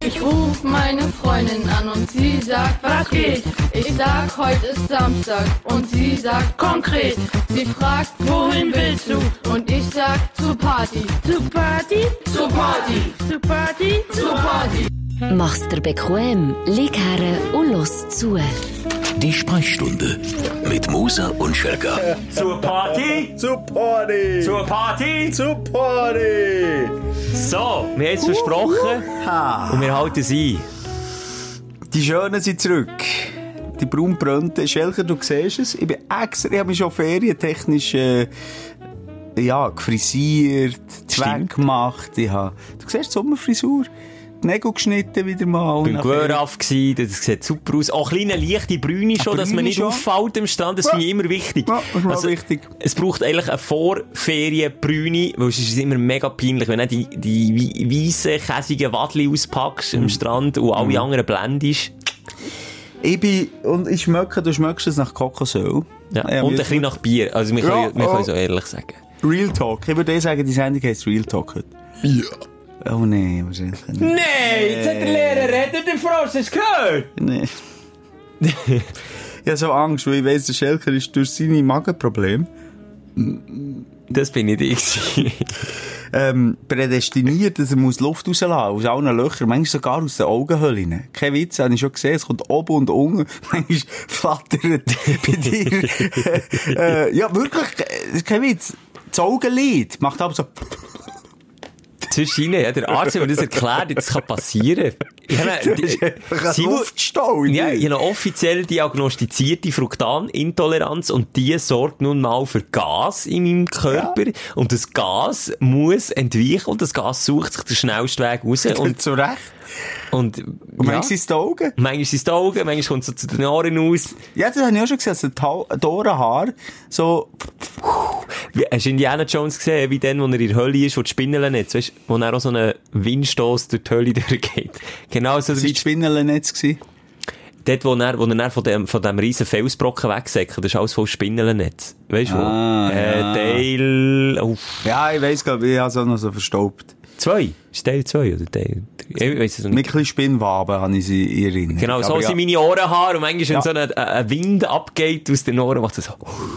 Ich ruf meine Freundin an und sie sagt, was geht? Ich sag, heute ist Samstag und sie sagt konkret. Sie fragt, wohin willst du? Und ich sag, zur Party. Zur Party? Zur Party. Zur Party? Zur Party. Mach's dir bequem, lieg her und los zu. Die Sprechstunde mit Musa und Schelka. Zur Party! Zur Party! Zur Party! Zur Party! So, wir haben es versprochen und wir halten es ein. Die Schönen sind zurück. Die braunbrönten. Schelker, du siehst es. Ich habe mich schon ferientechnisch gefrisiert, Zweck gemacht. Du siehst die Sommerfrisur. Die Nägel geschnitten wieder mal. Beim Gueraf gsi, das sieht super aus. Auch kleine leichte Brüne schon, dass man nicht auffällt am Strand, das finde ich immer wichtig. Ja, das ist mal wichtig. Es braucht eigentlich eine Vorferien-Brüne, weil es ist immer mega peinlich, wenn du die weissen, käsigen Wadli auspackst am Strand und alle anderen blendest. Ich schmecke, du schmeckst es nach Kokosöl. Ja, und ein bisschen nach Bier. Also wir können so ehrlich sagen. Real Talk. Ich würde sagen, die Sendung heisst Real Talk heute. Ja. Oh nee, wahrscheinlich nicht. Nein, jetzt hat der Lehrer redet, der Frosch, hast du gehört? Nee. Ich habe so Angst, weil ich weiss, der Schelker ist durch seine Magenprobleme. Das bin nicht ich. Prädestiniert, dass er muss Luft rauslassen aus allen Löchern, manchmal sogar aus den Augenhöhlen. Kein Witz, habe ich schon gesehen, es kommt oben und unten, manchmal flattert bei dir. Ja, wirklich, kein Witz. Das Augenlid macht aber so... Zwischen ja, der Arzt hat mir das erklärt, das kann passieren. Ich habe eine offiziell diagnostizierte Fruktanintoleranz und die sorgt nun mal für Gas in meinem Körper. Ja. Und das Gas muss entweichen und das Gas sucht sich den schnellsten Weg raus. Und zu Recht. Und manchmal sind es die Augen. Manchmal sind es die Augen, manchmal kommt es so zu den Ohren aus. Ja, das habe ich auch schon gesehen, also die Ohrenhaare so... Hast du Indiana Jones gesehen, wie dann, wo er in der Hölle ist, wo die Spinnelnetz, weißt, wo er auch so einen Windstoss durch die Hölle durchgeht. Genau so. Das war das Spinnelnetz gewesen? Dort, wo er von dem riesen Felsbrocken wegsäckelt, das ist alles voll Spinnelnetz. Weißt du wo? Ja. Teil... Ja, ich weiss, glaube ich habe es auch noch so verstaubt. 2? Ist Teil 2 oder Teil 3? Ich weiss es noch nicht. Mit ein bisschen Spinnwaben habe ich sie erinnert. Genau, so sind meine Ohrenhaare und manchmal, wenn so ein Wind abgeht aus den Ohren, macht es so...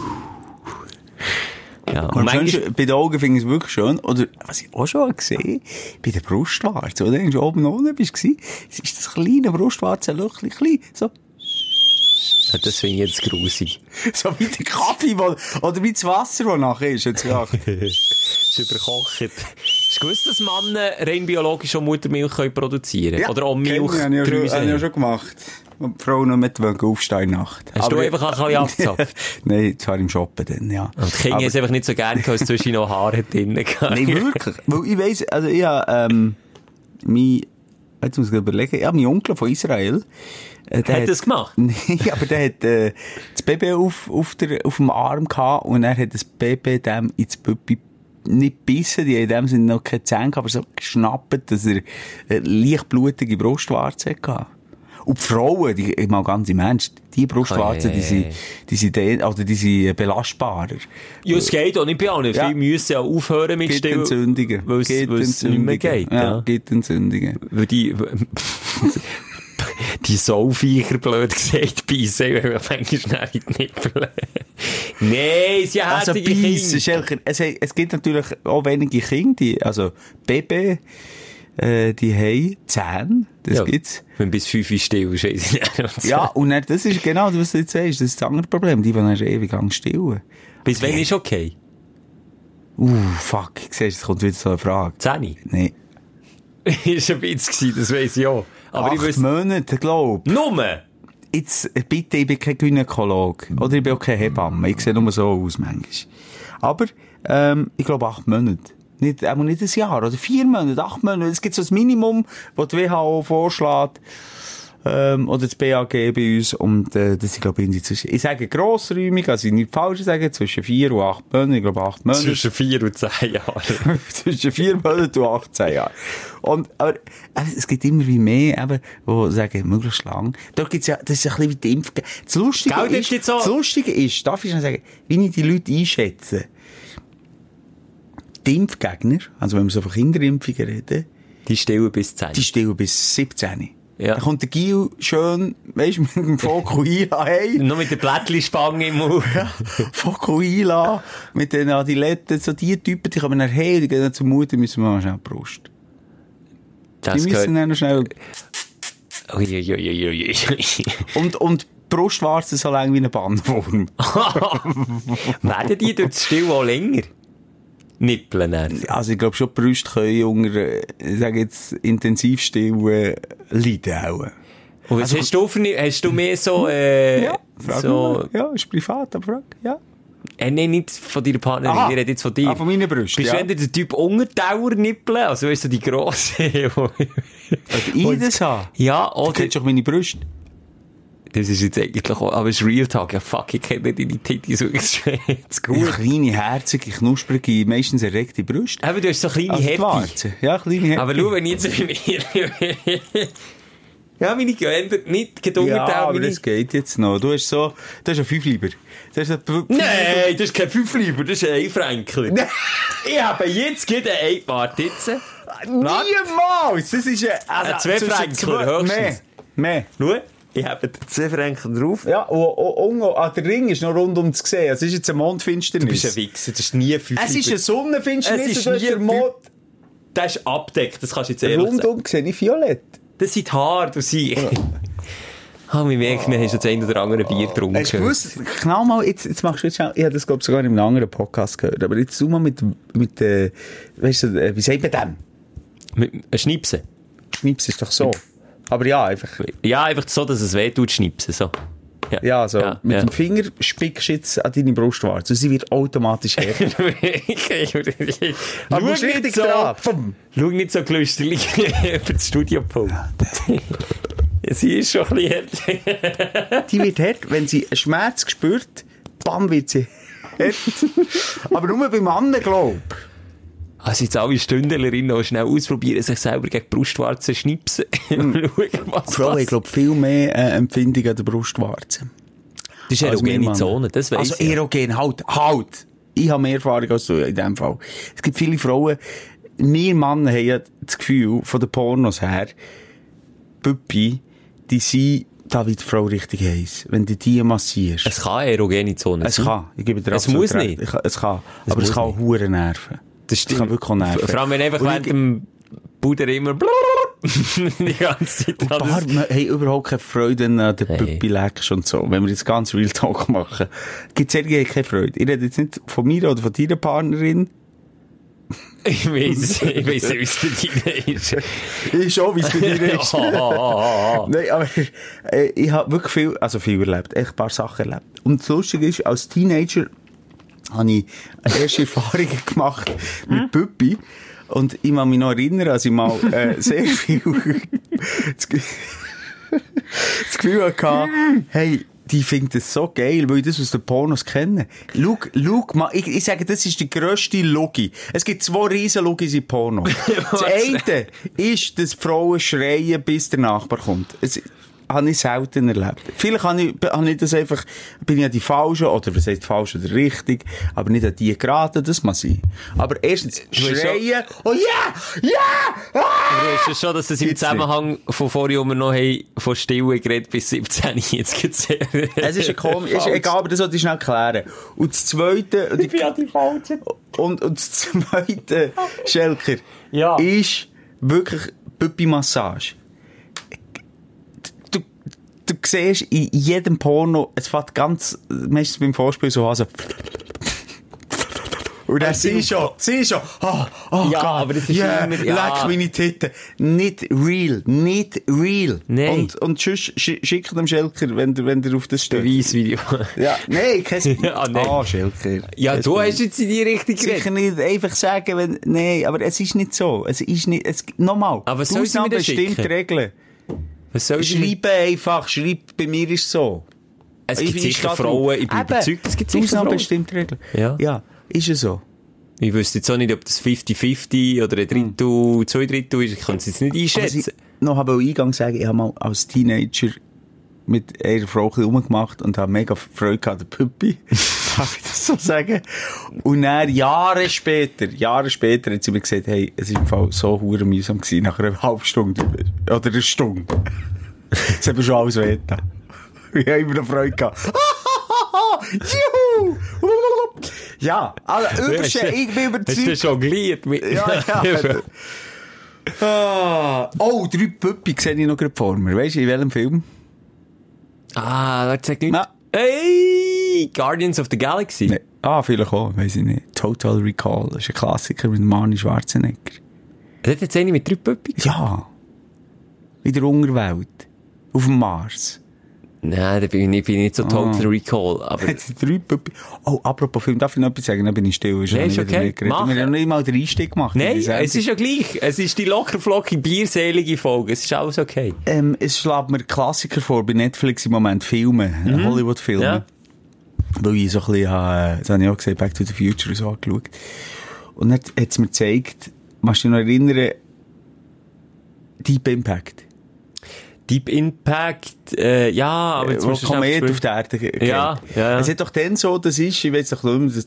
Ja, und manchmal, bei den Augen finde ich es wirklich schön. Oder, was ich auch schon gesehen bei der Brustwarze, oder? Wenn du oben und unten bist, ist das kleine Brustwarzenlöchchen klein, so. Ja, das finde ich jetzt grusig. So wie der Kaffee, oder wie das Wasser, das nachher ist, jetzt gedacht. Es ist überkocht. Hast du gewusst, dass Männer rein biologisch auch Muttermilch produzieren können? Ja, oder auch Milchdrüsen? Habe ich auch schon gemacht. Und die Frau noch mit aufstehen in Nacht. Hast du einfach ein bisschen abgezapft? Nein, zwar im Shoppen dann, ja. Und die Kinder haben es einfach nicht so gerne, weil es zwischen noch Haare drin hatte. Nein, wirklich. Weil ich weiss, also ich habe, jetzt muss ich überlegen, ich habe meinen Onkel von Israel. Der hat das gemacht? Nein, aber der hat, das Baby auf dem Arm gehabt und er hat das Baby dem ins Püppi nicht bissen, die in dem Sinne noch keine Zähne, aber so geschnappt, dass er leicht blutige Brustwarze hatte. Und die Frauen, ich mal ganz im Ernst, die Brustwarzen, die sind belastbarer. Ja, es geht auch nicht bei allen. Ja. Viele müssen ja aufhören mit Stillen. Entzündungen. Weil es nicht mehr geht. Ja, gibt Entzündungen. Weil die Sauviecher, blöd gesagt, beißen, weil manchmal schnell in die Nippel. Nein, sie haben also Kinder. Es gibt natürlich auch wenige Kinder, also Baby, die haben Zähne, das gibt's. Wenn bis 5 still ist, ja, und dann, das ist genau, was du jetzt sagst, das ist das andere Problem, die dann ewig lang stillen. Bis wann ist okay? Fuck, siehst du, es kommt wieder so eine Frage. 10? Nein. Ist ein Witz gewesen, das weiss ich auch. Aber 8 Monate, glaub ich. Nummer? Jetzt, bitte, ich bin kein Gynäkologe. Oder ich bin auch kein Hebamme. Ich sehe nur so aus, manchmal. Aber, ich glaube 8 Monate. Nicht ein Jahr, oder 4 Monate, 8 Monate. Es gibt so das Minimum, das die WHO vorschlägt. Oder das BAG bei uns. Und, das ist, glaube ich, ich sage grossräumig, also ich nicht falsch sagen, zwischen 4 und 8 Monaten. Ich glaube 8 Monate. Zwischen 4 und 10 Jahren. Zwischen 4 Monaten und 18 Jahren. Aber es gibt immer wie mehr, eben, die sagen, möglichst lang. Dort gibt's ja, das ist ein bisschen wie die Impfung. Das Lustige ist, darf ich schon sagen, wie ich die Leute einschätze. Die Impfgegner, also wenn wir so von Kinderimpfungen reden, Die stillen bis 10. Die stillen bis 17. Ja. Dann kommt der Gil schön, weisst du, mit dem Fokuhila, hey. Noch mit der Blättli-Spange im Mund. Fokuhila, mit den Adiletten, so die Typen, die kommen nachher, die gehen dann zur Mutter, müssen wir mal schnell Brust. Das Die müssen dann noch schnell... Uiuiuiui. Und Brustwarzen so lang wie ein Bandwurm. Werden die durch das Still auch länger? Nippeln dann? Also ich glaube schon, die Brüste können unter, ich sage jetzt, Intensivstillen leiden auch. Und was hast du mehr so, Ja, frag so... mal. Ja, ist privat, aber frag, ja. Nein, nicht von deiner Partnerin, ich rede jetzt von dir. Von meinen Brüsten, Bist du entweder der Typ Untertauer-Nippeln, also weißt du, die grossen... Ich das habe? Ja, Du oder... kennst doch meine Brüste. Das ist jetzt eigentlich auch... Aber es ist Real Talk. Ja, fuck, ich kenne deine Titties wirklich jetzt gut. Ja, kleine, herzige, knusprige, meistens erregte Brüste. Aber du hast so kleine Also die Härte. Warzen. Ja, kleine Härte. Aber schau, wenn ich jetzt bei mir... Ja, meine geändert nicht gedungert. Ja, aber das geht jetzt noch. Du hast ein Fünfliber. Nein, das ist kein Fünfliber, das ist ein Einfränkler. Ich habe jetzt gerade einen... Warte jetzt. Niemals! Das ist Ein Zwei-Fränkler, höchstens. Mehr. Schau, ich habe 2 Franken drauf. Ja, und der Ring ist noch rundum zu sehen. Es ist jetzt eine Mondfinsternis. Du bist ein Wichser, das ist nie 5 Es ist eine Sonnenfinsternis. Es ist und nie der Mond. Das ist abdeckt, das kannst du jetzt ehrlich sagen. Rundum sehe ich violett. Das sind die Haare, du siehst. Ah, wir merken, wir haben schon das ein oder andere Bier getrunken. Hast du gewusst, genau mal, jetzt machst du jetzt schnell, ich habe das, glaube ich, sogar in einem anderen Podcast gehört, aber jetzt tu mal mit weißt du, wie sagt man dem? Mit Schnipsen? Schnips ist doch so. Aber ja, einfach. Ja, einfach so, dass es weh tut, schnipsen, so. Ja, so. Mit dem Finger spickst du jetzt an deine Brustwarze und sie wird automatisch härter. Aber musst richtig dran. Schau nicht so gelüsterlich über das Studiopult. Sie ist schon ein bisschen härter. Die wird hart, wenn sie einen Schmerz spürt, bam, wird sie hart. Aber nur bei Männern, glaube ich. Also jetzt alle Stündlerinnen auch schnell ausprobieren, sich selber gegen die Brustwarzen schnipsen. Schauen, was Bro, ich glaube, viel mehr Empfindung an der Brustwarze. Das ist erogene Zone, das weiss ich. Also erogen, halt. Ich habe mehr Erfahrung als du in dem Fall. Es gibt viele Frauen, wir Männer haben ja das Gefühl, von den Pornos her, Püppi, die sind da wie die Frau richtig heiß, wenn du die massierst. Es kann eine erogene Zone sein. Es kann, ich gebe dir Es muss recht. nicht. Es kann, aber es kann auch hure nerven. Das stimmt. kann wirklich auch nerven. Vor allem, wenn einfach während dem Puder immer die ganze Zeit Ein paar haben überhaupt keine Freude, wenn du an der Püppi leckst und so. Wenn wir jetzt ganz Real Talk machen. Gibt es irgendwie keine Freude. Ich rede jetzt nicht von mir oder von deiner Partnerin. Ich weiss nicht, wie es bei dir ist. Ich schon, wie es bei dir ist. Nein, aber ich habe wirklich viel erlebt. Echt ein paar Sachen erlebt. Und das Lustige ist, als Teenager habe ich erste Erfahrungen gemacht mit Püppi. Und ich kann mich noch erinnern, als ich mal sehr viel das Gefühl hatte, hey, die finden das so geil, weil ich das aus den Pornos kenne. Schau mal, ich sage, das ist die grösste Logi. Es gibt 2 riesen Logis in Pornos. Das eine ist, dass Frauen schreien, bis der Nachbar kommt. Habe ich selten erlebt. Vielleicht habe ich das einfach, bin ich an die Falschen, oder was heißt falsch oder richtig, aber nicht an die geraten, das muss sein. Aber erstens, schreien, oh ja, ja, Du weißt schon, dass das im Zusammenhang von vorhin, wo wir noch haben, von Stillen geredet bis 17, jetzt gibt's es ist ist egal, aber das sollte ich schnell klären. Und das Zweite, Ich bin an die Falschen. und das Zweite, Schelker, Ja. ist wirklich Püppi-Massage. Du siehst in jedem Porno, es fängt ganz, meistens beim Vorspiel so an, so. Und dann siehst du schon, oh Ja, Gott, aber das ist yeah, immer, ja. leck meine Titten. Nicht real. Nein. Und sonst schick dem Schelker, wenn der auf das steht. Beweisvideo. Ja, nein, kein Ja, nein. Ah, Schelker. Ja, du hast jetzt in die Richtung Sicher geredet. nicht einfach sagen, nein, aber es ist nicht so. Nochmal. Aber was soll sie mir denn bestimmt schicken? Regeln. Was soll ich Schreib, bei mir ist es so. Es gibt Ich sicher stehe Frauen, ich bin Eben, überzeugt, es gibt sicher Ausnahmen Frauen. bestimmt Regeln. Ja. Ist es so. Ich wüsste jetzt auch nicht, ob das 50-50 oder ein Drittel, 2 Drittel ist. Ich kann es jetzt nicht Was ich einschätzen. noch eingangs sagen, ich habe mal als Teenager mit einer Frau ein bisschen rumgemacht und habe mega Freude gehabt an der Püppi. Darf ich das so sagen? Und dann, Jahre später hat sie mir gesagt, hey, es ist im Fall so hure mühsam gewesen, nach einer halben Stunde. Oder einer Stunde. Es hat mir schon alles wehgetan. Ich habe immer noch Freude gehabt. Juhu! Ja, also, ich bin überzeugt. Hast du jongliert mit... Ja. Oh, 3 Püppi sehe ich noch gerade vor mir. Weißt du, in welchem Film? Das sagt nicht... Na. Hey! Guardians of the Galaxy? Nee. Vielleicht auch, weiss ich nicht. Total Recall. Das ist ein Klassiker mit Arnold Schwarzenegger. Das hat jetzt eine mit 3 Püppi? Ja. In der Unterwelt. Auf dem Mars. Nein, da bin ich nicht so Total Recall. Aber... Hat sie 3 Püppi... Oh, apropos Film, darf ich noch etwas sagen? Dann bin ich still. Nee, ist okay. Wir haben ja noch nicht mal den Einstieg gemacht. Nein, es ist ja gleich. Es ist die lockerflockige, bierselige Folge. Es ist alles okay. Es schlägt mir Klassiker vor bei Netflix im Moment. Filme. Hollywood-Filme. Ja. Weil ich so ein bisschen, das habe ich auch gesehen, Back to the Future so angeschaut. Und dann hat es mir gezeigt, kannst du dich noch erinnern, Deep Impact. Deep Impact, ja, aber jetzt musst du Komet auf der Erde geht. Ja. Es hat doch dann so, das ist, ich weiß nicht, das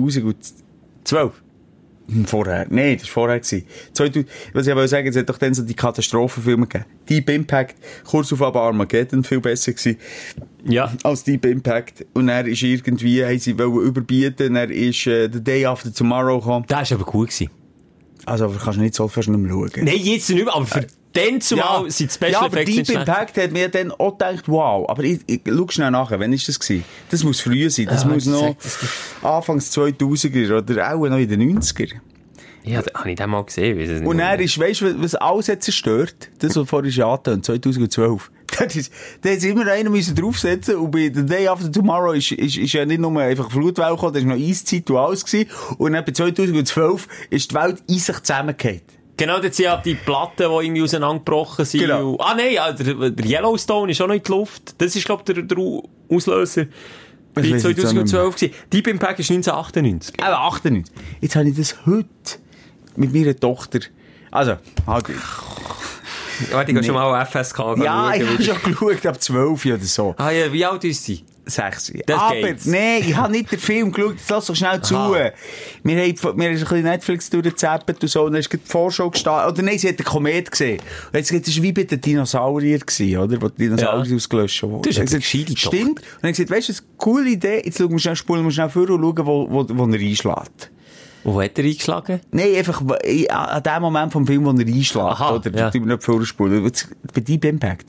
2012. Vorher. Nein, das war vorher gewesen. Was ich aber sagen, es hat doch dann so die Katastrophenfilme gegeben. Deep Impact, kurz auf Armageddon, viel besser gewesen. Ja. Als Deep Impact. Und er ist irgendwie, haben sie wollen überbieten, er ist The Day After Tomorrow gekommen. Das war aber gut gewesen. Also, aber kannst du nicht so fast nicht mehr schauen. Nein, jetzt nicht mehr, aber für den zumal sind die Special Effects Deep Impact hat mir dann auch gedacht, wow. Aber ich schau schnell nachher, wann ist das gewesen? Das muss früher sein. Das muss noch Anfangs 2000er oder auch noch in den 90er. Ja, da habe ich den mal gesehen. Und er ist, weißt du, was alles hat zerstört? Das, was vorhin schon angetönt, 2012. Da hat immer einer müssen draufsetzen und bei The Day After Tomorrow ist ja nicht nur einfach Flutwelle gekommen, da ist noch Eiszeit und alles gewesen. Und dann bei 2012 ist die Welt in sich zusammengefallen. Genau, das sind ja die Platten, die irgendwie auseinandergebrochen sind. Genau. Der Yellowstone ist auch noch in die Luft. Das ist, glaube ich, der Auslöser. Das bei 2012 gewesen. Deep Impact ist 1998. 98. Jetzt habe ich das heute mit meiner Tochter. Also, halt. Warte, ich gehe schon mal auf FSK schauen. Ja, ich habe schon geschaut, ab 12 oder so. Ah ja, wie alt ist sie? 6. Das aber, geht's. nein, ich habe nicht den Film geschaut, jetzt lass doch schnell zu. Wir haben ein bisschen Netflix durchgezappt und so, und dann ist die Vorschau gestartet. Oder nein, sie hat den Komet gesehen. Und jetzt das war wie bei den Dinosauriern gewesen, oder? Wo die Dinosaurier ausgelöscht wurden. Das ist eine gescheite Tochter. Stimmt. Und dann gesagt, weißt du, das ist eine coole Idee, jetzt spulen wir schnell vor und schauen, wo er einschlägt. Und wo hat er eingeschlagen? Nein, einfach an dem Moment vom Film, wo er einschlägt. Aha, oder? Ja. Da tun wir nicht vorspulen. Bei Deep Impact.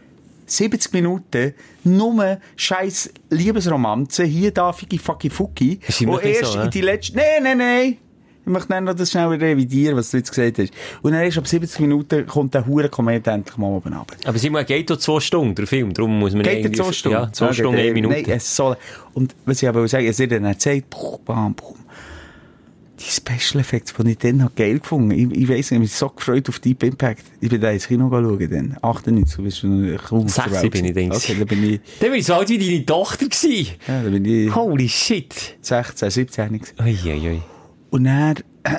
70 Minuten, nur scheiß Liebesromanze, hier da, Fuki. Ist immer und erst so, in die letzten, nein. Ich möchte dann noch das schnell revidieren, was du jetzt gesagt hast. Und dann erst ab 70 Minuten kommt der Hurenkomet endlich mal oben runter. Aber Simon, geht doch 2 Stunden, der Film, darum muss man Geht er 2 Stunden? Ja, 2 Stunden, 1 Minute. Nein, es soll, und was ich aber sagen, es wird dann erzählt, bam. Die Special Effects, die ich dann noch geil gefunden. Ich weiss nicht, ich habe mich so gefreut auf Deep Impact. Ich bin da ins Kino schauen, dann. 98, du bist schon kaum 6 bin ich, denke ich. Okay, dann bin ich... Dann bin ich so alt wie deine Tochter gewesen. Ja, dann bin ich... Holy shit. 16, 17. Ui. Und dann...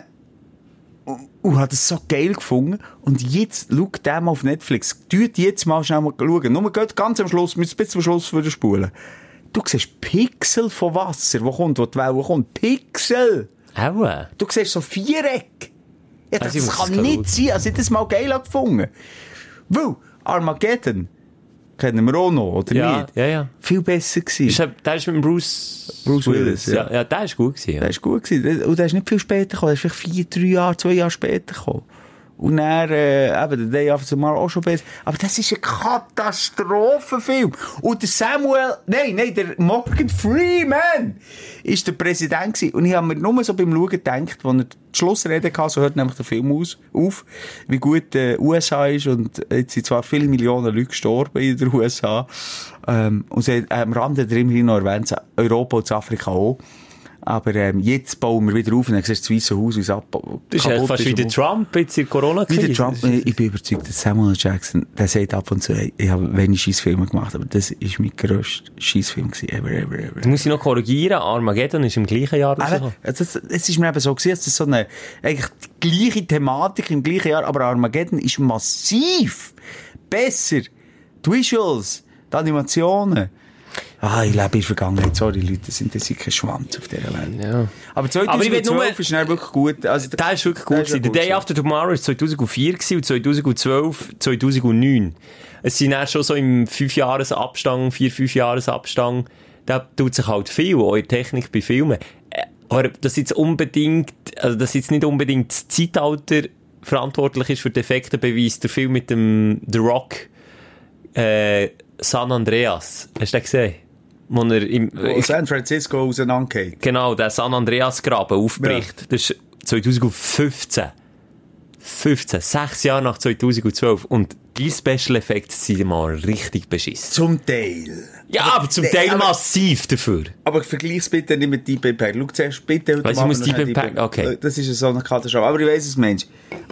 Und hat es so geil gefunden. Und jetzt, schau den mal auf Netflix. Tut jetzt mal schnell mal schauen. Nur ganz am Schluss, bis zum Schluss wieder spulen. Du siehst Pixel von Wasser, wo die Welle kommt. Pixel! Auch? Du siehst so Viereck. Ja, Also das kann nicht sein. Also ich das mal geil gefunden. Weil Armageddon kennen wir auch noch, oder nicht? Ja. Viel besser gewesen. Der ist mit Bruce Willis, ja. Ja, der ist gut gewesen. Ja. Der ist gut gewesen. Und der ist nicht viel später gekommen. Der ist vielleicht 2 Jahre später gekommen. Und dann, eben, The Day After Tomorrow auch schon besser. Aber das ist ein Katastrophenfilm. Und der Morgan Freeman ist der Präsident gewesen. Und ich habe mir nur so beim Schauen gedacht, als er die Schlussrede hatte, so hört nämlich der Film auf, wie gut USA ist. Und jetzt sind zwar viele Millionen Leute gestorben in den USA. Und sie haben am Rande immerhin noch erwähnt, Europa und Afrika auch. Aber jetzt bauen wir wieder auf und dann siehst du das Weisse Haus, wie es Das ist halt fast wie der Trump jetzt in Corona-Krise. Wie der Trump. Ich bin überzeugt, dass Samuel Jackson, der sagt ab und zu, hey, ich habe wenig Scheissfilme gemacht, aber das war mein grösster Scheissfilm ever. Du musst dich noch korrigieren, Armageddon ist im gleichen Jahr rausgekommen. Es ist mir eben so gewesen, dass das so eine, eigentlich die gleiche Thematik im gleichen Jahr, aber Armageddon ist massiv besser. Die Visuals, Die Animationen. Ich lebe in der Vergangenheit. Sorry, Leute, das sind kein Schwanz auf dieser Welt. Ja. Aber 2012 ist dann wirklich gut. Also, der ist wirklich gut. The Day After Tomorrow war 2004 und 2012 2009. Es sind dann schon so im 4-5 Jahresabstand, da tut sich halt viel, auch in der Technik bei Filmen. Aber dass jetzt nicht unbedingt das Zeitalter verantwortlich ist für die Effekte, beweist der Film mit dem The Rock, San Andreas. Hast du den gesehen? Wo er San Francisco auseinandergeht. Genau, der San Andreas-Graben aufbricht. Ja. Das ist 2015. 6 Jahre nach 2012. Und die Special Effects sind mal richtig beschissen. Zum Teil. Ja, aber zum Teil massiv dafür. Aber vergleich's bitte nicht mit Deep Impact. Schau zuerst bitte heute mal. Deep Impact? Okay. Das ist so eine Katastrophe. Aber ich weiss es, Mensch.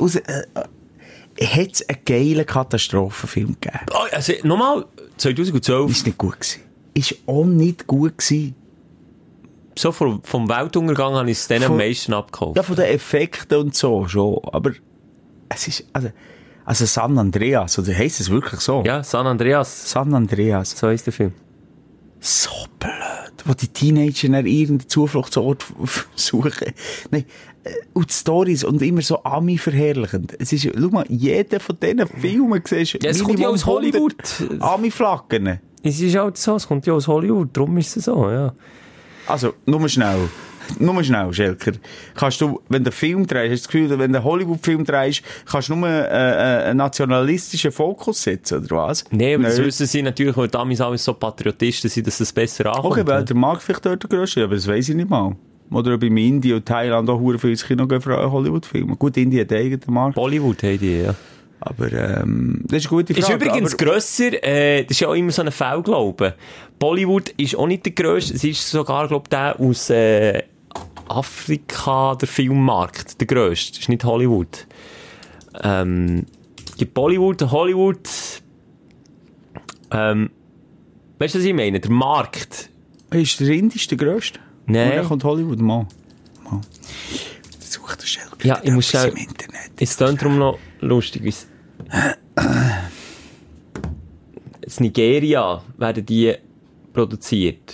Hat es einen geilen Katastrophenfilm gegeben? Also, nochmal, 2012. Ist nicht gut gewesen. Ist auch nicht gut gewesen. So vom Weltuntergang habe ich es dann am meisten abgeholt. Ja, von den Effekten und so schon. Aber es ist, also San Andreas, oder heisst es wirklich so? Ja, San Andreas. San Andreas. So heisst der Film. So blöd. Wo die Teenager nach irgendeinen Zufluchtsort suchen. Nein. Und die Storys und immer so Ami verherrlichend. Es ist, schau mal, jeder von diesen Filmen siehst, ja, es kommt ja aus Hollywood. Ami-Flaggen. Es ist halt so, es kommt ja aus Hollywood, darum ist es so, ja. Also, nur schnell, Schelker. Kannst du, wenn du einen Film drehst, hast du das Gefühl, wenn du einen Hollywood-Film drehst, kannst du nur einen nationalistischen Fokus setzen, oder was? Nee, aber das wissen sie natürlich, weil damals alles so Patriotisten sind, dass das besser ankommt. Okay, weil der Markt vielleicht dort der grösste, aber das weiss ich nicht mal. Oder ob in Indien und Thailand auch verdammt viel ins Kino gehen für Hollywood-Filme. Gut, Indien hat einen eigenen Markt. Bollywood haben die, ja. Aber, das ist eine gute Frage. Ist übrigens grösser, das ist ja auch immer so ein Fehlglaube. Bollywood ist auch nicht der grösste, es ist sogar, glaube ich, der aus Afrika, der Filmmarkt, der grösste. Das ist nicht Hollywood. Gibt Bollywood, Hollywood, weißt du, was ich meine? Der Markt. Ist der Indisch der grösste? Nein. Und dann kommt Hollywood, mal. Such das Schelker. Ja, ich muss schnell, im Internet. es klingt darum noch lustig. In Nigeria werden die produziert.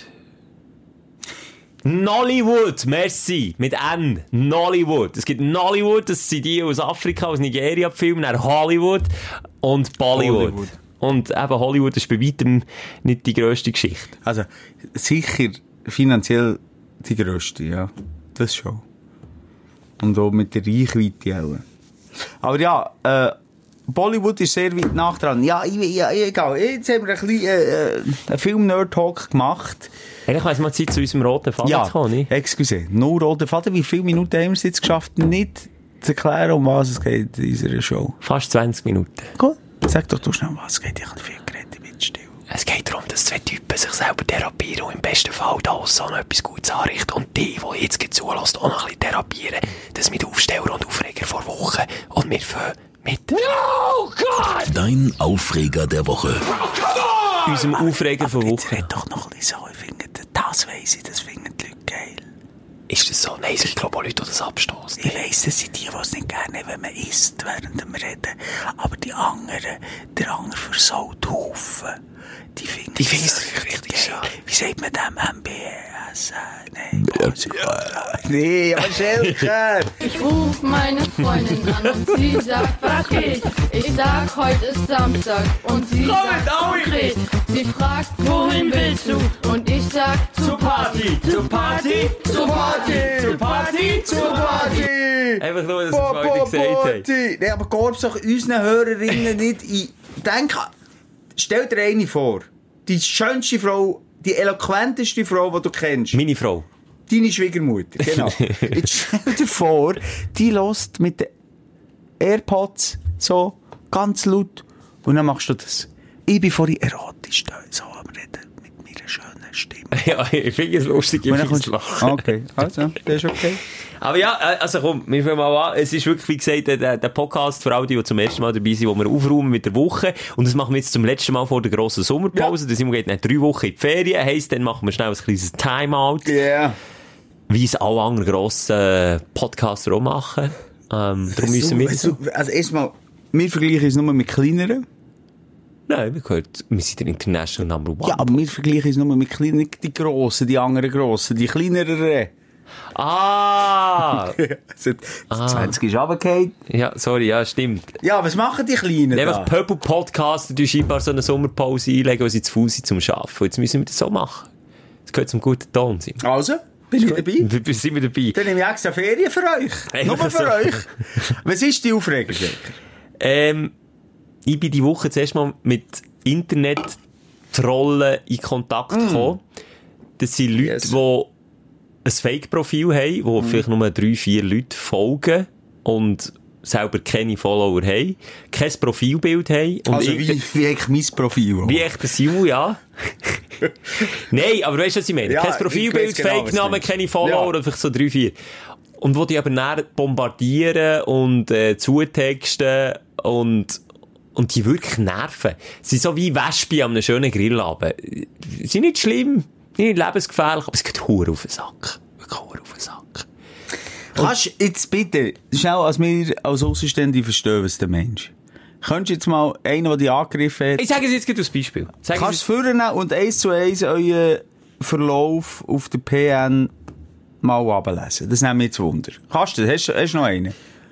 Nollywood, merci, mit N, Nollywood. Es gibt Nollywood, das sind die aus Afrika, aus Nigeria filmen, dann Hollywood und Bollywood. Und eben Hollywood ist bei weitem nicht die grösste Geschichte. Also, sicher finanziell die grösste, ja. Das schon. Und auch mit der Reichweite auch. Aber ja, Bollywood ist sehr weit nach dran. Ja, egal. Jetzt haben wir ein bisschen einen Film-Nerd-Talk gemacht. Eigentlich weiss mal Zeit zu unserem roten Faden zu kommen, nicht? Excuse. Nur roter Faden. Wie viele Minuten haben wir es jetzt geschafft, nicht zu erklären, um was es geht in unserer Show? Fast 20 Minuten. Gut. Sag doch du schnell, was es geht. Ich habe viel geredet, ich bin still. Es geht darum, dass 2 Typen sich selber therapieren und im besten Fall da so noch etwas Gutes anrichten und die jetzt zulässt, auch noch ein bisschen therapieren. Das mit Aufsteller und Aufreger vor Wochen. Und wir fangen mit No God! Dein Aufreger der Woche. Unserem Aufreger von Wochen. Jetzt red doch noch ein bisschen so. Ich finde, das weiss ich, das finden die Leute geil. Ist das so? Nein, ich glaube auch Leute, die das abstoßen. Ich weiss, das sind die es nicht gerne haben, wenn man isst, während wir reden. Aber die anderen, der andere versaut Haufen. Die finden es richtig geil. Wie sagt man dem? MBS? Nein, nee, aber Schelker! Ich ruf meine Freundin an und sie sagt, was geht? Ich sag, heute ist Samstag und sie sagt konkret. Sie fragt, wohin willst du? Und ich sag, zu Party, zu Party, zu Party, zu Party, zu Party. Einfach nur, dass wir es heute gesagt haben. Nee, aber gib's doch unseren Hörerinnen nicht ein. Denk, stell dir eine vor. Die schönste Frau, die eloquenteste Frau, die du kennst. Meine Frau. Deine Schwiegermutter, genau. Jetzt stell dir vor, die hört mit den AirPods so ganz laut und dann machst du das. Ich bin vorhin erotisch da, so am Reden mit meiner schönen Stimme. Ja, ich finde es lustig, ich finde es lachen. Okay, also, das ist okay. Aber ja, also komm, wir fangen mal an. Es ist wirklich, wie gesagt, der Podcast für all die zum ersten Mal dabei sind, wo wir aufräumen mit der Woche. Und das machen wir jetzt zum letzten Mal vor der grossen Sommerpause. Ja. Der Simon geht nach 3 Wochen in die Ferien. Heisst, dann machen wir schnell ein kleines Timeout. Ja. Yeah. Wie es alle anderen grossen Podcaster auch machen. Darum müssen wir... Also erstmal, wir vergleichen es nur mit kleineren. Nein, wir sind der International Number One. Ja, aber wir vergleichen uns nur mit kleinen, nicht die Grossen, die anderen Grossen, die kleineren. Ah! 20 ist runtergefallen. Ja, sorry, ja, stimmt. Ja, was machen die Kleinen Einfach da? Pöbel-Podcaster, die scheinbar so eine Sommerpause einlegen, weil sie zu faul sind zum Arbeiten. Und jetzt müssen wir das so machen. Das gehört zum guten Ton sein. Also, bin ich dabei? Sind wir dabei? Dann nehme ich extra Ferien für euch. Nur für so. euch. Was ist die Aufregung? Ich bin die Woche zuerst mal mit Internet-Trollen in Kontakt gekommen. Das sind Leute, die ein Fake-Profil haben, wo vielleicht nur 3-4 Leute folgen und selber keine Follower haben, kein Profilbild haben. Und also wie eigentlich mein Profil. Wie echt ein Simon, ja. Nein, aber weißt du, was ich meine? Ja, kein Profilbild, genau, Fake-Namen, keine Follower, oder vielleicht so 3-4. Und wo die aber näher bombardieren und zutexten und die wirklich nerven. Sie sind so wie Wespen an einem schönen Grillabend. Sie sind nicht schlimm, nicht lebensgefährlich, aber es geht verdammt auf den Sack. Wirklich verdammt auf den Sack. Kannst du jetzt bitte, schnell als wir als Außenstehende verstehen, was der Mensch. Könntest du jetzt mal einen, der dich angegriffen hat... Ich sage es jetzt gerade als Beispiel. Kannst du es vornehmen und 1:1 euren Verlauf auf der PN mal ablesen? Das nimmt mich jetzt Wunder. Kannst du das? Hast du noch einen?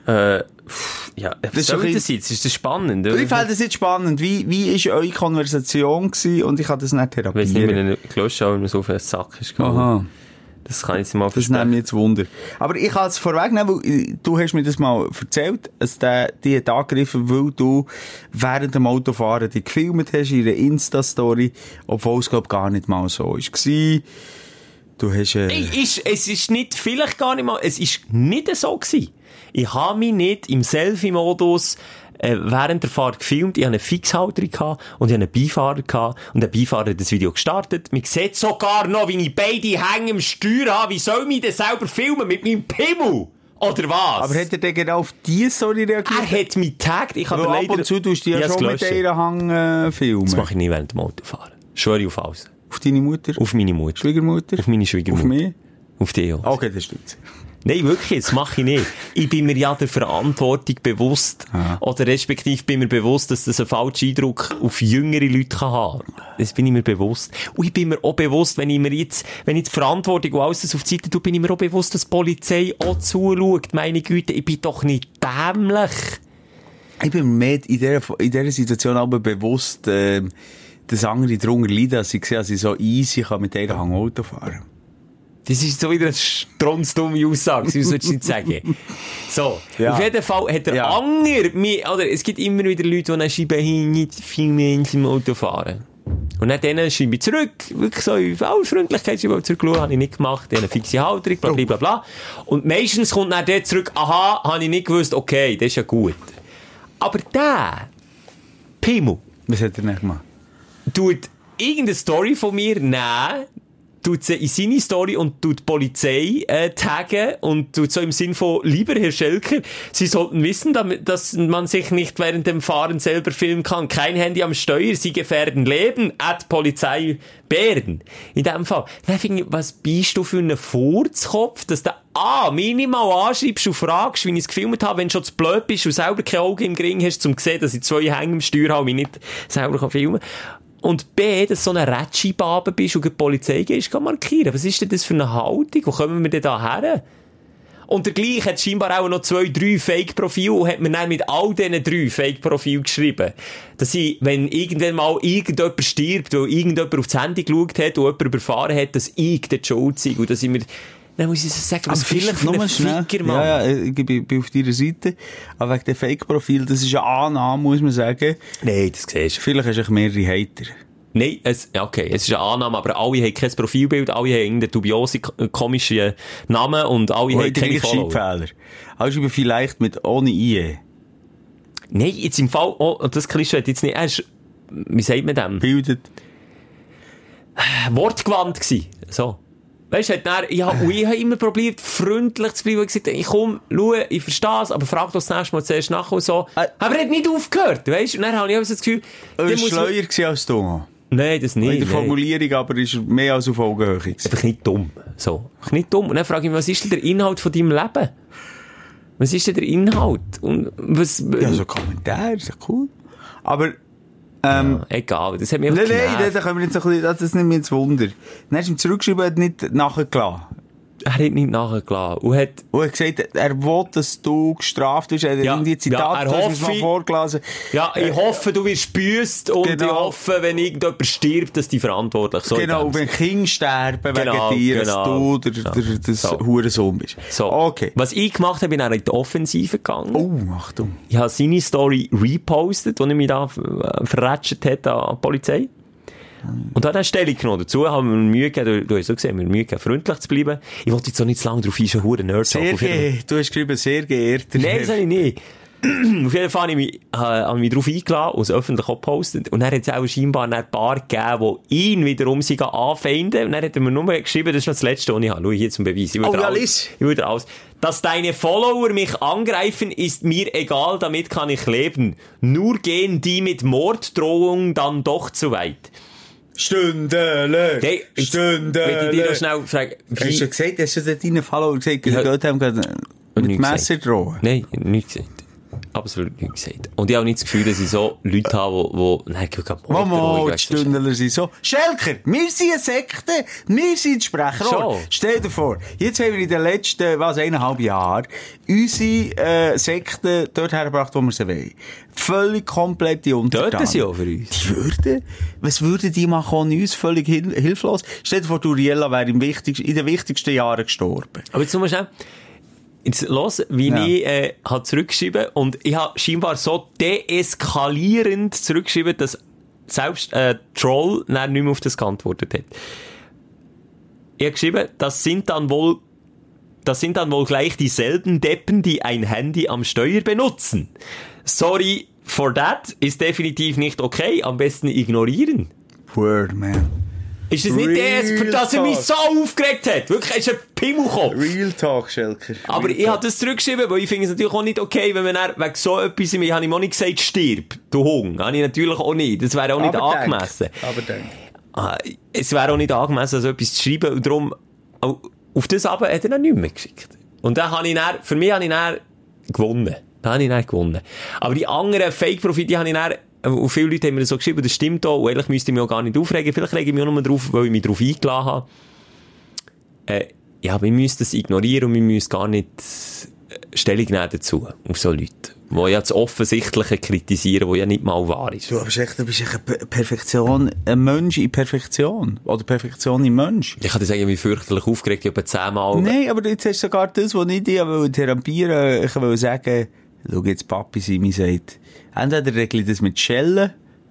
Ja, was soll das jetzt? Ist das spannend? Ich fände das jetzt spannend. Wie war eure Konversation gewesen? Und ich kann das nicht therapieren. Ich weiss nicht, wenn ich gelöscht habe, weil mir so viel Sack ist gegangen. Aha. Das kann ich jetzt mal Das versprechen. nimmt mich jetzt Wunder. Aber ich kann es vorwegnehmen, weil du hast mir das mal erzählt, dass die hat angegriffen, weil du während dem Autofahren die gefilmt hast in einer Insta-Story, obwohl es, glaube ich, gar nicht mal so war. Du hast... Es ist nicht, vielleicht gar nicht mal, es ist nicht so gewesen. Ich habe mich nicht im Selfie-Modus während der Fahrt gefilmt. Ich hatte eine Fixhalterung gehabt und ich hatte einen Beifahrer gehabt. Und der Beifahrer hat das Video gestartet. Man sieht sogar noch, wie ich beide Hänge im Steuer habe. Wie soll ich das selber filmen? Mit meinem Pimmel? Oder was? Aber hat er denn genau auf diese Story reagiert? Er hat mich getaggt. Ich habe Weil leider... ab und zu tust du ja schon mit einer Hang filmen. Das mache ich nie während dem Autofahren. Schwöre ich auf alles. Auf deine Mutter? Auf meine Mutter. Schwiegermutter? Auf meine Schwiegermutter. Auf mich? Auf dich auch. Okay, das stimmt. Nein, wirklich, das mache ich nicht. Ich bin mir ja der Verantwortung bewusst. Oder respektive bin mir bewusst, dass das einen falschen Eindruck auf jüngere Leute haben kann. Das bin ich mir bewusst. Und ich bin mir auch bewusst, wenn ich die Verantwortung und alles das auf die Seite tue, bin ich mir auch bewusst, dass die Polizei auch zuschaut. Meine Güte, ich bin doch nicht dämlich. Ich bin mir in dieser Situation aber bewusst, dass andere darunter leiden, dass ich sehe, dass ich so easy kann mit einer Hang Auto fahren. Das ist so wieder eine strunzdumme Aussage, wie soll ich nicht sagen? So. Ja. Auf jeden Fall hat der Anger, oder es gibt immer wieder Leute, die dann schreiben, nicht viel Menschen im Auto fahren. Und dann denen schreibe ich zurück, wirklich so, in aller Freundlichkeit schreibe ich zurück, habe ich nicht gemacht, die haben eine fixe Halterung, bla, bla, bla, bla. Und meistens kommt dann der zurück, aha, habe ich nicht gewusst, okay, das ist ja gut. Aber der Pimmel, Was hat er nicht gemacht? tut irgendeine Story von mir nehmen, tut sie in seine Story und tut die Polizei taggen und tut so im Sinn von, lieber Herr Schelker, Sie sollten wissen, dass man sich nicht während dem Fahren selber filmen kann. Kein Handy am Steuer, Sie gefährden Leben. Polizei Bern. In dem Fall. Dann finde ich, was bist du für einen Furzkopf, dass du minimal anschreibst und fragst, wie ich es gefilmt habe, wenn du schon zu blöd bist und selber keine Augen im Ring hast, um zu sehen, dass ich 2 Hänge im Steuer habe und mich nicht selber filmen kann. Und B, dass du so eine Rätschibabe bist und die Polizei gehst, kann markieren. Was ist denn das für eine Haltung? Wo kommen wir denn da her? Und der gleich hat scheinbar auch noch 2-3 Fake-Profile und hat mir dann mit all diesen 3 Fake-Profilen geschrieben, dass ich, wenn irgendwann mal irgendjemand stirbt, weil irgendjemand aufs Handy geschaut hat und jemand überfahren hat, dass ich der schuld sei und dass ich mir... Dann muss ich so sagen, was vielleicht für ein Ficker, Mann. Ja, ich bin auf deiner Seite. Aber wegen dem Fake-Profil, das ist eine Annahme, muss man sagen. Nein, das siehst du. Vielleicht hast du mehrere Hater. Nein, okay, es ist eine Annahme, aber alle haben kein Profilbild, alle haben irgendeinen dubiosen, komischen Namen und alle haben keine Follower. Schreibfehler. Also ich vielleicht mit ohne IE. Nein, jetzt im Fall, das Klischee hat jetzt nicht, wie sagt man dem? Bildet. Wortgewandt gsi. So. Weißt du, ich habe immer probiert, freundlich zu bleiben und gesagt, ich komm, schau, ich verstehe es, aber frag doch das nächste Mal zuerst nach und so. Aber er hat nicht aufgehört, weißt du? Und dann habe ich auch so das Gefühl, er war schleuer gewesen als du. Nein, das nicht. In der Formulierung, aber ist mehr als auf Augenhöhe gewesen. Einfach nicht dumm. So. Einfach nicht dumm. Und dann frage ich mich, was ist denn der Inhalt von deinem Leben? Was ist denn der Inhalt? Und was... Ja, so Kommentar, ist ja cool. Aber Egal, das hat mich Nein, genervt. da können wir jetzt ein bisschen, das nimmt mich jetzt Wunder. Dann hast du ihm zurückgeschrieben, er hat nicht nachgelassen. Er hat nicht nachgelassen. Und hat gesagt, er will, dass du gestraft wirst. Er hat irgendwie Zitat, er du hast es mal vorgelesen. Ja, ich hoffe, du wirst gebüsst und ich hoffe, wenn irgendjemand stirbt, dass die verantwortlich so. Genau, wenn Kinder sterben wegen dir, dass du das Hurensohn bist. So. Okay. Was ich gemacht habe, bin auch in die Offensive gegangen. Oh, Achtung. Ich habe seine Story repostet, wo er mich da verrätscht hat an die Polizei. Und da hat er Stellung genommen. Dazu haben wir Mühe gegeben, du hast so gesehen, wir Mühe gegeben, freundlich zu bleiben. Ich wollte jetzt auch nicht zu lange drauf ein, schon hure Nerd. Du hast geschrieben, sehr geehrter. Nein, das habe ich nicht. Auf jeden Fall habe ich mich darauf eingeladen und es öffentlich auch gepostet. Und dann hat es auch scheinbar ein paar gegeben, die ihn wiederum anfeinden. Und dann hat er mir nur geschrieben, das ist das Letzte, was ich habe. Schau hier zum Beweis. Ich würde alles. Dass deine Follower mich angreifen, ist mir egal, damit kann ich leben. Nur gehen die mit Morddrohungen dann doch zu weit. Stündele! Hey, Stündele! Wenn ich dir noch schnell frage, hast du gesagt, hast du deinen Follower gesagt, ja, dort haben mit Messer drohen? Nein, nichts gesagt. Absolut nichts gesagt. Und ich habe nicht das Gefühl, dass ich so Leute habe, die nein, Mama, die Stündler sind so. Schelker, wir sind eine Sekte, wir sind Sprecher. Stell dir vor, jetzt haben wir in den letzten, 1,5 Jahren unsere Sekte dort hergebracht, wo wir sie wollen. Völlig komplette Untertanen. Dort sind auch für uns. Was würden die machen ohne uns? Völlig hilflos. Stell dir vor, Uriella wäre in den wichtigsten Jahren gestorben. Aber jetzt mal schnell. Jetzt los, wie ich habe zurückgeschrieben und ich habe scheinbar so deeskalierend zurückgeschrieben, dass selbst Troll nicht mehr auf das geantwortet hat. Ich habe geschrieben, das sind dann wohl gleich dieselben Deppen, die ein Handy am Steuer benutzen. Sorry for that, ist definitiv nicht okay, am besten ignorieren. Word, man. Ist es nicht das, für das er mich so aufgeregt hat? Wirklich, er ist ein Pimmelkopf. Real Talk, Schelker. Aber ich habe das zurückgeschrieben, weil ich finde es natürlich auch nicht okay, wenn man wegen so etwas, ich habe ihm auch nicht gesagt, stirb, du Hung. Habe ich natürlich auch nicht. Das wäre auch nicht angemessen. Es wäre auch nicht angemessen, so etwas zu schreiben. Und darum, auf das aber hat er dann nicht mehr geschickt. Und dann habe ich dann, für mich habe ich dann gewonnen. Aber die anderen Fake-Profile, die habe ich dann, und viele Leute haben mir das so geschrieben, das stimmt auch, und eigentlich müsste ich mich auch gar nicht aufregen. Vielleicht rege ich mich auch nur drauf, weil ich mich darauf eingeladen habe. Ja, wir müssen das ignorieren und wir müssen gar nicht Stellung nehmen dazu, auf so Leute, die ja das Offensichtliche kritisieren, was ja nicht mal wahr ist. Du bist echt Perfektion, ein Mensch in Perfektion. Oder Perfektion im Mensch. Ich kann dir sagen, wie fürchterlich aufgeregt, ich habe 10-mal... Nein, aber jetzt hast du sogar das, was ich dir therapieren wollte. Ich will sagen, schau jetzt, Papi Simi sagt, entweder regle ich das mit Schellen.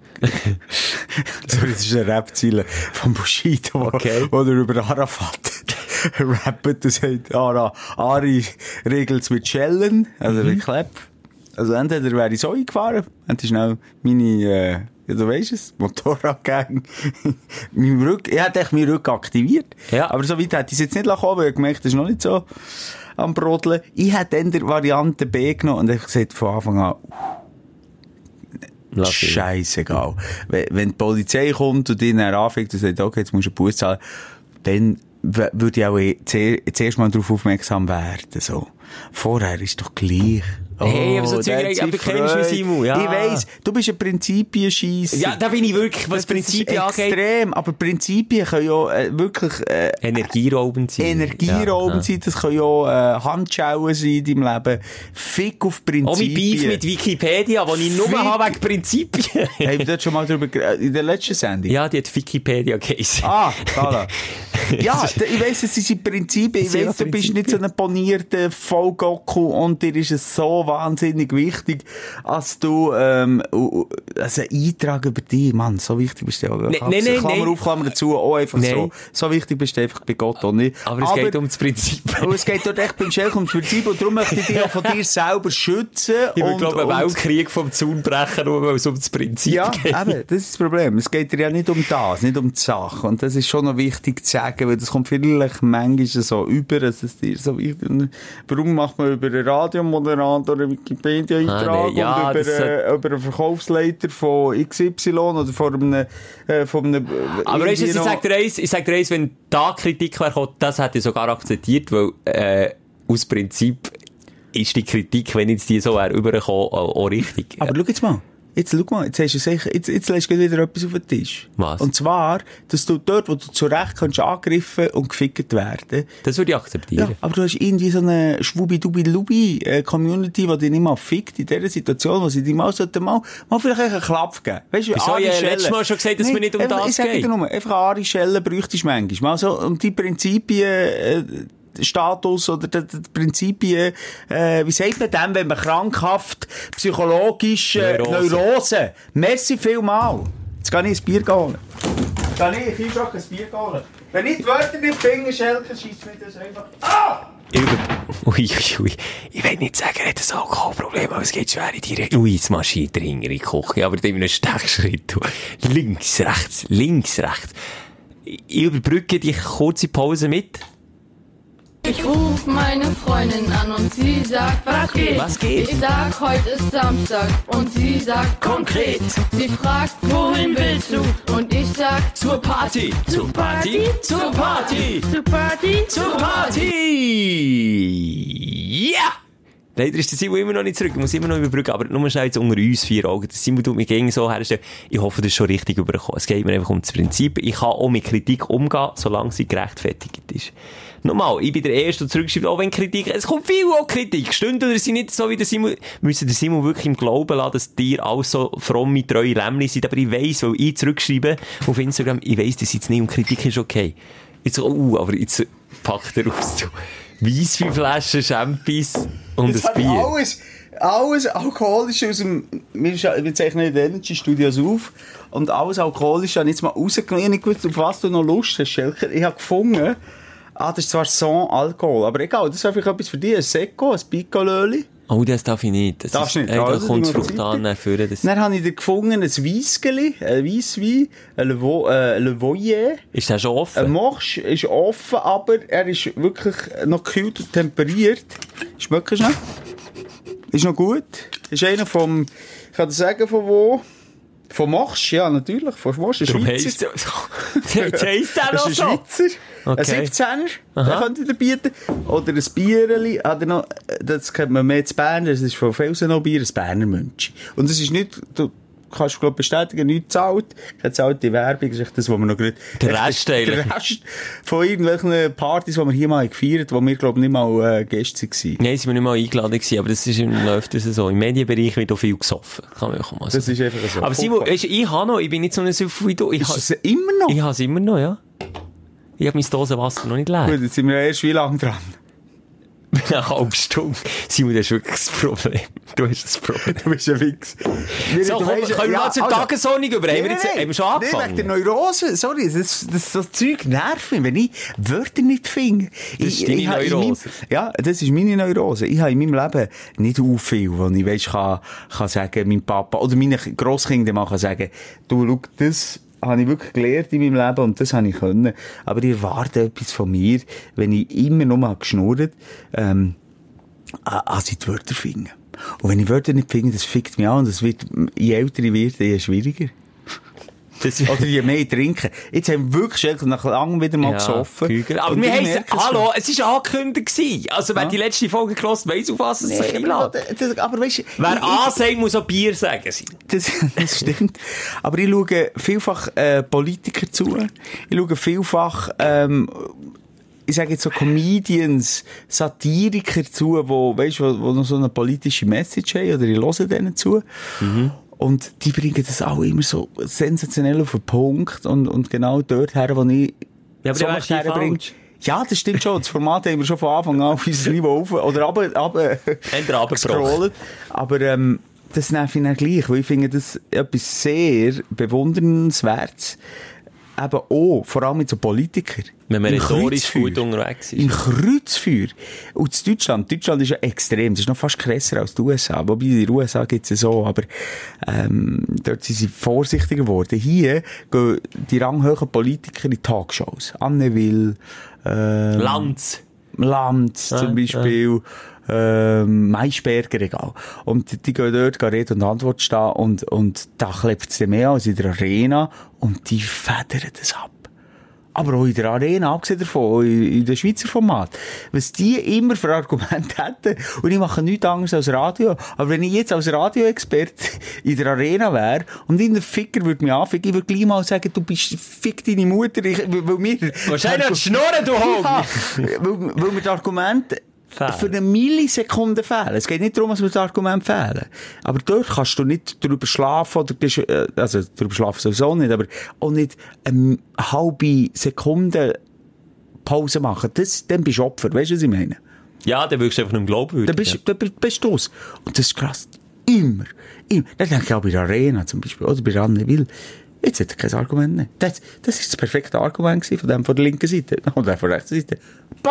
Sorry, das ist eine Rap-Ziele von Bushido, oder über Arafat rappt und sagt, Ari regelt es mit Schellen, also mit Klepp. Also entweder wäre ich so eingefahren, hätte ich schnell meine, ja, du weisst es, Motorradgang, ich hätte echt meinen Rücken aktiviert. Ja. Aber so weit hätte ich es jetzt nicht kommen, weil ich gemerkt, das ist noch nicht so am Brodeln. Ich hätte dann die Variante B genommen und ich gesagt von Anfang an, scheißegal. Wenn die Polizei kommt und dich dann anfängt und sagt, okay, jetzt musst du einen Bus zahlen, dann würde ich auch zuerst mal darauf aufmerksam werden, so. Vorher ist doch gleich. Hey, aber so Zeug, aber du kennst mich, Simon, ja. Ich weiss, du bist ein Prinzipienscheisser. Ja, da bin ich wirklich, was Prinzipien angeht. Extrem, aber Prinzipien können ja wirklich energieraubend sein. Sein, das können ja Handschauen sein in deinem Leben. Fick auf Prinzipien. Auch mein Beef mit Wikipedia, wo ich nur habe wegen Prinzipien. Haben wir dort schon mal drüber in der letzten Sendung? Ja, die hat Wikipedia geheißen. Voilà. Ja, ich weiss, es sind Prinzipien. Ich weiss, du bist nicht so ein ponierter Vollgockel und dir ist es so wahnsinnig wichtig, als du, also ein Eintrag über dich, Mann, so wichtig bist du auch. Klammer auf, Klammer dazu, auch einfach so. So wichtig bist du einfach bei Gott auch nicht. Aber es geht um das Prinzip. Aber es geht dort echt beim Schelk um das Prinzip und darum möchte ich dich auch von dir selber schützen. Ich würde, glaube ich, einen Weltkrieg vom Zaun brechen, nur weil es um das Prinzip geht. Ja, eben, das ist das Problem. Es geht dir ja nicht um das, nicht um die Sache. Und das ist schon noch wichtig zu sagen, weil das kommt vielleicht manchmal so über, dass es dir so wichtig ist. Warum macht man über einen Radiomoderator einen Wikipedia-Eintrag und über einen Verkaufsleiter von XY oder von einem aber weißt du, ich sag dir eins, wenn da Kritik wäre, das hätte ich sogar akzeptiert, weil aus Prinzip ist die Kritik, wenn jetzt die so wäre, übergekommen, auch richtig. Aber schau jetzt mal. Jetzt schau mal, jetzt legst du wieder etwas auf den Tisch. Was? Und zwar, dass du dort, wo du zu Recht kannst angegriffen und gefickt werden. Das würde ich akzeptieren. Ja, aber du hast irgendwie so eine Schwubi-Dubi-Lubi-Community, die dich nicht mal fickt in dieser Situation, wo sie dir mal vielleicht einen Klapp geben. Weißt du, Wieso? Ich habe letztes Mal schon gesagt, dass mir nicht um das ich sage geht. dir nur, einfach eine Ari Schelle bräuchtest du manchmal. Mal so um die Prinzipien, Status oder die Prinzipien, wie sagt man dem, wenn man krankhaft, psychologisch, Neurose. Merci vielmal. Jetzt kann ich ein Bier holen. Kann ich ein Bier holen. Wenn ich die Wörter nicht finde, Schelke, scheisst mir das einfach. Ah! Ui. Ich will nicht sagen, er hat ein Alkoholproblem, aber es geht schwer in die Richtung. Ui, jetzt marschiert er hinter in die Küche, aber in einem Stechschritt. Links, rechts. Ich überbrücke die kurze Pause mit. Ich ruf meine Freundin an und sie sagt, was geht? Was geht? Ich sag, heute ist Samstag und sie sagt, konkret. Sie fragt, wohin willst du? Und ich sag, Zur Party! Zur Party! Zur Party! Zur Party! Zur Party! Ja! Leider ist der Simon immer noch nicht zurück. Ich muss immer noch überbrücken. Aber nur schnell jetzt unter uns 4 Augen. Der Simon tut mich gegen so herstellen. Ich hoffe, das ist schon richtig übergekommen. Es geht mir einfach um das Prinzip. Ich kann auch mit Kritik umgehen, solange sie gerechtfertigt ist. Nochmal, ich bin der Erste, der zurückschreibt, auch wenn Kritik, es kommt viel auch Kritik. Stündler sind nicht so wie der Simon, müssen der Simon wirklich im Glauben lassen, dass dir alles so fromme, treue Lämmli sind. Aber ich weiss, weil ich zurückschreibe auf Instagram, ich weiss, das ist jetzt nicht und Kritik ist okay. Jetzt, aber jetzt packt er aus, du. Weisswein Flaschen, Champis und jetzt ein Bier. Alles Alkoholische aus dem, wir zeichnen in den Energy Studios auf, und alles Alkoholische habe ich jetzt mal rausgenommen. Ich gewusst, auf was du noch Lust hast, Schelker. Ich habe gefunden, das ist zwar sans Alkohol, aber egal, das ist einfach etwas für dich, ein Secco, ein Picolöli. Oh, das darf ich nicht. Das darfst ist, nicht. Da Also, kommt das Fruchtan führen. Dann habe ich dir gefunden, ein Weissgeli, ein Weisswein, Le Voyer. Ist der schon offen? Ein Morsch ist offen, aber er ist wirklich noch gekühlt und temperiert. Schmeckt es noch? Ist noch gut. Ist einer vom, ich kann dir sagen, von wo? Von Morsch, ja, natürlich. Von Morsch, ein Schweizer. Jetzt heisst der noch Das ist so. ein Schweizer. Okay. Ein 17er, den könnt ihr dir bieten. Oder ein Bierli, hat er noch, das kennt man mehr zu Bern, das ist von Felsenau-Bier, ein Berner Münchi. Und das ist nicht, du kannst, glaub, bestätigen, nichts zahlt. Ich zahlt die Werbung, das ist echt das, was wir noch gerade... Der Rest teilen. Der Rest von irgendwelchen Partys, die wir hier mal gefeiert haben, wo wir, glaub, nicht mal Gäste waren. Nein, sind wir nicht mal eingeladen gewesen, aber das ist, läuft das so. Im Medienbereich wird auch viel gesoffen. Kann man auch mal sagen. Das ist einfach so. Aber Simon, ich bin nicht so ein Süff wie du. Ist es immer noch? Ich habe es immer noch, ja. Ich habe mein Dosenwasser noch nicht leer. Gut, jetzt sind wir erst wie lange dran? Eine halbe Stunde. Simon, das ist wirklich das Problem. Du hast das Problem. Du bist ein Wichs. So, komm, können wir mal zur Tagesordnung über? Haben wir schon angefangen? Nein, wegen der Neurose. Sorry, das so Zeug nervt mich, wenn ich Wörter nicht finde. Das ist deine Neurose. Ja, das ist meine Neurose. Ich habe in meinem Leben nicht so viel, wo ich weiss, kann sagen, mein Papa, oder meine Grosskinder mal kann sagen, du, schau, das habe ich wirklich gelernt in meinem Leben und das habe ich können. Aber ich erwarte etwas von mir, wenn ich immer nur mal geschnurrt, als ich die Wörter finde. Und wenn ich Wörter nicht finde, das fickt mich an und das wird, je älter ich werde, je schwieriger. Oder je mehr ich trinke. Jetzt haben wir wirklich nach langem wieder mal gesoffen. Kügel. Aber wir haben hallo, es war angekündigt. Also, wer die letzte Folge gehört, weiss, auf was es sich einlädt. Aber weißt, wer A sagt, muss auch Bier sagen. Das stimmt. Aber ich schaue vielfach Politiker zu. Ich schaue vielfach ich sage jetzt so Comedians, Satiriker zu, wo noch so eine politische Message haben, oder ich höre denen zu. Mhm. Und die bringen das auch immer so sensationell auf den Punkt und genau dort her, wo ich so herbringe. Ja, das stimmt schon. Das Format haben wir schon von Anfang an auf unser Niveau auf, oder runter gescrollt. Aber das nervt ihn auch gleich, weil ich finde das etwas sehr Bewundernswertes. Eben auch, vor allem mit so Politikern. Wenn man rhetorisch gut unterwegs ist. Im Kreuzfeuer. Und in Deutschland ist ja extrem. Das ist noch fast krasser als die USA. Wobei in den USA gibt es ja so, aber dort sind sie vorsichtiger geworden. Hier gehen die ranghohen Politiker in die Talkshows. Anne Will, Lanz zum Beispiel. Maischberger, egal. Und die gehen dort Rede und Antwort stehen und da klebt es mehr als in der Arena und die federn das ab. aber auch in der Arena, abgesehen davon, in der Schweizer Format, was die immer für Argumente hätten, und ich mache nichts anderes als Radio, aber wenn ich jetzt als Radioexperte in der Arena wäre, und in der Ficker würde mich anficken, ich würde gleich mal sagen, du bist, fick deine Mutter, weil mir... Wahrscheinlich die Schnurren, du Hund! Ja, weil mir die Argumente für eine Millisekunde fehlen. Es geht nicht darum, dass mir das Argument fehlen. Aber dort kannst du nicht drüber schlafen, oder, also drüber schlafen sowieso nicht, aber auch nicht eine halbe Sekunde Pause machen. Dann bist du Opfer. Weißt du, was ich meine? Ja, dann wirkst du einfach nicht glaubwürdig. Dann bist du es. Und das ist krass. Immer. Das denke ich auch bei der Arena zum Beispiel, oder bei Anne Will. Jetzt hat er kein Argument mehr. Das ist das perfekte Argument von dem von der linken Seite. Und der von der rechten Seite.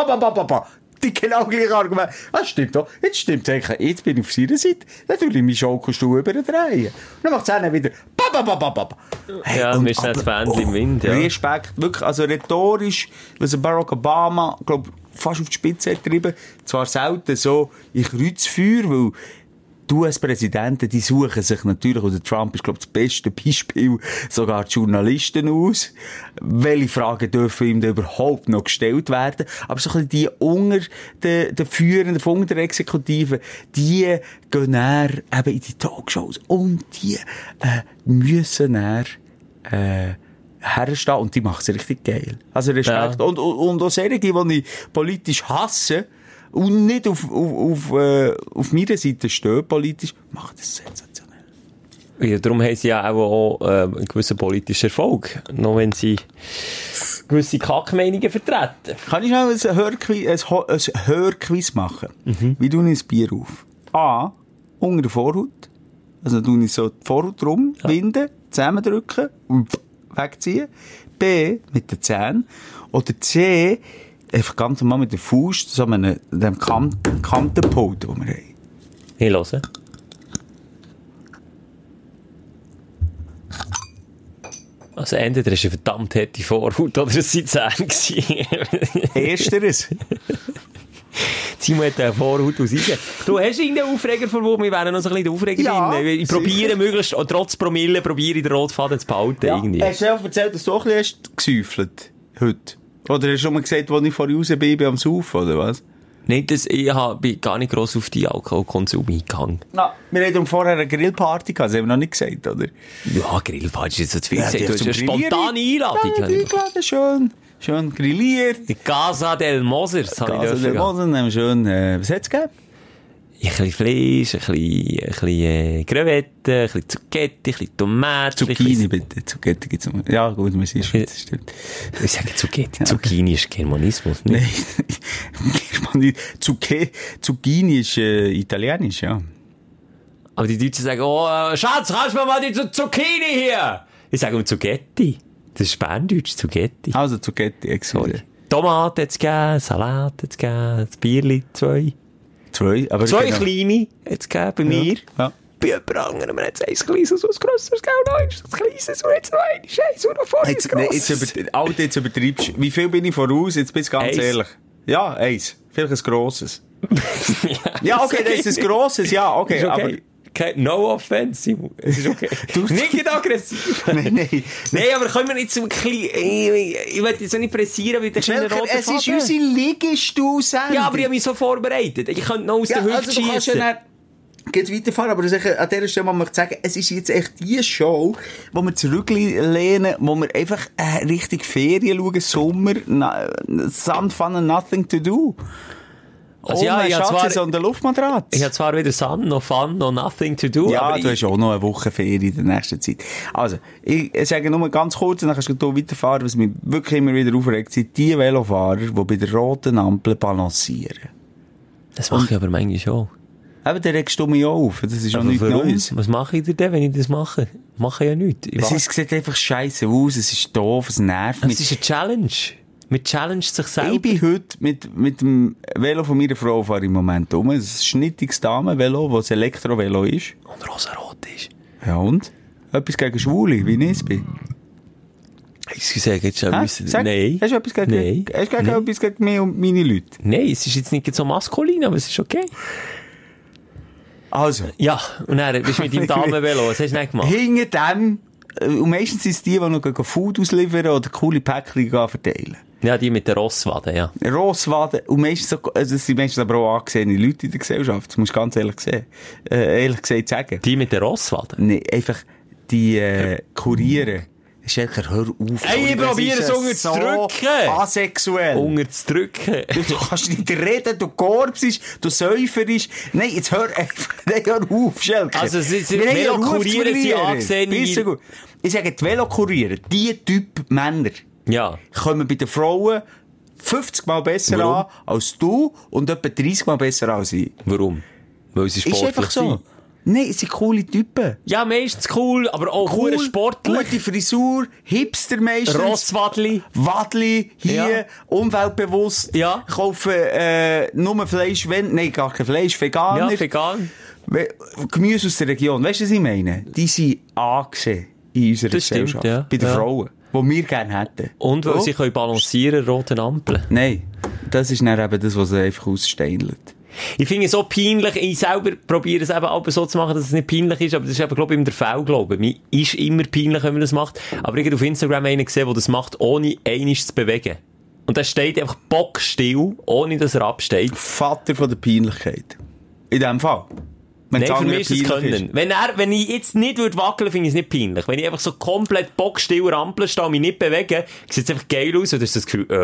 Die genau gleiche Argument. Das stimmt doch. Jetzt stimmt es. Jetzt bin ich auf seiner Seite. Dann tue ich meinen Schaukelstuhl überdrehen. Und dann macht es dann wieder. Hey, ja, dann ist das Fähnchen im Wind. Ja. Respekt. Wirklich, also rhetorisch, was Barack Obama, glaub, fast auf die Spitze hat getrieben. Zwar selten so in Kreuzfeuer, weil die US-Präsidenten, die suchen sich natürlich, oder Trump ist, glaube ich, das beste Beispiel, sogar die Journalisten aus. Welche Fragen dürfen ihm da überhaupt noch gestellt werden? Aber so ein bisschen die unter den Führenden, von der Exekutive, die gehen näher eben in die Talkshows und die müssen näher herstehen und die machen es richtig geil. Also Respekt. Ja. Und auch solche, die ich politisch hasse, und nicht auf meiner Seite stehen, politisch, machen das sensationell. Ja, darum haben sie ja auch einen gewissen politischen Erfolg, noch wenn sie gewisse Kackmeinungen vertreten. Kann ich auch ein Hörquiz machen? Wie tue ich ein Bier auf? A, unter der Vorhaut. Also tue ich so die Vorhaut rumwinden, zusammendrücken und wegziehen. B, mit den Zähnen. Oder C, einfach ganz normal mit der Faust, so mit dem Kantenpult, den wir haben. Ich höre. Also entweder ist eine verdammt harte Vorhaut oder es sind Zähne. Ersteres. Simon hat eine Vorhaut aus Eisen. Du hast irgendeinen Aufreger vor wo wir wären noch so ein bisschen Aufreger drin. Ich probiere möglichst, trotz Promille, probiere den Rotfaden zu behalten. Ja. Irgendwie. Hast du auch erzählt, dass du auch ein bisschen gesäufelt heute? Oder hast du schon mal gesagt, als ich vorher raus bin am Saufen, oder was? Nein, ich bin gar nicht gross auf die Alkoholkonsum eingegangen. Na, wir hatten vorher eine Grillparty gehabt, das haben wir noch nicht gesagt, oder? Ja, Grillparty ist jetzt zu viel gesagt. Du hast eine spontane Einladung. Ja, eingeladen, schön grilliert. Die Casa del Moser, das habe ich Casa del Moser, haben wir schön, was hat's gegeben? Ein bisschen Fleisch, ein bisschen Crevetten, ein bisschen Zucchetti, ein bisschen Tomaten. Zucchini bitte, Zucchetti gibt's noch. Ja gut, wir sind Schweizer, stimmt. Ich sage Zucchetti, ja. Zucchini ist Germanismus, nicht? Nein, Zucchini ist italienisch, ja. Aber die Deutschen sagen, oh, Schatz, kannst du mir mal die Zucchini hier? Ich sage Zucchetti. Das ist Berndeutsch, Zucchetti. Also Zucchetti, excuse. Tomaten hat's gegeben, Salat hat's gegeben, das Bierli, 2. Aber zwei kleine hat's gegeben bei mir. Ja. Bei jemand anderem hat es ein kleines und ein grösseres, gell? Nein, ist das kleines und jetzt noch ein Scheiß und noch vorher das grosses. Jetzt übertreibst du. Wie viel bin ich voraus? Jetzt bist du ganz ehrlich. Ja, eins. Vielleicht ein grosses. Ja, okay, das ist ein grosses, ja, okay. Aber okay. No offense, Simon. Es ist okay. Nicht aggressiv. Nein, aber können wir nicht so ein klein... Ich will jetzt nicht pressieren, weil der kleine rote Es ist unsere Liegestuhl-Sendung. Ja, aber ich habe mich so vorbereitet. Ich könnte noch aus der Hüfte schiessen. Geht weiterfahren, aber an dieser Stelle möchte ich sagen, es ist jetzt echt die Show, wo wir zurücklehnen, wo wir einfach richtig Ferien schauen, Sommer, Sun, Fun and Nothing to do. Also ja, ich habe zwar an der Luftmatratze. Ich habe zwar weder Sun, noch Fun, noch Nothing to do. Ja, aber du hast auch noch eine Woche Ferien in der nächsten Zeit. Also, ich sage nur ganz kurz, dann kannst du weiterfahren, was mich wirklich immer wieder aufregt, sind die Velofahrer, die bei der roten Ampel balancieren. Das mache ich aber manchmal schon. Eben, dann regst du mich auch auf. Das ist auch nichts Neues. Was mache ich denn, wenn ich das mache? Mache ich ja nichts. Es sieht einfach scheisse aus, es ist doof, es nervt mich. Es ist eine Challenge. Man challenged sich selber. Ich bin heute mit dem Velo von meiner Frau fahre im Moment um. Ein schnittiges Damenvelo, das ein Elektrovelo ist. Und rosarot ist. Ja, und? Etwas gegen Schwule, wie ich es bin. Ich sage jetzt schon, nein. Hast du etwas gegen, etwas gegen mich und meine Leute? Nein, es ist jetzt nicht so maskulin, aber es ist okay. Also. Ja, und dann bist du mit deinem Damenvelo, was hast du nicht gemacht? Hinter dem Und meistens sind es die noch Food ausliefern oder coole Päckchen verteilen. Ja, die mit den Rosswaden, ja. Rosswaden. Und meistens so, also das sind meistens aber auch angesehene Leute in der Gesellschaft. Das musst du ganz ehrlich gesagt sagen. Die mit den Rosswaden? Nee, einfach die Kurieren. Schelker, hör auf. Ey, ich probiere es unter zu drücken. Asexuell. Unter zu drücken. Du kannst nicht reden, du korbst, du säuferst. Nein, jetzt hör einfach, hör auf, Schelker. Also, Velokurieren sind angesehen. Ich sage, die Velokurieren, die Typ Männer, ja, kommen bei den Frauen 50 Mal besser an als du und etwa 30 Mal besser als ich. Warum? Weil sie sportlich ist einfach so. sind. Nein, es sind coole Typen. Ja, meistens cool, aber auch cool, sportlich. Gute Frisur, Hipster meistens. Rosswadli. Wadli, hier, Ja. umweltbewusst. Ja. Kaufen nur Fleisch, nein, gar kein Fleisch, Veganer. Ja, vegan. Gemüse aus der Region. Weißt du, was ich meine? Die sind angesehen in unserer Das stimmt, Gesellschaft. ja. Bei den Ja. Frauen. Die wir gerne hätten. Und weil sie können balancieren, roten Ampeln. Nein. Das ist dann eben das, was sie einfach aussteinelt. Ich finde es so peinlich, ich selber probiere es eben auch so zu machen, dass es nicht peinlich ist, aber das ist eben, glaube ich, immer der Fall, glaube ich. Mir ist immer peinlich, wenn man das macht. Aber ich habe auf Instagram einen gesehen, der das macht, ohne einmal zu bewegen. Und der steht einfach bockstill, ohne dass er absteht. Vater von der Peinlichkeit. In dem Fall. Nein, für mich ist das Können. Wenn ich jetzt nicht wackeln würde, finde ich es nicht peinlich. Wenn ich einfach so komplett bockstill rampeln stehe und mich nicht bewege, sieht es einfach geil aus, oder hast du das Gefühl,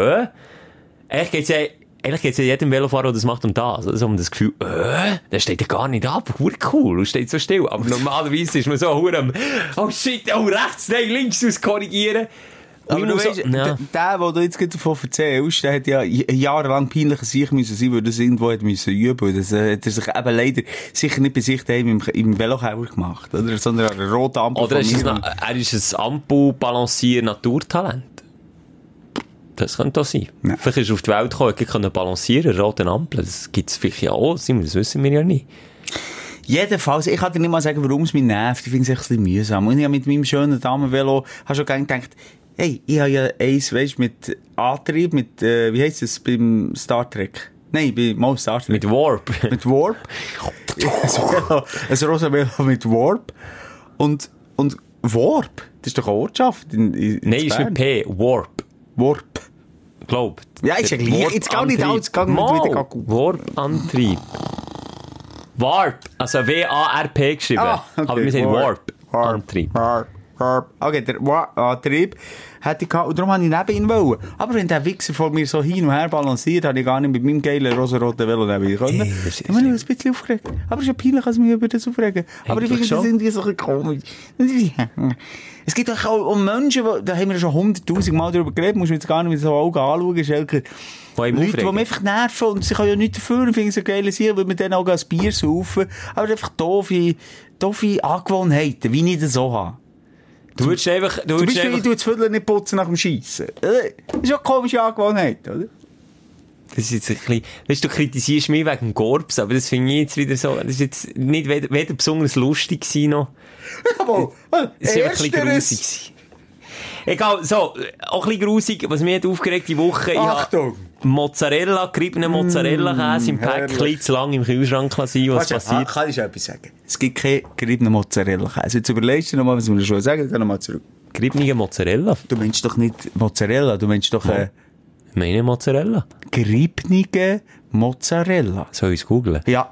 Eigentlich geht's ja jedem Velofahrer, der das macht, um das. Also um das Gefühl, der steht ja gar nicht ab. Cool, und steht so still. Aber normalerweise ist man so oh shit, oh rechts, nein, links aus korrigieren. Aber du weißt, der, du jetzt gerade davon erzählst, der hat ja jahrelang peinlicher sich müssen sein, weil er das irgendwo hat müssen üben. Das hat er sich eben leider sicher nicht bei sich daheim im Velokeller gemacht, oder? Sondern an der roten Ampel. Oder er ist ein Ampel-Balancier-Naturtalent. Das könnte auch sein. Ja. Vielleicht ist er auf die Welt gekommen, er kann balancieren, rote Ampel. Das gibt's vielleicht ja auch, das wissen wir ja nicht. Jedenfalls, ich kann dir nicht mal sagen, warum es mich nervt. Ich finde es echt ein bisschen mühsam. Und ich habe mit meinem schönen Damenvelo, schon gedacht, hey, ich habe ja eins, weisst, mit Antrieb, mit, wie heisst es beim Star Trek? Nein, bei Star Trek. Mit Warp. Mit Warp. Ein rosa Velo mit Warp. Und Warp, das ist doch eine Ortschaft in Nein, ist mit P. Warp. Warp. Glaub. Ja, ist ja gleich. Jetzt gar nicht alles, gar nicht wieder Warp-Antrieb. Warp. Also W-A-R-P geschrieben. Ah, okay. Aber wir sagen Warp-Antrieb. Okay, der Antrieb hätte ich gehabt, und darum habe ich neben ihn wollen. Aber wenn der Wichser vor mir so hin und her balanciert, habe ich gar nicht mit meinem geilen rosa-roten Velo neben ihn können. Ich bin ein bisschen aufgeregt. Aber es ist ja peinlich, als mich über das aufregen. Aber ich finde, das irgendwie so ein bisschen komisch. Es gibt doch auch Menschen, da haben wir schon 100.000 Mal darüber geredet, musst du jetzt gar nicht mit so Augen anschauen, Schelker. Leute, die mich einfach nerven, und sie können ja nichts dafür, und finden so geile Sachen, weil wir dann auch ein Bier saufen. Aber einfach doofe Angewohnheiten, wie ich das so habe. Du würdest einfach... Zum Beispiel, ich tue das Viertel nicht putzen nach dem Schiessen. Das ist ja eine komische Angewohnheit, oder? Das ist jetzt ein bisschen... Weißt du, kritisierst mich wegen dem Gorps, aber das finde ich jetzt wieder so... Das ist jetzt nicht weder besonders lustig gewesen noch... Aber es war einfach ein bisschen grusig. Egal, so, auch ein bisschen grusig, was mich hat aufgeregt die Woche. Achtung! Mozzarella, geriebenen Mozzarella-Käse im Päckchen zu lang im Kühlschrank sein, was passiert. Kann ich schon etwas sagen? Es gibt keinen geriebenen Mozzarella-Käse. Jetzt überlegst du nochmal, was wir schon sagen, dann nochmal zurück. Geriebene Mozzarella? Du meinst doch nicht Mozzarella, du meinst doch... Ich meine Mozzarella. Geriebene Mozzarella. Soll ich es googlen? Ja.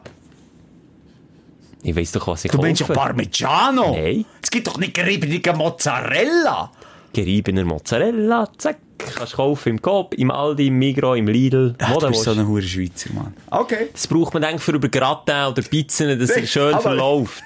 Ich weiss doch, was ich kaufe. Du meinst ja Parmigiano? Nein. Es gibt doch nicht geriebene Mozzarella. Geriebener Mozzarella, zack. Kannst du kaufen im Coop, im Aldi, im Migros, im Lidl. Ach, du bist so ein hure Schweizer, Mann. Okay. Das braucht man, denke ich, für über Gratin oder Pizzen, dass er schön verläuft.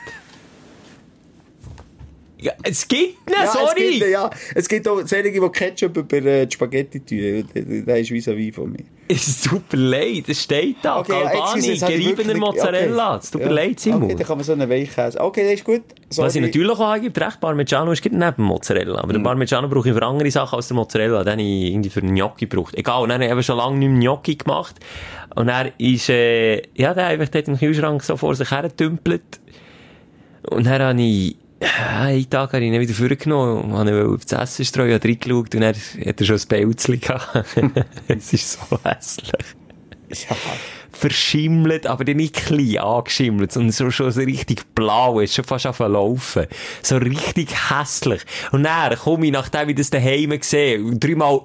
Ja, es gibt ihn, sorry! Es gibt auch solche, die Ketchup über die Spaghetti tun. Der ist vis-à-vis von mir. Es tut mir leid, es steht da. Okay, Galbani, geriebener Mozzarella. Es tut mir leid, Simon. Okay, dann kann man so einen Weichkäse. Okay, das ist gut. Sorry. Was ich natürlich auch angibt, recht, Parmigiano ist neben Mozzarella. Aber den Parmigiano brauche ich für andere Sachen als der Mozzarella. Den habe ich irgendwie für einen Gnocchi gebraucht. Egal, und dann habe ich schon lange nicht mehr Gnocchi gemacht. Und er ist, der einfach dort im Kühlschrank so vor sich her getümpelt. Und dann habe ich, einen Tag habe ich ihn wieder vorgenommen, habe auf das Essen streuen, habe reingeschaut und dann hat er schon ein Pelzchen gehabt. Es ist so hässlich. Ja. verschimmelt, aber dann nicht klein angeschimmelt, sondern so richtig blau, ist schon fast auf Laufen. So richtig hässlich. Und dann komme ich, nachdem ich das daheim gesehen und 3-mal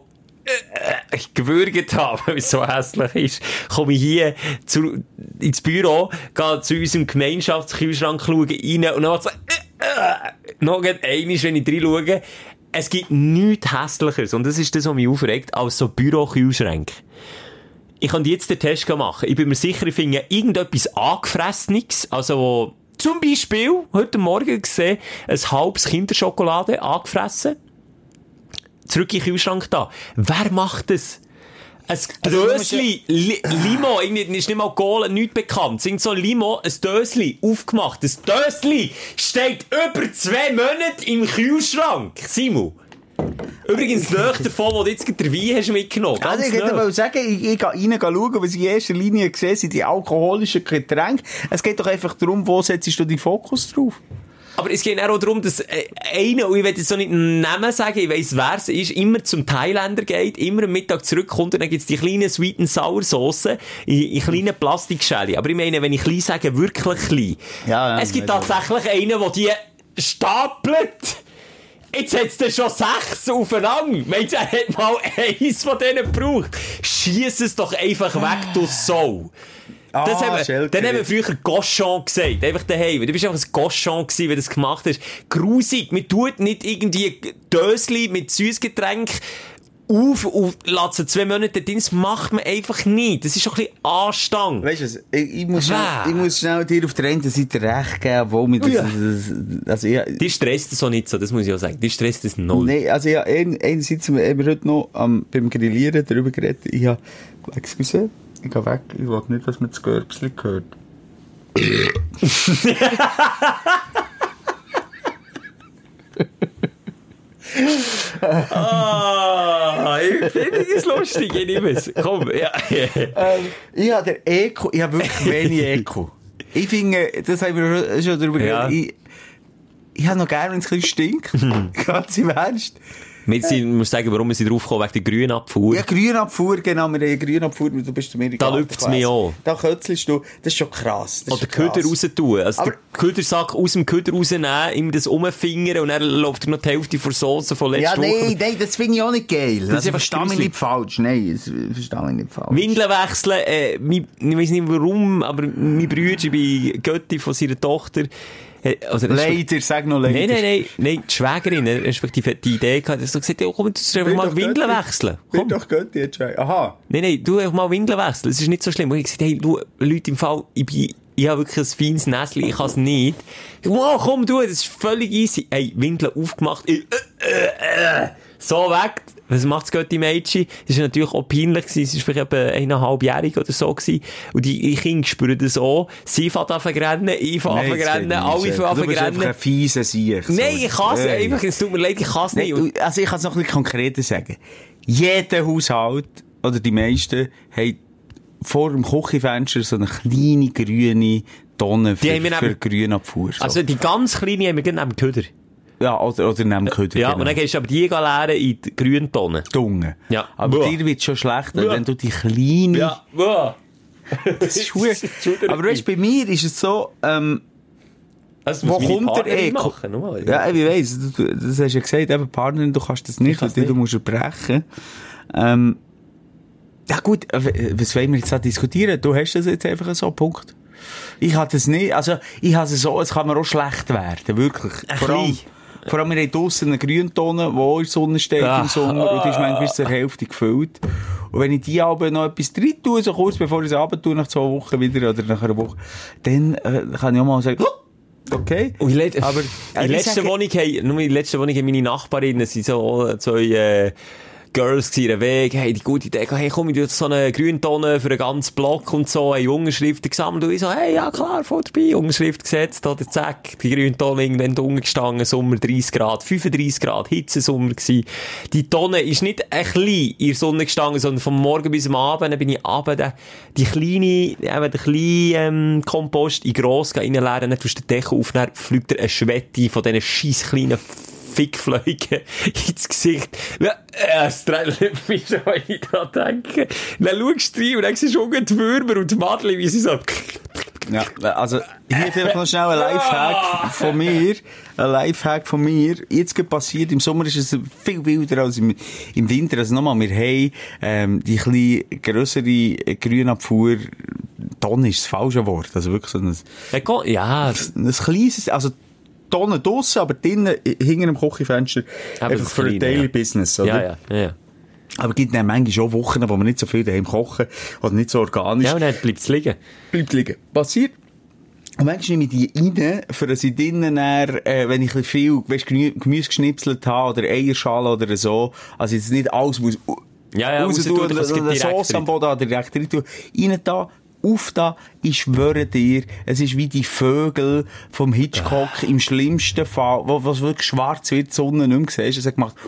gewürgt habe, weil es so hässlich ist, komme ich hier ins Büro, gehe zu unserem Gemeinschaftskühlschrank schauen, rein und dann noch einmal, wenn ich reinschaue, es gibt nichts Hässlicheres, und das ist das, was mich aufregt, als so Bürokühlschränke. Ich kann jetzt den Test machen. Ich bin mir sicher, ich finde irgendetwas Angefressenes, also wo, zum Beispiel, heute Morgen gesehen, ein halbes Kinderschokolade angefressen. Zurück in den Kühlschrank da. Wer macht das? Ein Dösli, Limo, irgendwie ist nicht mal Cola, nichts bekannt. Sind so Limo, ein Dösli, aufgemacht. Das Dösli steht über 2 Monate im Kühlschrank. Simon. Übrigens, nicht davon, wo du jetzt den Wein hast mitgenommen. Also ich hätte mal sagen, ich gehe rein schauen, was ich in erster Linie sehe, sind die alkoholischen Getränke. Es geht doch einfach darum, wo setzt du den Fokus drauf? Aber es geht auch darum, dass einer, und ich will jetzt so nicht einen Namen sagen, ich weiss, wer es ist, immer zum Thailänder geht, immer am Mittag zurückkommt und dann gibt's die kleinen Sweet and Sour Soße in kleinen Plastikschälchen. Aber ich meine, wenn ich klein sage, wirklich klein. Ja, es gibt tatsächlich einen, der die stapelt. Jetzt hat's dann schon 6 aufeinander. Meinst du, er hat mal eins von denen gebraucht? Schiess es doch einfach weg, du Sau. Dann haben wir früher Cochon gesagt. Einfach daheim. Du bist einfach ein Cochon gewesen, wenn du das gemacht hast. Grusig. Man tut nicht irgendwie Dösli mit Süßgetränk auf und lässt sie 2 Monate drin. Das macht man einfach nicht. Das ist schon ein bisschen Anstand. Weißt du, ich muss schnell dir auf der einen Seite recht geben, wo mit die stresst das auch nicht so, das muss ich auch sagen. Die stresst das null. Nein, also ja, einerseits haben wir heute noch beim Grillieren darüber geredet. Ich gehe weg. Ich will nicht, dass man das Görbsli hört. Ich finde das lustig, ich nehme es. Komm, ja. Ich habe wirklich wenig Eco. Ich finde, das haben wir schon darüber geredet. Ich habe noch gerne, wenn es ein bisschen stinkt. Ganz im Ernst. Ich muss sagen, warum wir drauf kommen, wegen der Grünabfuhr. Ja, Grünabfuhr, genau. Wir haben Grünabfuhr, du bist zu mir da läuft es mir an. Da kötzelst du, das ist schon krass. Oder den Köder raus tun. Also den Ködersack aus dem Köder rausnehmen, ihm das umfingern und dann läuft er noch die Hälfte von Soße von letzter Woche. Nein, das finde ich auch nicht geil. Das verstehe ich nicht falsch. Nein, das verstehe ich nicht falsch. Windeln wechseln, ich weiss nicht warum, aber mein Bruder, bei Götti von seiner Tochter, leider, sag noch leider. Nein, die Schwägerin, respektive die Idee gehabt, dass du gesagt hast, komm, du sollst einfach mal Windeln wechseln. Komm doch Götti jetzt schon. Aha. Nein, du einfach mal Windeln wechseln. Das ist nicht so schlimm. Und ich gesagt, hey, du, Leute im Fall, ich habe wirklich ein feines Näschen, ich kann es nicht. Wow, komm du, das ist völlig easy. Hey, Windeln aufgemacht, so weg. Was macht das Götti-Mädchen? Das war natürlich auch peinlich gewesen. Es war vielleicht etwa 1,5-jährig oder so gewesen. Und die Kinder spüren das auch. Sie fängt an zu rennen, ich fange an zu rennen, alle fangen an zu rennen. Du bist einfach ein fieser Sieg. Nein, ich kann es einfach. Es tut mir leid, ich kann es nicht. Also ich kann es noch ein bisschen konkreter sagen. Jeder Haushalt, oder die meisten, haben vor dem Küchenfenster so eine kleine grüne Tonne für Grünabfuhr. So. Also die ganz kleine haben wir neben dem Köder. Ja, oder neben dem Köder. Ja, genau. Und dann gehst du aber die leeren in die grünen Tonnen. Dunge. Ja. Aber dir wird schon schlechter, wenn du die kleine... Ja. Das ist schwer. Aber weißt, bei mir ist es so, wo kommt der Eco? Ja, ich weiss, das hast du ja gesagt, eben Partnerin, du kannst das nicht, du musst erbrechen. Ja gut, was wollen wir jetzt da diskutieren? Du hast das jetzt einfach so, Punkt. Ich habe das nicht, also ich habe es so, es kann mir auch schlecht werden, wirklich. Vor allem, wir haben draussen eine Grüntonne, die auch in der Sonne steht im Sommer, und die ist manchmal bis zur Hälfte gefüllt. Und wenn ich die Abend noch etwas drin tue, so kurz bevor ich sie runter tue, nach 2 Wochen wieder, oder nach einer Woche, dann kann ich auch mal sagen, okay. Und in der letzten Wohnung haben meine Nachbarinnen, sind so 2 Girls gewesen, einen Weg, hey, die gute Idee, hey, komm, ich tue so eine Grüntonne für einen ganzen Block und so, hey, Unterschriften gesammelt, und ich so, hey, ja klar, voll dabei, Unterschrift gesetzt, oder zack, die Grüntonne irgendwann unten gestanden, Sommer 30 Grad, 35 Grad, Hitzesommer gewesen. Die Tonne ist nicht ein klein in der Sonne gestanden, sondern vom Morgen bis am Abend, dann bin ich abends, den kleinen Kompost in gross reinleeren, dann tust du den Deckel auf, dann fliegt eine Schwette von diesen scheiss kleinen Fickfleugen ins Gesicht. Es trägt mich schon, wenn ich dran denke. Dann schaust du rein und dann siehst du unten die Würmer und die Madli, wie sie so... Ja, also, hier vielleicht noch schnell ein Lifehack von mir. Ein Lifehack von mir. Jetzt gerade passiert, im Sommer ist es viel wilder als im Winter. Also nochmal, wir haben, die kleine, grössere Grünabfuhr, Tonne ist das falsche Wort. Also wirklich so ein kleines, also Tonne draussen, aber drinnen, hinter dem Küchenfenster, einfach für ein Daily Business, oder? Ja. Aber es gibt dann manchmal auch Wochen, wo wir nicht so viel daheim kochen, oder nicht so organisch. Ja, und dann bleibt es liegen. Passiert. Und manchmal nehme ich die rein, für dass ich drinnen dann, wenn ich ein bisschen viel, Gemüse geschnipselt habe, oder Eierschale oder so, also jetzt nicht alles muss, raus tun, eine Sauce am Boden direkt rein tun, rein da, auf da, ich schwöre dir, es ist wie die Vögel vom Hitchcock im schlimmsten Fall, was wirklich schwarz wird, die Sonne nicht mehr siehst, es hat gemacht,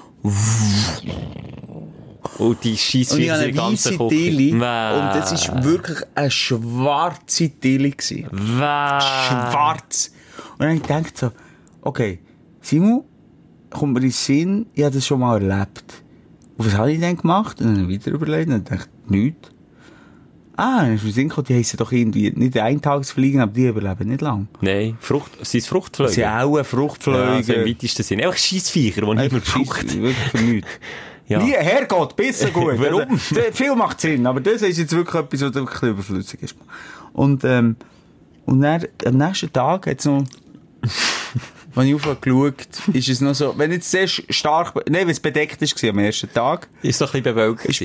und die Scheissviecher sind ganz Tilly. Und das ist wirklich eine schwarze Tilly gewesen. Schwarz. Und dann habe ich gedacht so, okay, Simon, kommt mir in den Sinn, ich habe das schon mal erlebt. Und was habe ich denn gemacht? Und dann habe ich wieder überlegt und dachte, nichts. Dann ist mir Sinn gekommen, die heissen doch irgendwie nicht Eintagsfliegen, aber die überleben nicht lang. Nein, sind es Fruchtfliegen? Sie sind auch Fruchtfliegen. Ja, also im weitesten Sinn. Einfach Scheissviecher, die niemand braucht. Wirklich für nichts. Ja. Nie, Herrgott, besser gut. Warum? Also, viel macht Sinn, aber das ist jetzt wirklich etwas, was wirklich überflüssig ist. Und dann, am nächsten Tag hat's noch, wenn ich aufgeschaut, ist es noch so, wenn jetzt sehr stark, wenn es bedeckt ist am ersten Tag. Ist doch ein bisschen bewölkt. Ist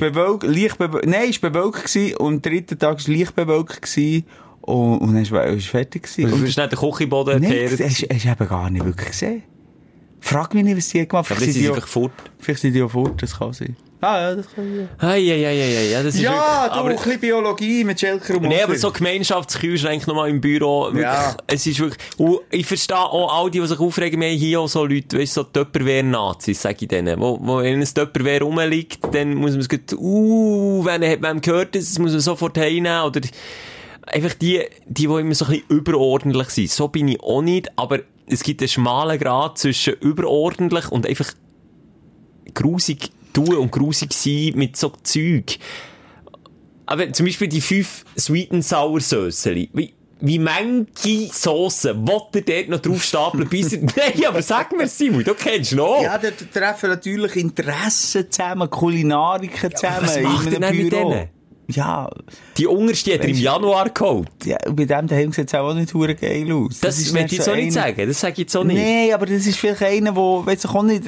bewölkt gewesen, und am dritten Tag ist leicht bewölkt gewesen, und dann ist es fertig gewesen. Und du hast nicht den Küchenboden gekehrt? Nein, hast du eben gar nicht wirklich gesehen. Frag mich nicht, was die gemacht haben. Vielleicht sind sie einfach fort. Vielleicht sind die auch fort, das kann sein. Ja, das kann sein. Ja, das ist ja, wirklich, ein bisschen Biologie mit Schelker und Nee, aber so Gemeinschaftskühlschränke nochmal im Büro, wirklich, ja. Es ist wirklich, und ich verstehe auch all die sich aufregen, wir haben hier auch so Leute, weißt du, so Tupperware-Nazis, sag ich denen, wo wenn ein Tupperware rumliegt, dann muss man es gut, wenn hat man gehört, das muss man sofort heimnehmen, oder einfach die immer so ein bisschen überordentlich sind. So bin ich auch nicht, aber es gibt einen schmalen Grad zwischen überordentlich und einfach grusig tun und grusig sein mit so Zeug. Aber zum Beispiel die 5 Sweet and Sour Sösseli. Wie manche Sossen wollt ihr dort noch drauf stapeln, bis Nein, aber sag mir, Simon, du kennst noch. Ja, da treffen natürlich Interessen zusammen, Kulinariker zusammen. Was macht ihr denn mit denen? Ja. Die unterste hat er im Januar geholt. Ja, bei dem daheim sieht es auch nicht verdammt geil aus. Das will ich jetzt auch nicht sagen. Das sage ich jetzt auch nicht. Nee, aber das ist vielleicht einer, der, weiss ich auch nicht,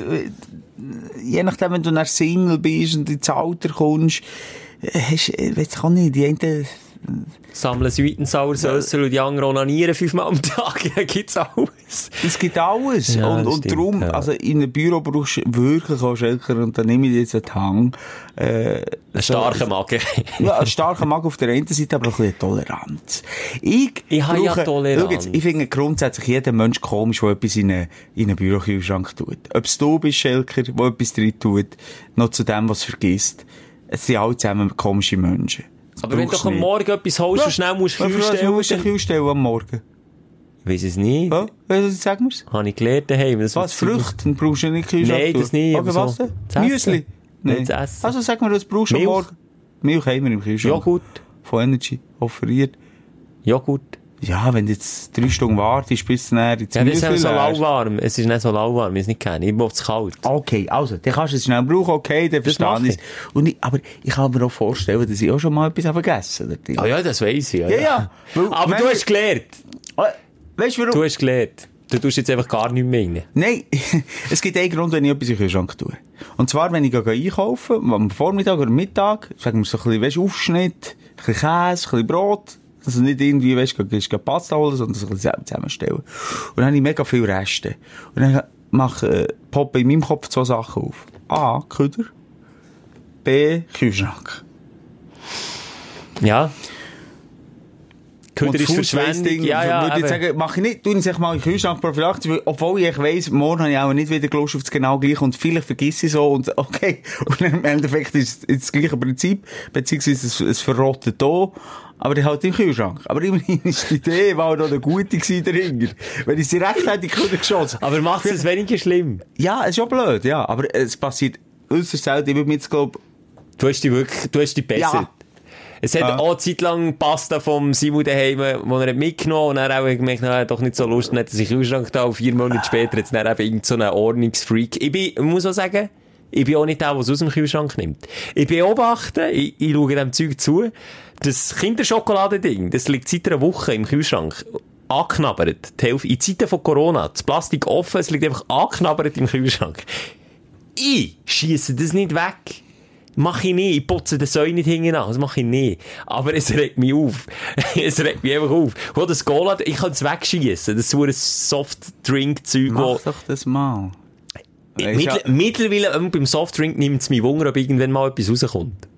je nachdem, wenn du nach Single bist und ins Alter kommst, weiss ich auch nicht, die einen, sammeln Sweet and Sour Sössel und die anderen onanieren 5-mal am Tag. Da gibt's alles. Es gibt alles. Ja, und darum, ja. Also in einem Büro brauchst du wirklich auch Schelker, und dann nehme ich jetzt einen Hang. Einen starken Magen. Ja, einen starken Magen auf der einen Seite, aber auch ein bisschen Toleranz. Ich habe ja Toleranz. Schau jetzt, ich finde grundsätzlich jeder Mensch komisch, der etwas in einen Bürokühlschrank tut. Ob es du bist, Schelker, der etwas drin tut, noch zu dem, was vergisst. Es sind alle zusammen komische Menschen. Aber wenn du am Morgen etwas holst und schnell musst Kühlstellen... Was musst du Kühlstellen am Morgen? Ich weiss es nicht. Ja, sag mir's. Habe ich gelernt daheim. Was, Früchte? Dann brauchst du nicht Kühlschrank? Nein, das nicht. Okay, was denn? Müsli? Nein. Nicht zu essen. Also sag mir, was brauchst du am Morgen? Milch haben wir im Kühlschrank. Joghurt. Von Energy. Offeriert. Joghurt. Ja, wenn du jetzt 3 Stunden wartest, bis du dann ins Müsli Müsli das ist so lauwarm. Es ist nicht so lauwarm. Ich es nicht kennen. Ich muss es kalt. Okay, also, dann kannst du es schnell brauchen, okay, dann verstehe ich. Aber ich kann mir auch vorstellen, dass ich auch schon mal etwas vergessen habe. Ah ja, das weiss ich. Ja. Aber du hast gelernt. Weißt du warum? Du hast gelernt. Du tust jetzt einfach gar nichts mehr rein. Nein, es gibt einen Grund, wenn ich etwas in den Kühlschrank tue. Und zwar, wenn ich einkaufen, am Vormittag oder Mittag, sagen wir so ein bisschen, weißt, Aufschnitt, ein bisschen Käse, ein bisschen Brot. Also nicht irgendwie, weißt du, gehst Pasta holen, sondern so ein bisschen zusammenstellen. Und dann habe ich mega viel Reste. Und dann poppen in meinem Kopf 2 Sachen auf. A, Küder. B, Kühlschrank. Ja. Köder ist Verschwendung. Ja, würde ich sagen, mache ich nicht, tue ich mal in den Kühlschrank prophylaxis, obwohl ich weiss, morgen habe ich auch nicht wieder Lust auf das genau gleiche und vielleicht vergesse ich so und okay. Und im Endeffekt ist es das gleiche Prinzip, beziehungsweise es verrottet da. Aber die halt im Kühlschrank. Aber immerhin ist die Idee, war noch eine gute gewesen, dahinter. Wenn ich sie rechtzeitig geschossen. Aber macht es weniger schlimm? Ja, es ist schon blöd, ja. Aber es passiert äußerst selten. Ich würde mir jetzt glauben, du hast dich besser. Ja. Es hat auch eine Zeit lang Pasta vom Simon daheim, wo er mitgenommen und dann auch gemerkt, er hat doch nicht so Lust, und hat sich in den Kühlschrank da, und 4 Monate später hat es dann eben irgend so einen Ordnungsfreak. Ich muss auch sagen, ich bin auch nicht der, der es aus dem Kühlschrank nimmt. Ich beobachte, ich schaue dem Zeug zu, das Kinderschokoladending, das liegt seit einer Woche im Kühlschrank. Angeknabbert. Die Hälfte, in Zeiten von Corona. Das Plastik offen, es liegt einfach angeknabbert im Kühlschrank. Ich schiesse das nicht weg. Mach ich nicht. Ich putze den Säu nicht hinten an. Das mache ich nicht. Aber es regt mich auf. Es regt mich einfach auf. Wo das Cola, ich kann es wegschiessen. Das ist so ein Softdrink-Zeug. mach doch das mal. Mittlerweile, beim Softdrink nimmt es mich Wunder, ob irgendwann mal etwas rauskommt.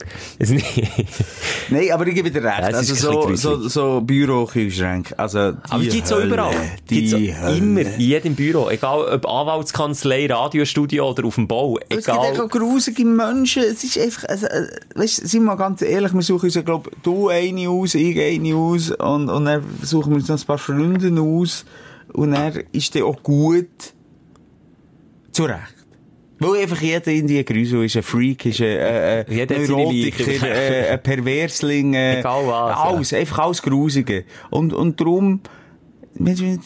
Nein, aber ich gebe dir recht. Ja, also so Bürokühlschränke. Also aber die gibt's auch überall. Gibt's immer, in jedem Büro. Egal, ob Anwaltskanzlei, Radiostudio oder auf dem Bau. Egal. Es gibt auch grusige Menschen. Es ist einfach, also, weißt, sind wir mal ganz ehrlich, wir suchen uns, ich glaube, du eine aus, ich eine aus, und dann suchen wir uns noch ein paar Freunde aus, und dann ist der auch gut zurecht. Weil einfach jeder in die Grusel ist, ein Freak, ist ein Neurotiker, ein Perversling, egal was, alles, ja. Einfach alles Grusige. Und darum, 95%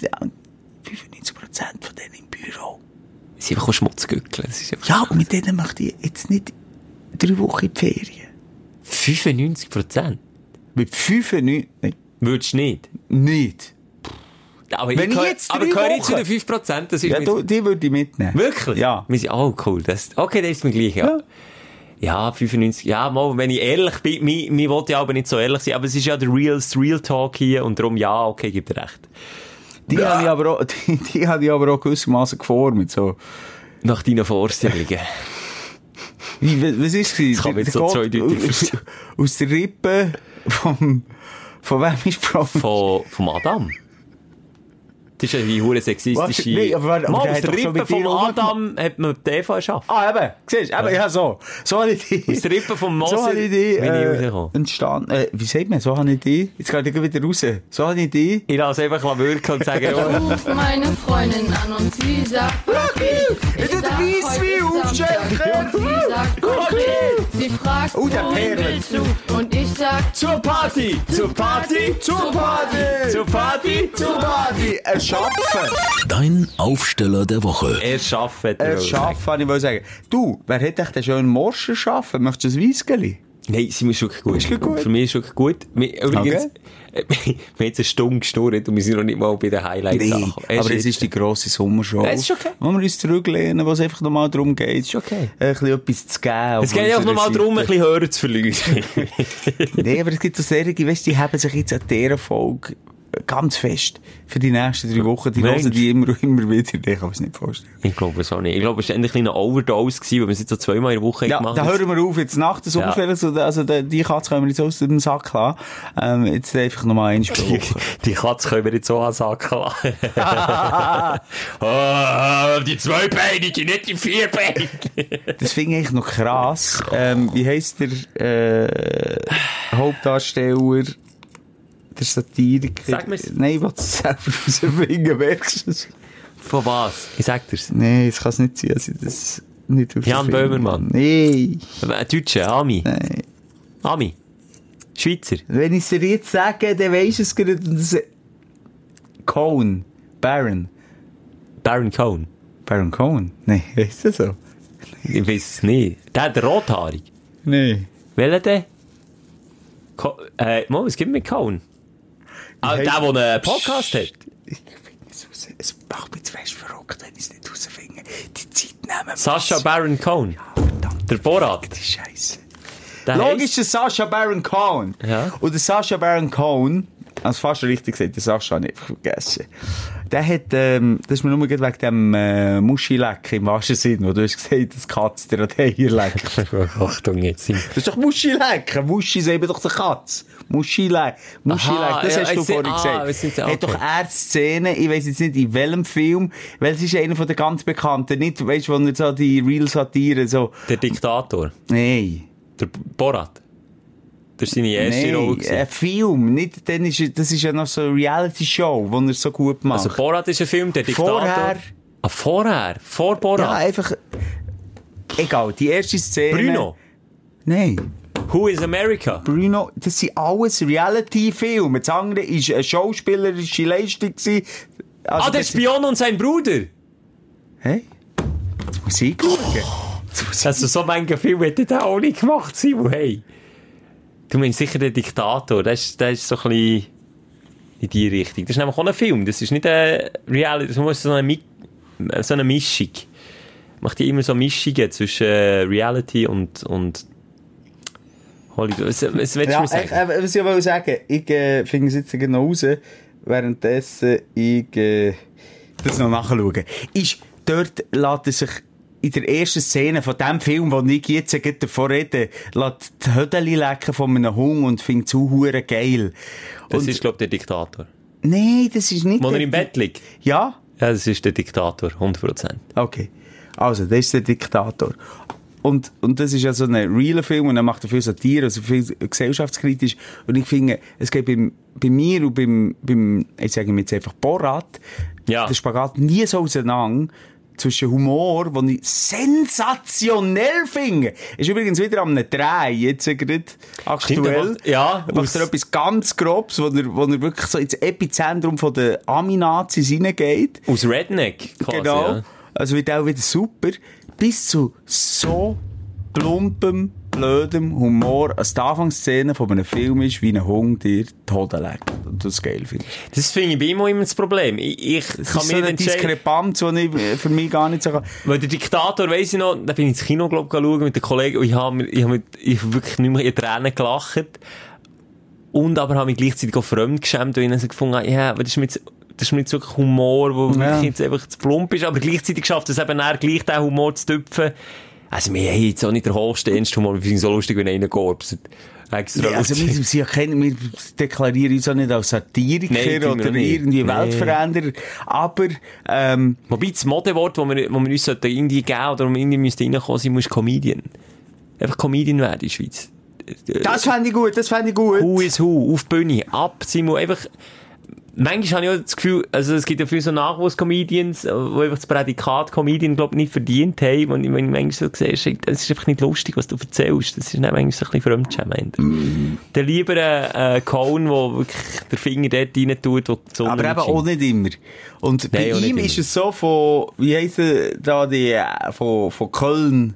von denen im Büro. Sie sind einfach Schmutzgückel. Ja, und mit denen möchte ich jetzt nicht 3 Wochen in die Ferien. 95%? Mit 95%? Nein. Würdest du nicht? Nicht. Aber wenn ich jetzt gehöre ich zu den 5%? Das ist ja, die würde ich mitnehmen. Wirklich? Ja. Oh, cool. Okay, das ist mir gleich, ja. Ja, 95. Ja, mal, wenn ich ehrlich bin, mir wollte ja aber nicht so ehrlich sein, aber es ist ja der Real Talk hier, und darum, ja, okay, gibt dir recht. Die habe ich aber auch, die habe ich aber auch gewissermaßen geformt, so. Nach deinen Vorstellungen. Was ist es? Das kann man jetzt so zweideutig verstehen. Aus der Rippe von wem ist Profil? Vom Adam. Das ist ja die hure sexistische... Nee, aber aus der Rippe vom Adam hat man die Eva erschaffen. Ah, eben. Siehst du? Ja, so. So habe ich die... Aus der Rippe vom Moser. So habe ich die entstanden. Wie sagt man? So habe ich die... Jetzt gehe ich wieder raus. So habe ich die... Ich lasse einfach wirken und sage... Ich ruf meine Freundin an und sie sagt... Ich tue den Weisswein aufschenken! Sie sagt konkret. Sie fragt, wohin willst du? Und ich sag... Zur Party! Zur Party! Zur Party! Zur Party! Zur Party! Erschaffen! Dein Aufsteller der Woche. Erschaffen, Erschaffen, ich will sagen. Du, wer hätte echt den schönen Morsch erschaffen? Möchtest du ein Weissgeli? Nein, sie ist wirklich gut. Ist gut? Für mich ist wirklich gut. Übrigens, wir haben jetzt eine Stunde gestorrt und wir sind noch nicht mal bei den Highlights angekommen. Aber es ist die grosse Sommershow. Es ist okay. Wo wir uns zurücklehnen, wo es einfach nochmal darum geht. Es ist okay. Ein bisschen etwas zu geben. Es geht auch nochmal darum, ein bisschen Hörer zu verlieren. Nein, aber es gibt so Serien, weißt du, die haben sich jetzt an dieser Folge ganz fest für die nächsten 3 Wochen. Die hören die immer wieder. Ich kann es nicht vorstellen. Ich glaube es auch nicht. Ich glaube, es war endlich eine Overdose gewesen, weil wir es jetzt so 2-mal in der Woche gemacht haben. Ja, da hören wir auf. Jetzt nach der Sommerferien, also die Katze können wir jetzt aus dem Sack lassen. Jetzt einfach nochmal eine Woche. Die Katze können wir jetzt so an den Sack lassen. Die 2-Beinige, nicht die 4-Beinige. Das finde ich noch krass. Wie heisst der Hauptdarsteller? Der Satiriker. Sag mir's. Nein, ich will es selber rausbringen, merkst du es? Von was? Ich sag dir's. Nein, es kann es nicht sein, dass ich das nicht rausbringe. Jan Böhmermann. Nein. Deutsche, Ami. Nein. Ami. Schweizer. Wenn ich es dir jetzt sage, dann weisst du es gerade. Cohen. Baron Cohen. Baron Cohen? Nein, weißt du so? Ich weiss es nicht. Der rothaarig. Nein. Welcher denn? Was gibt mit Cohen? Der, der einen Podcast hat. Ich finde es raus. Es macht mich zu fest verrückt, wenn ich es nicht rausfinde. Die Zeit nehmen wir. Sascha Baron Cohen. Ja, verdammt. Der Vorrat. Die Scheiße. Der Logisch, der Sascha Baron Cohen. Ja. Und der Sascha Baron Cohen, also fast richtig gesagt, der Sascha habe ich einfach vergessen, der hat, das ist mir nur wegen dem Muschilecken im wahrsten Sinn, wo du hast gesagt, das Katze dir an den Eier leckt. Achtung jetzt. Das ist doch Muschilecken. Muschi ist eben doch der Katz. Muschilecken, das hast du vorhin gesagt. Er hat doch Szenen, ich weiss jetzt nicht in welchem Film, weil es ist einer von den ganz Bekannten, nicht, weißt du, wo er so die Real-Satire so... Der Diktator. Nein. Der Borat. Das ist seine erste Rolle. Nein, ein Film. Nicht, das ist ja noch so eine Reality-Show, die er so gut macht. Also Borat ist ein Film, der Diktator... Vorher? Vor Borat? Ja, einfach... Egal, die erste Szene... Bruno? Nein. Who is America? Bruno, das sind alles Reality-Filme. Das andere war eine schauspielerische Leistung. Also der Spion und sein Bruder! Hey? Jetzt muss ich schauen. Also so manche Filme hätte der auch nicht gemacht, Simon. Hey. Du meinst sicher den Diktator. Das ist so ein bisschen in die Richtung. Das ist nämlich auch ein Film. Das ist nicht eine Reality. Das ist so eine Mischung. Macht ja immer so Mischungen zwischen Reality und Hollywood. Was willst du mir sagen? Was ich will sagen, ich finde es jetzt noch raus, währenddessen ich das noch nachschauen. Dort lässt er sich in der ersten Szene von dem Film, wo ich jetzt davon rede, lässt die Hödeli lecken von einem Hund und findet es hure geil. Das ist, glaube ich, der Diktator. Nein, das ist nicht Wo er im Bett liegt? Ja? Ja, das ist der Diktator, 100%. Okay. Also, das ist der Diktator. Und das ist ja so ein realer Film und er macht viel Satire, also viel gesellschaftskritisch. Und ich finde, es geht bei mir und beim ich sage mir jetzt einfach Borat, der Spagat nie so auseinander zwischen Humor, den ich sensationell finde. Ist übrigens wieder am Dreh, jetzt gerade aktuell. Macht er etwas ganz Grobes, wo er wirklich so ins Epizentrum von den Ami-Nazis reingeht. Aus Redneck, quasi. Genau. Ja. Also wird auch wieder super. Bis zu so plumpem, blödem Humor, als die Anfangsszene von einem Film ist, wie ein Hund dir die Hoden legt. Und du es geil findest. Das finde ich bei ihm auch immer das Problem. Ich das kann ist mir so eine Diskrepanz, die ich für mich gar nicht so kann. Weil der Diktator, weiss ich noch, da bin ich ins Kino, glaub, schauen mit den Kollegen und ich habe wirklich nicht mehr in Tränen gelacht. Und aber habe mich gleichzeitig auch fremd geschämt, weil ich dann gefunden habe, ja, das ist mir jetzt wirklich Humor, wo wirklich jetzt einfach zu plump ist, aber gleichzeitig schafft es eben auch gleich den Humor zu tüpfen. Also wir haben jetzt auch nicht den hochsten Ernst-Humor, wir finden es so lustig, wenn einer gorbst. Also wir deklarieren uns auch nicht als Satiriker oder irgendwie Weltveränderer, aber wobei das Modewort, wo wir uns irgendwie geben oder wo wir irgendwie reinkommen sein muss Comedian. Einfach Comedian werden in der Schweiz. Das fände ich gut. Who is who, auf die Bühne, ab, Simon, einfach... Manchmal habe ich auch das Gefühl, also es gibt ja viele so Nachwuchs-Comedians, die einfach das Prädikat Comedian, glaube ich, nicht verdient haben. Und wenn ich manchmal so sehe, es ist einfach nicht lustig, was du erzählst. Das ist dann manchmal so ein bisschen fremdschämend. Der lieber ein Cone, der wirklich den Finger dort rein tut, wo die Sonne aber eben auch nicht immer. Und bei ihm ist es so von, wie heisst da von Köln?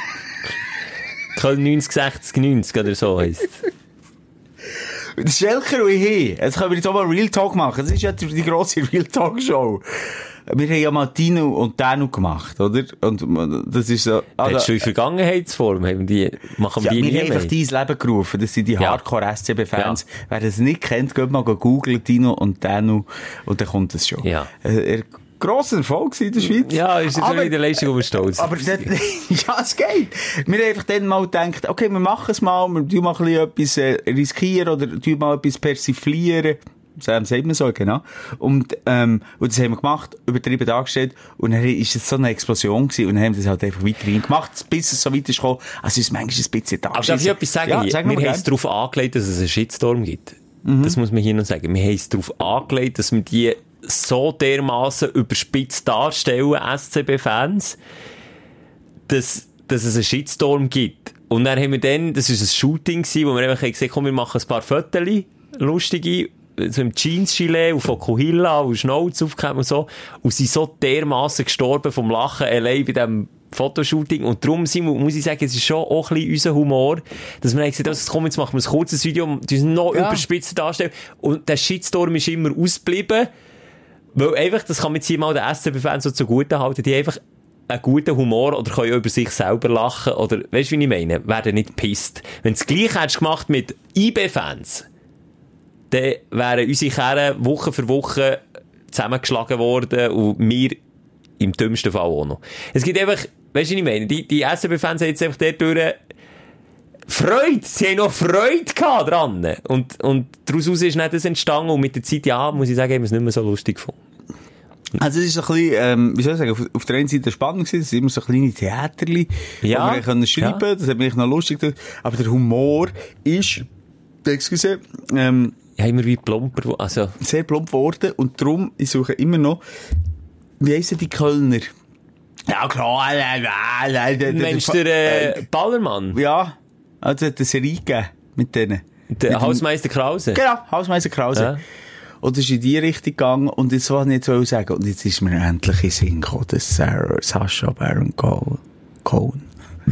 Köln 90, 60, 90 oder so heisst es. Das Schelker und ich, jetzt können wir jetzt auch mal Real Talk machen. Das ist ja die grosse Real Talk Show. Wir haben ja mal Tino und Danu gemacht, oder? Und das ist so... Hättest du in Vergangenheitsform? Machen wir die nie mehr? Wir haben einfach dein Leben gerufen. Das sind die Hardcore-SCB-Fans. Ja. Wer das nicht kennt, geht mal googeln, Tino und Danu, und dann kommt das schon. Ja. Grosser Erfolg in der Schweiz. Ja, ist das wieder eine Leistung, wo wir stolz sind. Aber ja, es geht. Wir haben einfach dann mal gedacht, okay, wir machen es mal, wir tun mal ein bisschen etwas riskieren oder tun mal etwas persiflieren. Das sagt man so, genau. Und das haben wir gemacht, übertrieben dargestellt, und dann ist es so eine Explosion gewesen, und dann haben wir das halt einfach weiterhin gemacht, bis es so weit ist gekommen. Also es ist manchmal ein bisschen da. Aber darf ich etwas sagen? Ja, wir haben es darauf angelegt, dass es einen Shitstorm gibt. Das muss man hier noch sagen. Wir haben es darauf angelegt, dass wir die so dermassen überspitzt darstellen, SCB-Fans, dass es einen Shitstorm gibt. Und dann haben wir das war ein Shooting gewesen, wo wir einfach gesagt haben, komm, wir machen ein paar Fotos, lustige, so im Jeans-Gilet und von Kohilla und Schnauz aufgekommen und so. Und sind so dermassen gestorben vom Lachen allein bei diesem Fotoshooting. Und darum muss ich sagen, es ist schon auch ein bisschen unser Humor, dass wir gesagt haben, also, komm, jetzt machen wir ein kurzes Video, das uns noch überspitzt darstellen. Und der Shitstorm ist immer ausgeblieben. Weil einfach, das kann man jetzt hier mal den SCB-Fans so zugute halten, die einfach einen guten Humor oder können auch über sich selber lachen oder, weißt du, wie ich meine? Werden nicht pisst. Wenn du das Gleiche hättest gemacht mit IB-Fans, dann wären unsere Kerren Woche für Woche zusammengeschlagen worden und wir im dümmsten Fall auch noch. Es gibt einfach, weißt du, was ich meine? Die SCB-Fans haben jetzt einfach dort durch Freude, sie haben noch Freude gehabt dran. Und daraus ist nicht das entstanden und mit der Zeit, ja, muss ich sagen, haben wir es nicht mehr so lustig gefunden. Also es ist ein bisschen, wie soll ich sagen, auf der einen Seite spannend gewesen, es sind immer so kleine Theaterli, wo wir können schreiben, das hat mich noch lustig gemacht, aber der Humor ist, excuse, ja, immer wie plumper, also. Sehr plump geworden und darum, ich suche immer noch, wie heissen die Kölner? Ja, klar, Mensch, der Ballermann? Ja, also hat eine Serie gegeben mit denen. Der Hausmeister Krause? Genau, Hausmeister Krause. Ja. Und es ist in die Richtung gegangen, und jetzt wollte ich nicht so sagen, und jetzt ist mir endlich in Sinn gekommen, dass Sacha Baron Cohen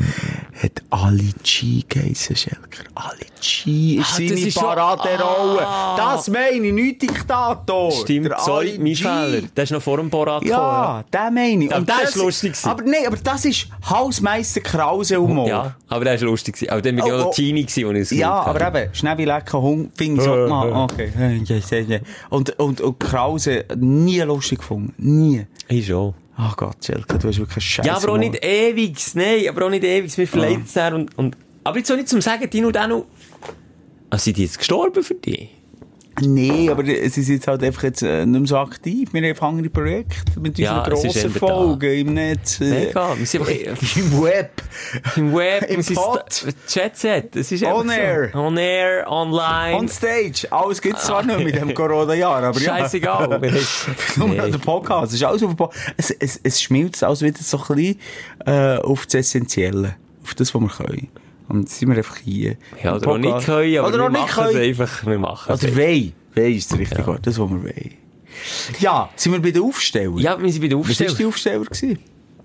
hat Ali G geheissen, Schelker. Ali G ist seine Paraderolle. Das meine ich, nicht Diktator. Stimmt, sorry, mein Fehler. Der ist noch vor dem Borat gekommen. Ja, den meine ich. Und das ist lustig. Aber nein, aber das ist Hausmeister Krause-Humor. Ja, aber der ist lustig. Aber dann bin ich auch noch Teenie gewesen, als ich es ja, aber eben, schnell wie lecker Hund, finde ich so, okay. Und Krause, nie lustig gefunden. Nie. Ich schon. Ach Gott, Schelke, du hast wirklich Scheiße. Ja, aber auch nicht ewig. Nein, aber auch nicht ewig. Mir verleiht es sehr. Aber jetzt auch nicht zum Sagen, Dino, Dano. Also sind die jetzt gestorben für dich? Nee, aber sie sind jetzt halt einfach jetzt nicht mehr so aktiv. Wir haben einfach andere Projekte mit unseren grossen Folgen im Netz. Mega, wir sind einfach im Web. Im Web, im Pod. Chat-Set. On Air. So. On Air, online. On Stage. Alles gibt's zwar nicht mit dem Corona-Jahr, aber scheißegal. Nur der Podcast. Es ist alles auf dem Podcast. Es schmilzt alles wieder so ein bisschen auf das Essentielle. Auf das, was wir können. Und jetzt sind wir einfach hier. Ja, oder auch nicht können, aber wir machen es einfach. Wir machen es. Oder wollen. Wollen ist das richtige Wort. Das, was wir wollen. Ja, sind wir bei den Aufstellern? Ja, wir sind bei den Aufstellern. Was war die Aufsteller gewesen?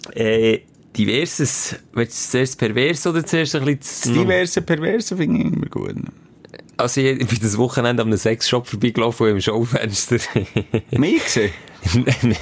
Diverses. Willst du zuerst pervers oder zuerst ein bisschen... Das diverse Perverse finde ich immer gut. Also ich bin das Wochenende an einem Sexshop vorbeigelaufen, im Schaufenster. Mich gesehen? Ein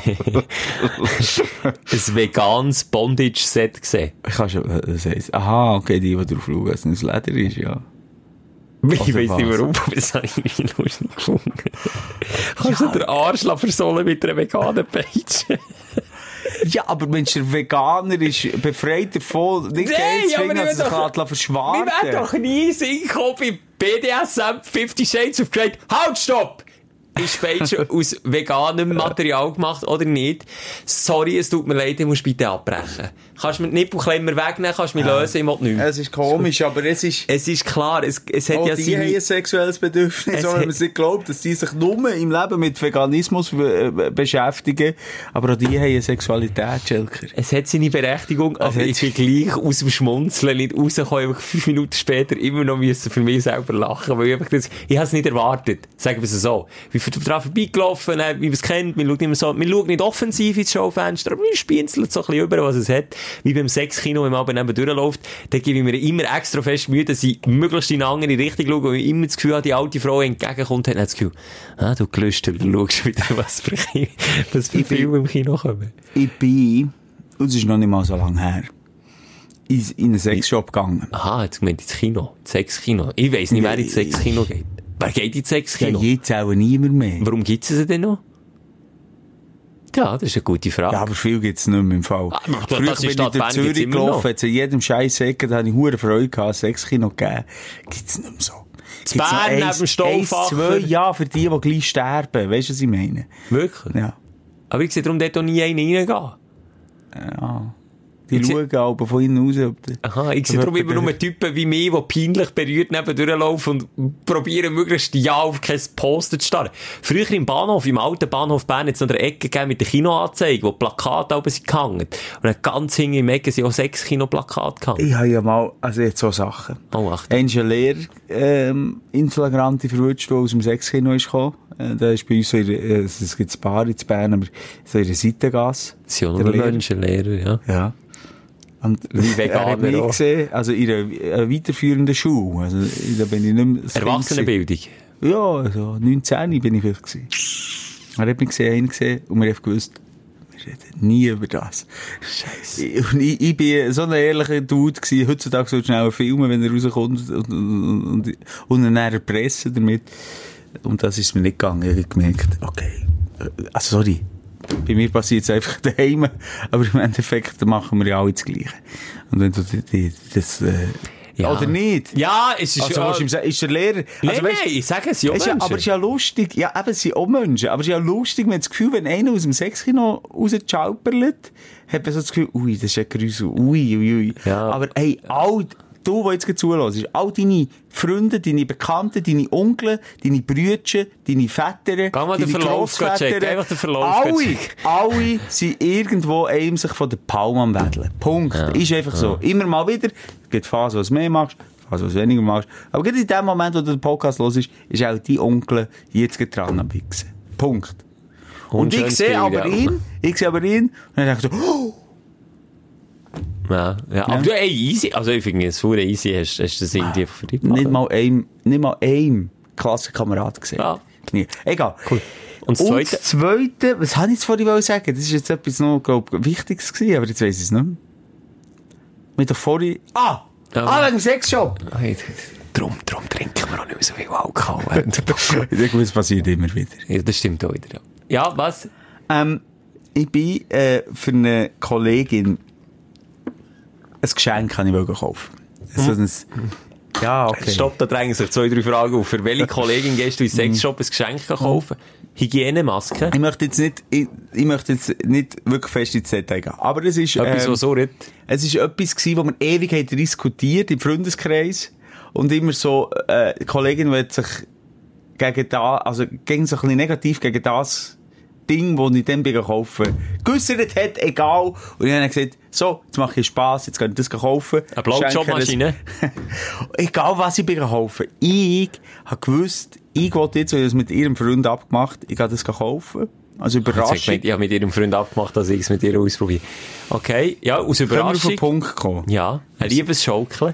veganes Bondage-Set gesehen. Ich kann schon, das heisst, aha, okay, die drauf schauen, dass es Leder ist, ja. Ich weiss nicht warum, aber das habe ich nicht lustig gefunden. Kannst du den Arsch versohlen mit einer veganen Page? Ja, aber Mensch, der Veganer ist befreit davon, nicht Geld zu finden, dass er sich verschwarten. Wir werden doch nie sinken bei BDSM 50 Shades of Grey. Halt, stopp! Ist Page aus veganem Material gemacht oder nicht? Sorry, es tut mir leid, ich muss bitte abbrechen. Kannst du mir die Nippelklemmer wegnehmen, kannst du mich lösen, ich will nichts. Es ist komisch, aber es ist... Es ist klar, es hat auch ja die haben ein sexuelles Bedürfnis, aber man nicht glaubt, dass die sich nur im Leben mit Veganismus beschäftigen, aber auch die haben eine Sexualität, Schelker. Es hat seine Berechtigung, aber ich bin gleich aus dem Schmunzeln nicht rausgekommen, 5 Minuten später immer noch müssen für mich selber lachen, weil ich habe es nicht erwartet, sagen wir es so. Wie daran vorbeigelaufen, wie man es kennt, man schaut nicht offensiv ins Schaufenster, aber man spienzelt so ein bisschen über, was es hat. Wie beim Sexkino, wenn man aber neben durchläuft, dann gebe ich mir immer extra fest Mühe, dass ich möglichst in eine andere Richtung schaue, und ich immer das Gefühl habe, die alte Frau entgegenkommt, hat das Gefühl, du gelüstet, du schaust wieder, was für Filme im Kino kommen. Ich bin, und es ist noch nicht mal so lange her, in einen Sexshop gegangen. Aha, jetzt gemeint ins Kino, das Sexkino. Ich weiss nicht, wer ins Sexkino geht. Wer geht ins Sexkino? Ja, jetzt auch niemand mehr. Warum gibt es denn noch? Ja, das ist eine gute Frage. Ja, aber viel gibt's nicht mehr im Fall. Früher bin ich durch Zürich gelaufen, jetzt in jedem Scheiß-Ecke, da habe ich hure Freude gehabt, Sexkino gegeben. Gibt's nicht mehr so. Das Bern neben dem Staufacher. 2 Jahre für die gleich sterben. Weißt du, was ich meine? Wirklich? Ja. Aber ich sehe darum dort auch nie einen reingehen. Ja. Die schauen aber von innen raus. Aha, ich sehe darum immer nur Typen wie mich, die peinlich berührt neben durchlaufen und probieren, möglichst ja auf kein Poster zu starren. Früher im Bahnhof, im alten Bahnhof Bern, hat es noch eine Ecke gegeben mit der Kinoanzeige, wo Plakate oben sind gehangen. Und dann ganz hinten im Ecke sind auch 6 Kinoplakate gehangen. Ich habe ja mal, also jetzt so Sachen. Oh, Achtung. Ein Lehrer, in flagrante verwünscht, der aus dem Sexkino ist gekommen. Da ist bei uns so es gibt ein Paar in Bern, aber so in der Seitengasse. Das sind auch nur Menschenlehrer, ja. Ja. Und wie Veganer hat mich gesehen, also in einer weiterführenden Schule. Also, da bin ich nicht mehr... Erwachsenenbildung? Ja, also 19 bin ich vielleicht gewesen. Er hat mich gesehen und wir haben gewusst, wir reden nie über das. Scheiße. Und ich bin so ein ehrlicher Dude gewesen. Heutzutage so schnell filmen, wenn er rauskommt und dann erpressen damit. Und das ist mir nicht gegangen. Ich habe gemerkt, okay, also sorry, bei mir passiert es einfach daheim, aber im Endeffekt machen wir ja alle das Gleiche. Und wenn du das, Ja. oder nicht? Ja, es ist... Also, ist der Lehrer... Also, Nein, ich sage es, ja, Menschen. Aber es ist ja lustig, ja, eben, es sind auch Menschen, aber es ist ja lustig, man hat das Gefühl, wenn einer aus dem Sexkino rausschalperlet, hat man so das Gefühl, ui, das ist ein Grusel, ui. Ja. Aber, hey, du, der jetzt zuhörst, all deine Freunde, deine Bekannten, deine Onkel, deine Brüder, deine Väter, Geh mal den deine Verlauf checken, einfach den Verlauf checken. alle sind irgendwo einem sich von der Palme am Wedeln. Punkt. Ja. Ist einfach so. Immer mal wieder. Es gibt Phasen, wo du mehr machst, Phasen, wo du weniger machst. Aber gerade in dem Moment, wo du den Podcast hörst, ist auch dein Onkel jetzt dran am Wichsen. Punkt. Und ich sehe aber ihn, und dann denke ich so, oh! Ja. Aber du, ey, easy. Also, ich finde, es vorher easy hast du das irgendwie verliebt. Nicht mal einem Klassenkamerad gesehen. Ja. Nie. Egal. Cool. Und das Zweite, was habe ich jetzt vorhin sagen? Das ist jetzt etwas noch, glaube ich, Wichtiges gewesen, aber jetzt weiss ich es nicht mehr. Mit der vorhin... wegen dem Sexshop! Hey, drum trinken wir auch nicht mehr so viel Alkohol. Das passiert immer wieder. Ja, das stimmt auch wieder, ja. Ja, was? Ich bin für eine Kollegin ein Geschenk kaufen. So ein, ja, okay. Stopp, da drängen sich 2-3 Fragen auf. Für welche Kollegin gehst du in den Sexshop ein Geschenk kaufen? Hygienemaske? Ich möchte jetzt nicht wirklich fest ins Detail gehen. Aber es ist... Etwas, was so redet. Es ist etwas gewesen, wo man ewig hat diskutiert im Freundeskreis. Und immer so, die Kollegin wird sich gegen so ein bisschen negativ gegen das Ding, das ich dann kaufen geäussert hat, egal. Und ich habe gesagt, so, jetzt mache ich Spass, jetzt kann ich das kaufen. Eine Blowjob-Maschine? Egal, was ich kaufen. Ich habe gewusst, ich wollte jetzt, weil ich das mit ihrem Freund abgemacht, ich gehe das kaufen. Also Überraschung. Ich habe mit ihrem Freund abgemacht, dass ich es mit ihr ausprobiere. Okay, ja, aus Überraschung. Können wir auf den Punkt kommen? Ja, ein Liebesschaukeln.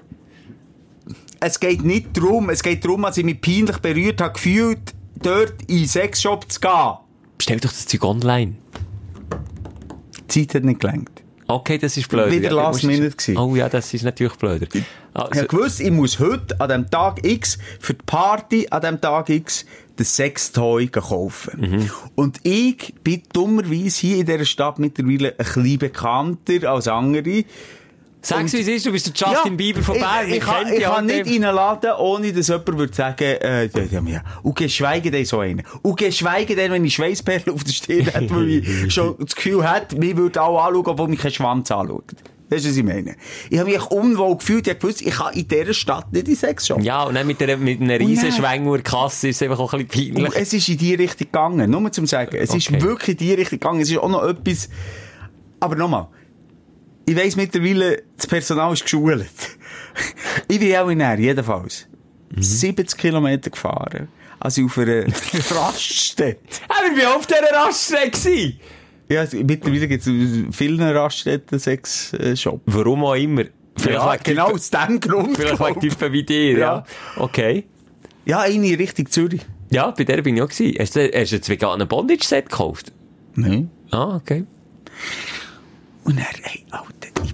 Es geht nicht darum, als ich mich peinlich berührt habe, gefühlt, dort in den Sexshop zu gehen. Bestell doch das Zeug online. Die Zeit hat nicht gelangt. Okay, das ist blöd. Wieder last minute gewesen. Oh ja, das ist natürlich blöder. Also, ich habe gewusst, ich muss heute, an dem Tag X, für die Party an dem Tag X, das Sextoy kaufen. Und ich bin dummerweise hier in dieser Stadt mittlerweile ein bisschen bekannter als andere. Sag's, wie es ist, du bist der Justin Bieber von Bern. Ich kann nicht in einen Laden, ohne dass jemand würde sagen, ja. Und geschweige denn so einen. Und geschweige denn, wenn ich Schweissperlen auf der Stirn hätte, weil ich schon das Gefühl hätte, mich würde auch anschauen, obwohl mich kein Schwanz anschaut. Das ist, was ich meine. Ich habe mich unwohl gefühlt, ich habe gewusst, ich kann in dieser Stadt nicht in Sexshop. Ja, und dann mit einer riesen Schwängerkasse ist es einfach auch ein bisschen peinlich. Und es ist in die Richtung gegangen, nur zum sagen. Es ist wirklich in die Richtung gegangen. Es ist auch noch etwas, aber nochmal. Ich weiss mittlerweile, das Personal ist geschult. Ich bin auch in Nähe, jedenfalls. 70 Kilometer gefahren. Also auf einer Raststätte. Aber ich war auf dieser Raststätte. Ja, mittlerweile gibt es in vielen Raststätten Sexshop. Warum auch immer. Vielleicht genau aus dem Grund. Vielleicht wegen Typen wie dir, ja. Okay. Ja, eine in Richtung Zürich. Ja, bei der bin ich auch gewesen. Hast du jetzt vegane Bondage-Set gekauft? Nein. Ah, okay. Und dann, hey, Alter,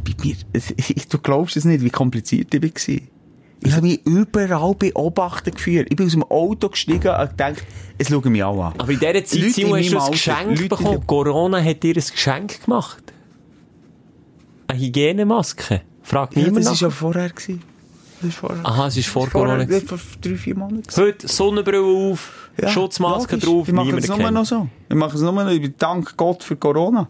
du glaubst es nicht, wie kompliziert ich war. Ich habe mich überall beobachtet gefühlt. Ich bin aus dem Auto gestiegen und gedacht, es schauen mich alle an. Aber in dieser Zeit, Simon, hast du ein Geschenk bekommen. Corona hat dir ein Geschenk gemacht. Eine Hygienemaske. Frag mich immer nach. Das war ja vorher. Aha, es ist vor Corona. Vor 3-4 Monaten. Heute Sonnenbrille auf, ja, Schutzmaske drauf, ich mache es nur noch so. Ich mache es nur noch, dank Gott für Corona.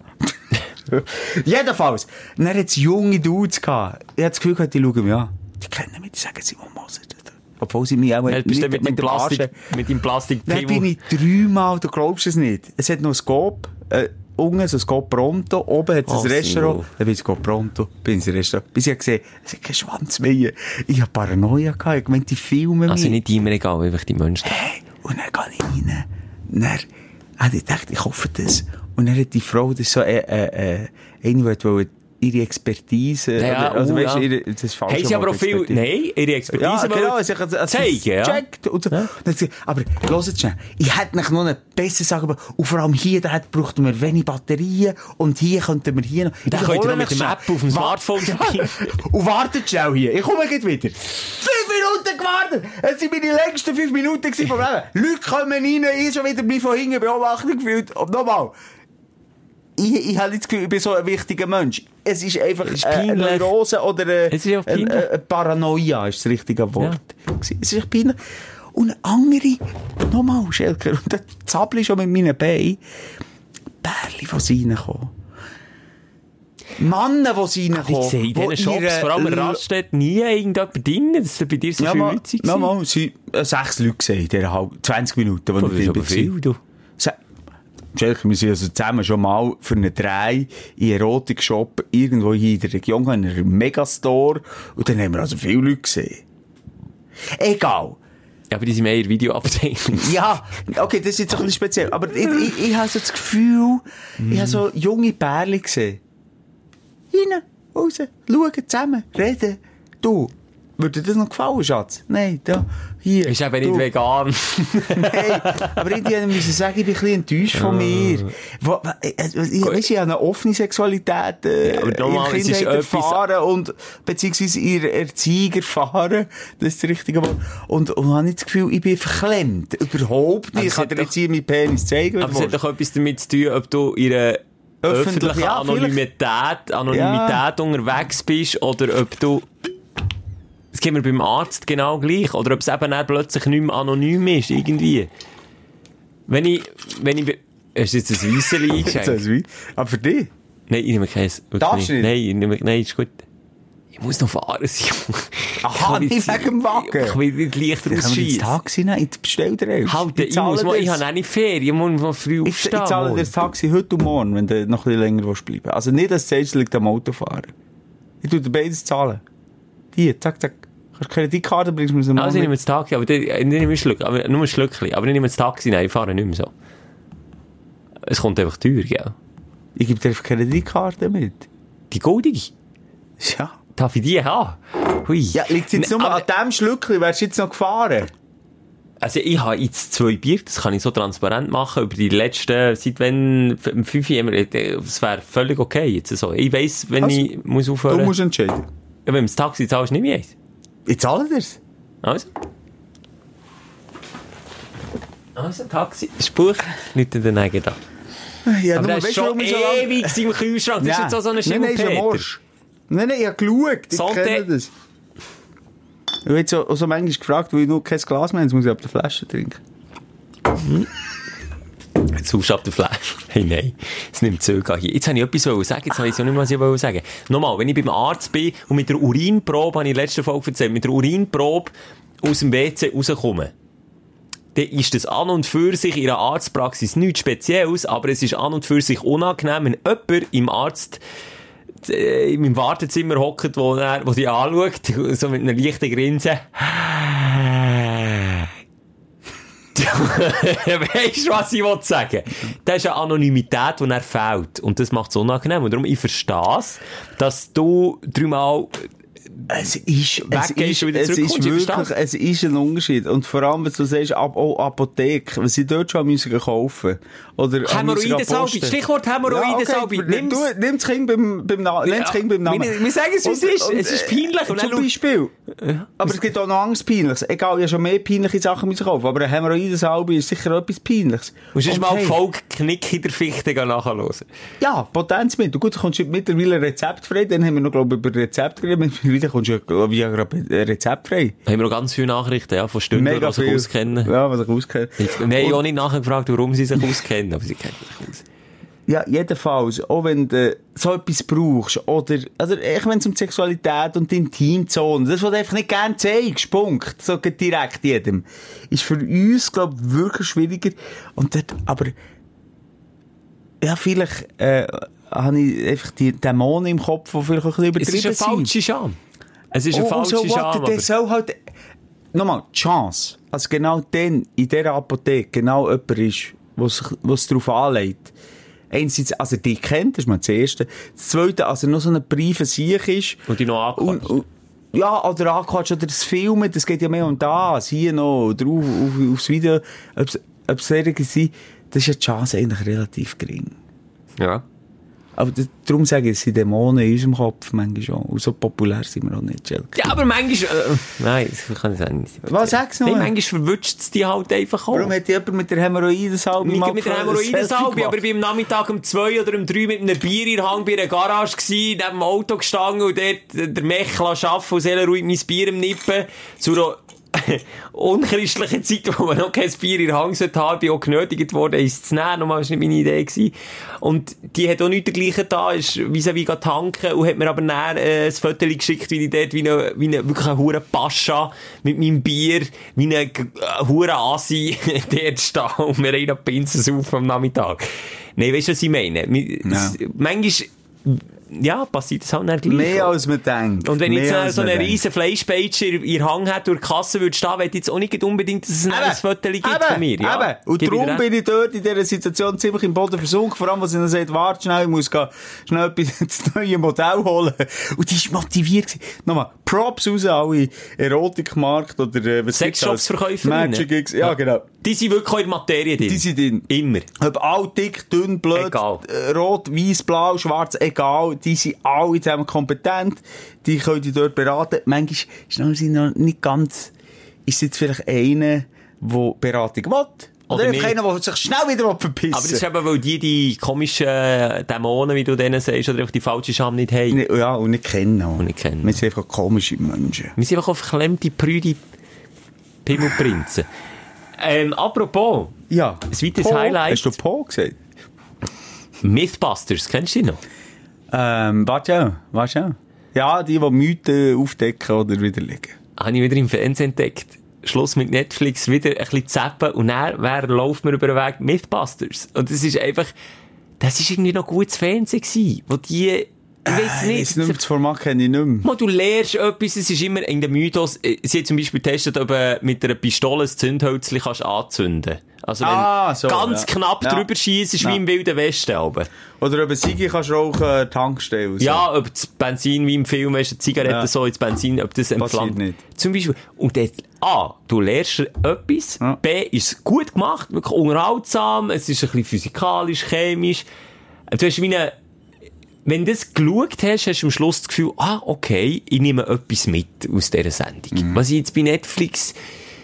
Jedenfalls. Und dann hat es junge Dudes gehabt. Ich habe das Gefühl gehabt, die schauen mich an. Die kennen mich, die sagen Simon Moser. Obwohl sie mich auch nicht mit dem Plastik. Dann bin ich 3-mal, du glaubst es nicht. Es hat noch ein Scope, unten so ein Scope Pronto, oben hat es ein Restaurant. Dann bin ich Scope Pronto, bin ich ins Restaurant. Bis ich gesehen, es hat keinen Schwanz mehr. Ich habe Paranoia gehabt, ich meinte, die filmen also mich. Nicht immer egal, einfach die Menschen. Hey, und dann gehe ich rein. Dann habe ich gedacht, ich hoffe das. Und dann hat die Frau, das ist so, eine wollte ihre Expertise, ja, also weißt du, das ist falsch. Haben sie aber auch viel, nein, ihre Expertise zeigen, ja. Checkt und so. Ja. Aber, hört jetzt schnell, ich hätte noch eine bessere Sache, und vor allem hier, da brauchten wir wenig Batterien, und hier könnten wir hier noch. Da könnt ihr noch mit dem App auf dem Smartphone spielen. Und wartet schnell hier, ich komme gleich wieder. 5 Minuten gewartet. Es waren meine längsten 5 Minuten vom Leben. Leute kommen rein, ich schon wieder mich von hinten beobachtet gefühlt. Und nochmal. Ich habe nicht das Gefühl, ich bin so ein wichtiger Mensch. Es ist einfach eine Neurose oder eine Paranoia, ist das richtige Wort. Ja. Es ist echt peinlich. Und eine andere, nochmal, Schelker, und dann zappel ich schon mit meinen Beinen, Pärchen, die reinkommen. Männer, die reinkommen. Ich sehe in diesen Shops, vor allem in Raststätten, nie irgendjemand drin, dass bei dir so viele Leute sind. Ja, es waren 6 Leute in dieser 20 Minuten, wo ich aber viel, du. Schelker, wir sind also zusammen schon mal für einen Dreh in einen Erotik-Shop irgendwo hier in der Region, in einem Megastore, und dann haben wir also viele Leute gesehen. Egal. Ja, aber die sind mehr in Videoabteilung. Ja, okay, das ist jetzt ein bisschen speziell. Aber ich habe so das Gefühl, ich habe so junge Pärchen gesehen. Rein, raus, schauen, zusammen, reden. Du, würde dir das noch gefallen, Schatz? Nein, da, hier. Ist eben nicht vegan. Nein, aber irgendwie müssen sagen, ich bin ein bisschen enttäuscht von mir. Ich habe eine offene Sexualität ja, aber in Kindheit erfahren und beziehungsweise ihre Erziehung erfahren. Das ist das richtige Wort. Und habe nicht das Gefühl, ich bin verklemmt. Überhaupt nicht. Ich kann dir jetzt hier meinen Penis zeigen. Aber es hat doch etwas damit zu tun, ob du ihre öffentliche Anonymität unterwegs bist oder ob du... Das geht mir beim Arzt genau gleich. Oder ob es eben dann plötzlich nicht mehr anonym ist, irgendwie. Wenn ich... Hast du jetzt ein Weisseli eingeschenkt? Aber für dich? Nein, ich nehme keins. Darfst du nicht? Nein, ist gut. Ich muss noch fahren. Aha, nicht wegen dem Wagen. Ich will nicht leicht rausschiessen. Kann man ins Taxi nehmen? Ich bestell dir eins. Halt, ich habe auch nicht Ferien. Ich muss noch früh aufstehen. Ich zahle dir das Taxi heute und morgen, wenn du noch ein bisschen länger bleiben willst. Also nicht, dass es liegt am Autofahren. Ich tue dir beides zahlen. Hier, zack, zack. Kannst du Kreditkarte, bringst du mir so mal. Also ich nehme das Taxi, aber nur ein Schlückchen. Aber ich nehme das Taxi, nein, ich fahre nicht mehr so. Es kommt einfach teuer, gell? Ich gebe dir einfach Kreditkarte mit. Die goldige? Ja. Darf ich die haben? Hui. Ja, liegt es jetzt nur an dem Schlückchen, wärst du jetzt noch gefahren? Also ich habe jetzt 2 Bier, das kann ich so transparent machen, über die letzten, seit wenn, 5 Jahren, das wäre völlig okay jetzt so. Ich weiss, wenn also, ich muss aufhören. Du musst entscheiden. Ja, wenn du das Taxi zahlst, nehme ich eins. Ich zahle dir's. Also, Taxi, Spruch, nicht in den Negen da. Ja, aber das ist schon ewig im Kühlschrank, das ist jetzt auch so eine Schimmelpeter. Nein, ich habe geschaut, ich kenne das. Ich habe jetzt auch so manchmal gefragt, weil ich nur kein Glas mehr habe, jetzt muss ich ab der Flasche trinken. Jetzt suchst du ab der Flasche. Hey, nein, es nimmt Zöger hier. Jetzt habe ich etwas sagen, jetzt weiß ich auch nicht, was ich sagen. Nochmal, wenn ich beim Arzt bin und mit der Urinprobe, habe ich in der letzten Folge erzählt, mit der Urinprobe aus dem WC rauskomme, dann ist das an und für sich in einer Arztpraxis nichts Spezielles, aber es ist an und für sich unangenehm, wenn jemand im Wartezimmer hockt, wo die anschaut, so mit einer leichten Grinse. Weisst du, was ich sagen will? Das ist eine Anonymität, die er fehlt. Und das macht es unangenehm. Und darum, ich verstehe es, dass du 3-mal es ist ein Unterschied. Und vor allem, wenn du sagst, auch Apotheke, was sie dort schon müssen kaufen. Oder Hämorrhoidensalbe. Stichwort Hämorrhoidensalbe. Ja, okay. Nimm das Kind beim Namen. Wir sagen es, wie es ist. Es ist peinlich. Und zum Beispiel. Ja. Aber es gibt auch noch anderes Peinliches. Egal, ich habe schon mehr peinliche Sachen müssen kaufen. Aber eine Hämorrhoidensalbe ist sicher etwas Peinliches. Musst du mal Folge Knick in der Fichte nachhören. Ja, Potenzmittel. Gut, du kommst mittlerweile rezeptfrei. Dann haben wir noch, glaube ich, über Rezept geredet. Mittlerweile kommst du ja gerade rezeptfrei. Haben wir noch ganz viele Nachrichten, ja, von Stündlern, die sich auskennen. Ja, die sich auskennen. Wir haben auch nicht nachgefragt, warum sie sich auskennen, aber sie kennen sich aus. Ja, jedenfalls, auch wenn du so etwas brauchst, oder, also, wenn es um Sexualität und die Intimzone, das, was du einfach nicht gerne zeigst, Punkt, so direkt jedem, ist für uns, glaube ich, wirklich schwieriger. Und dort, aber, ja, vielleicht, habe ich einfach die Dämonen im Kopf, die vielleicht auch ein bisschen übertrieben sind. Es ist eine falsche Scham. Es ist eine falsche Scham. Das soll halt, nochmal, die Chance, also genau dann, in dieser Apotheke, genau jemand ist, was darauf anlegt. Einerseits, also die kennt, das ist mal das Erste. Das Zweite, also noch so ein Briefe Sieg ist. Und die noch anquatscht. Ja, oder anquatscht, oder das Filmen, das geht ja mehr um das, hier noch, drauf, aufs Video, ob es Serien sind, das ist ja die Chance eigentlich relativ gering. Ja. Aber darum sage ich, es sind Dämonen in unserem Kopf manchmal schon. Und so populär sind wir auch nicht, Schelke. Ja, aber manchmal, nein, das kann ich sagen. Nicht. Was sagst du noch? Nein, manchmal verwutscht es die halt einfach auch. Warum hat jemand mit der Hämorrhoidensalbe Nicht mit der Hämorrhoidensalbe, aber ich bin am Nachmittag um 2 oder um 3 mit einem Bier in der Hand bei einer Garage gsi, neben dem Auto gestanden und dort der Mech arbeiten und selber ruhig mein Bier im Nippen. Zu einer unchristlichen Zeit, wo man noch kein Bier in der Hand haben, bin auch genötigt worden, es zu nehmen. Nochmal, das war nicht meine Idee gewesen. Und die hat auch nichts dergleichen da, ist vis-à-vis tanken und hat mir aber dann ein Foto geschickt, wie ich dort wie eine wirklich eine hure Pascha mit meinem Bier, wie eine hure Asi dort stehe und mir einen Pinsel auf am Nachmittag. Nein, weißt du, was ich meine? Manchmal, ja, passiert das halt nicht gleich. Mehr als man denkt. Und wenn ich jetzt so einen riesen Fleischpeitsche in ihr Hang hat, durch die Kasse würde stehen, will ich jetzt auch nicht unbedingt, dass es ein Foto gibt von mir. Ja, und darum bin ich dort in dieser Situation ziemlich im Boden versunken. Vor allem, was ich dann sagt, warte schnell, ich muss schnell das neue Modell holen. Und die war motiviert gewesen. Nochmal, Props raus, alle Erotikmarkt oder was Sexshopsverkäuferinnen. Magic Gigs, ja genau. Die sind wirklich auch in der Materie drin. Die sind drin. Immer. Ob alt, dick, dünn, blöd, egal. Rot, weiß, blau, schwarz, egal. Die sind alle zusammen kompetent. Die können die dort beraten. Manchmal ist noch nicht ganz, ist jetzt vielleicht einer, der Beratung will. Oder einfach einer, der sich schnell wieder verpissen. Aber das ist eben, weil die komischen Dämonen, wie du denen sagst, oder einfach die falsche Scham nicht haben. Ja, und nicht kennen. Und wir sind einfach komische Menschen. Wir sind einfach auf verklemmte, prüde Pimmelprinzen. Apropos. Ja. Ein weiteres Highlight. Hast du Po gesagt? Mythbusters, kennst du die noch? Warte schon. Ja, die Mythen aufdecken oder widerlegen. Habe ich wieder im Fernsehen entdeckt. Schluss mit Netflix, wieder ein bisschen zappen und dann läuft mir über den Weg Mythbusters. Und das ist irgendwie noch gutes Fernsehen gewesen, wo die, ich weiss nicht. Das Format kenne ich nicht mehr. Du lernst etwas, es ist immer in den Mythos, sie hat zum Beispiel getestet, ob du mit einer Pistole ein Zündhölzchen kannst anzünden. Also wenn ganz knapp drüber schießt, ist wie im Wilden Westen. Aber. Oder ob ein Sigi kannst rauchen, Tankstelle. So. Ja, ob das Benzin wie im Film, weißt du, Zigaretten so ins Benzin, ob das entflammt. Nicht. Zum Beispiel. Und dort, du lernst etwas. Ja. B, ist es gut gemacht, wirklich unterhaltsam, es ist ein bisschen physikalisch, chemisch. Du hast wie wenn du das geschaut hast, hast du am Schluss das Gefühl, okay, ich nehme etwas mit aus dieser Sendung. Was ich jetzt bei Netflix,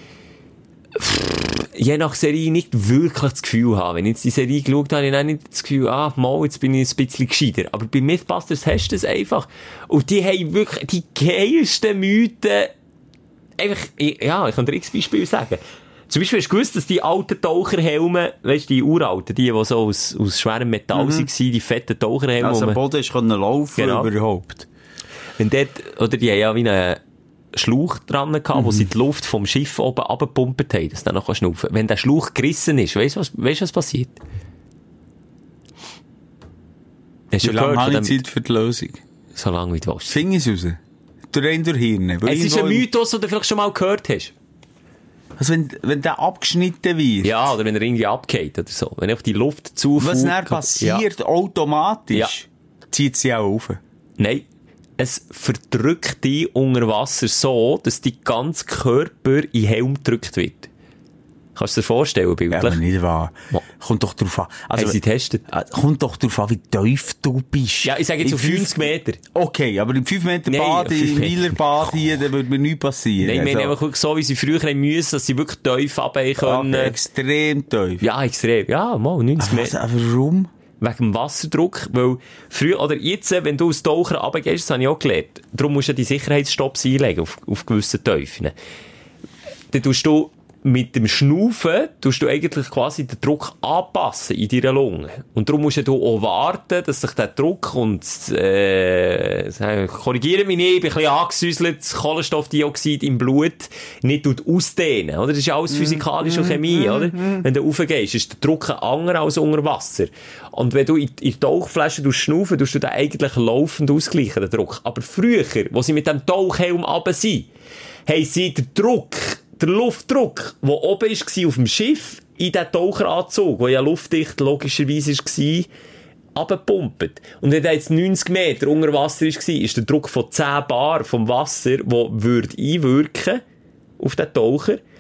je nach Serie nicht wirklich das Gefühl habe. Wenn ich jetzt die Serie geschaut habe, habe ich dann nicht das Gefühl, jetzt bin ich ein bisschen gescheiter. Aber bei Mythbusters hast du das einfach. Und die haben wirklich die geilsten Mythen. Einfach, ich kann dir x Beispiel sagen. Zum Beispiel hast du gewusst, dass die alten Taucherhelme, weißt du, die uralten, die so aus schwerem Metall waren, die fetten Taucherhelme. Also am Boden ist laufen überhaupt. Wenn dort, oder die haben ja wie einen Schlauch dran gehabt, wo sie die Luft vom Schiff oben runtergepumpt haben, dass du dann noch schnaufen kannst. Wenn der Schlauch gerissen ist, weißt du, was passiert? Wie lange habe ich Zeit für die Lösung? So lange wie du willst. Finger es raus. Durch Hirn. Es ist ein Mythos, den du vielleicht schon mal gehört hast. Also wenn der abgeschnitten wird. Ja, oder wenn er irgendwie abgeht oder so. Wenn einfach die Luft zuführt. Was dann passiert, automatisch, zieht sie auch auf. Nein. Es verdrückt dich unter Wasser so, dass dein ganzer Körper in den Helm gedrückt wird. Kannst du dir vorstellen, bildlich? Ja, aber nicht wahr. Kommt doch drauf an. Also, haben sie getestet? Kommt doch drauf an, wie tief du bist. Ja, ich sage jetzt auf 50 Meter. Okay, aber im 5 Meter Bad, im Weiler Bad hier, da würde mir nichts passieren. Nein, ich meine einfach so, wie sie früher haben müssen, dass sie wirklich tief runter können. Okay, extrem tief. Ja, extrem. Ja, mal 90 Meter. Aber warum? Wegen dem Wasserdruck, weil früher, oder jetzt, wenn du als Taucher runtergehst, das habe ich auch gelernt, darum musst du die Sicherheitsstopps einlegen auf gewissen Tiefen. Dann tust du mit dem Schnaufen tust du eigentlich quasi den Druck anpassen in deiner Lunge. Und darum musst du auch warten, dass sich der Druck und, korrigiere mich nicht, ich bin ein bisschen angesäuselt, das Kohlenstoffdioxid im Blut nicht ausdehnen, oder? Das ist ja alles physikalische Chemie, oder? Wenn du raufgehst, ist der Druck ein anderer als unter Wasser. Und wenn du in die Tauchflasche schnaufen, tust du den eigentlich laufend ausgleichen, den Druck. Aber früher, wo sie mit dem Tauchhelm runter sind, haben sie den Druck, der Luftdruck, der oben war auf dem Schiff, in den Taucheranzug, der ja luftdicht logischerweise war, abgepumpt. Und wenn der jetzt 90 Meter unter Wasser war, ist der Druck von 10 Bar vom Wasser, der würde einwirken auf den Taucher.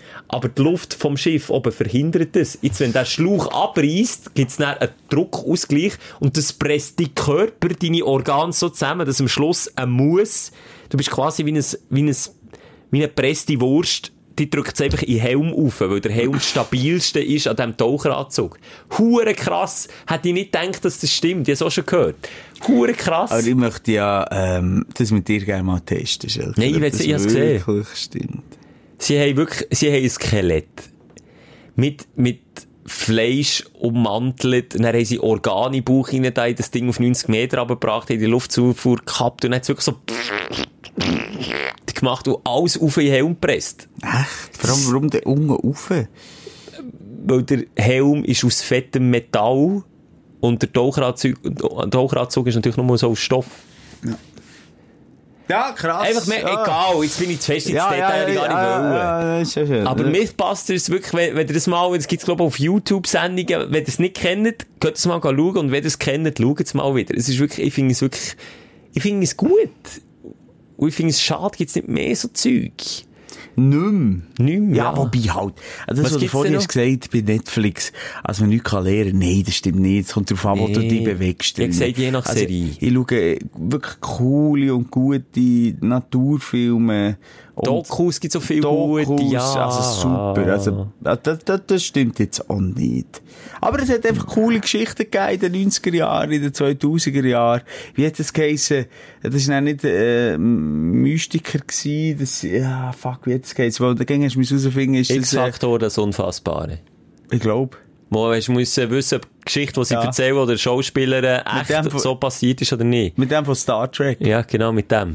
aber die Luft vom Schiff oben verhindert das. Jetzt, wenn der Schlauch abreißt, gibt es dann einen Druckausgleich und das presst dein Körper, deine Organe so zusammen, dass am Schluss ein Muss, du bist quasi wie eine presste Wurst, die drückt es einfach in den Helm auf, weil der Helm das stabilste ist an diesem Taucheranzug. Hure krass. Hätte ich nicht gedacht, dass das stimmt. Ich habe es auch schon gehört. Hure krass. Aber ich möchte ja das mit dir gerne mal testen, Schelker. Nein, ich habe es gesehen. Wirklich stimmt. Sie haben ein Skelett. Mit Fleisch ummantelt. Dann haben sie Organe im Bauch rein, da in das Ding auf 90 Meter runtergebracht, haben die Luftzufuhr gehabt und dann hat es wirklich so gemacht und alles auf in den Helm gepresst. Echt? Vor allem, warum der unten rauf? Weil der Helm ist aus fettem Metall und der Taucheranzug ist natürlich nur so aus Stoff. Ja, krass. Einfach mehr, egal, jetzt bin ich zu fest ins Detail, ich gar nicht wollen. Ja, ist ja schön. Aber Mythbusters, wirklich, wenn ihr das mal, das gibt's glaube ich auf YouTube-Sendungen, wenn ihr es nicht kennt, könnt ihr es mal schauen und wenn ihr es kennt, schaut es mal wieder. Es ist wirklich, ich finde es gut. Und ich finde es schade, gibt's nicht mehr so Zeug. Nicht mehr. Ja, Ja, wobei halt. Also das, was du vorhin hast gesagt bei Netflix, als man nichts lernen kann, nein, das stimmt nicht. Es kommt darauf an, wo du dich bewegst. Ich habe gesagt, je nach Serie. Ich schaue wirklich coole und gute Naturfilme. Dokus gibt so viel gute, ja. Also super. Also, das stimmt jetzt auch nicht. Aber es hat einfach coole Geschichten gegeben in den 90er Jahren, in den 2000er Jahren. Wie hat das geheissen? Das war nicht Mystiker gewesen. Wie hat das geheissen? Weil dagegen hast du herausfinden, ist das... X-Faktor, das Unfassbare. Ich glaube. Wo hast du wissen, ob die Geschichte, die sie erzählen, oder Schauspieler echt so passiert ist oder nicht. Mit dem von Star Trek. Ja, genau, mit dem.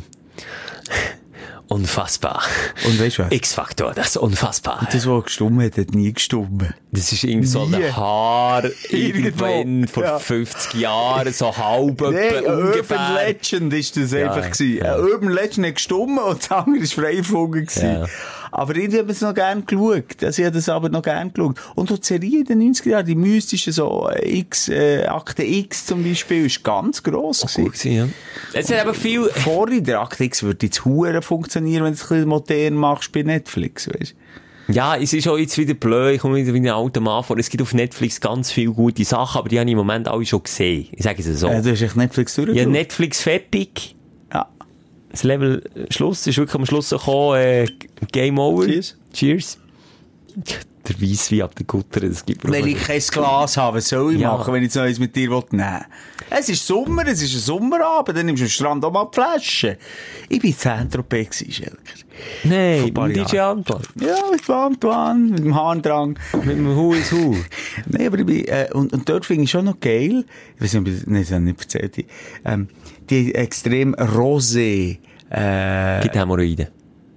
Unfassbar. Und weißt du was? X-Faktor, das Unfassbare. Das, was gestummt hat nie gestummt. Das ist irgendwie so ein Haar irgendwann vor 50 Jahren, so halb Nein, ein ungefähr. Urban Legend ist das einfach gewesen. Ja. Ein Urban Legend hat gestummt und das andere war frei erfunden gewesen. Ja. Aber ich habe es noch gern geschaut. Also ich habe das aber noch gern geschaut. Und die Serie in den 90er Jahren, die mystische, so Akte X zum Beispiel, ist ganz gross gewesen. Gut gewesen, ja. Es hat aber viel... Vorher, der Akte X würde jetzt hure funktionieren, wenn du es ein bisschen modern machst bei Netflix, weißt du? Ja, es ist auch jetzt wieder blöd, ich komme wieder wie ein alter Mann vor. Es gibt auf Netflix ganz viele gute Sachen, aber die habe ich im Moment alle schon gesehen. Ich sage es so. Du hast echt Netflix durchgeschaut? Ja, Netflix fertig. Ja. Das Level Schluss ist wirklich am Schluss gekommen, Game Over. Cheers. Der Weisswein ab der Gutter, das gibt Weil ich kein Glas habe, was soll ich machen, wenn ich jetzt noch eins mit dir nehmen will? Es ist Sommer, es ist ein Sommerabend, dann nimmst du am Strand auch mal die Flasche. Ich war in Saint-Tropez, Schelker. Nein, Vor ein mit paar DJ Antoine. Ja, mit Antoine, mit dem Harndrang. Mit dem Who is Who. Nein, aber ich bin, und dort finde ich schon noch geil, ich weiß nicht, ob ich das nicht erzählt habe, die extrem rosé, Gibt Hämorrhoiden.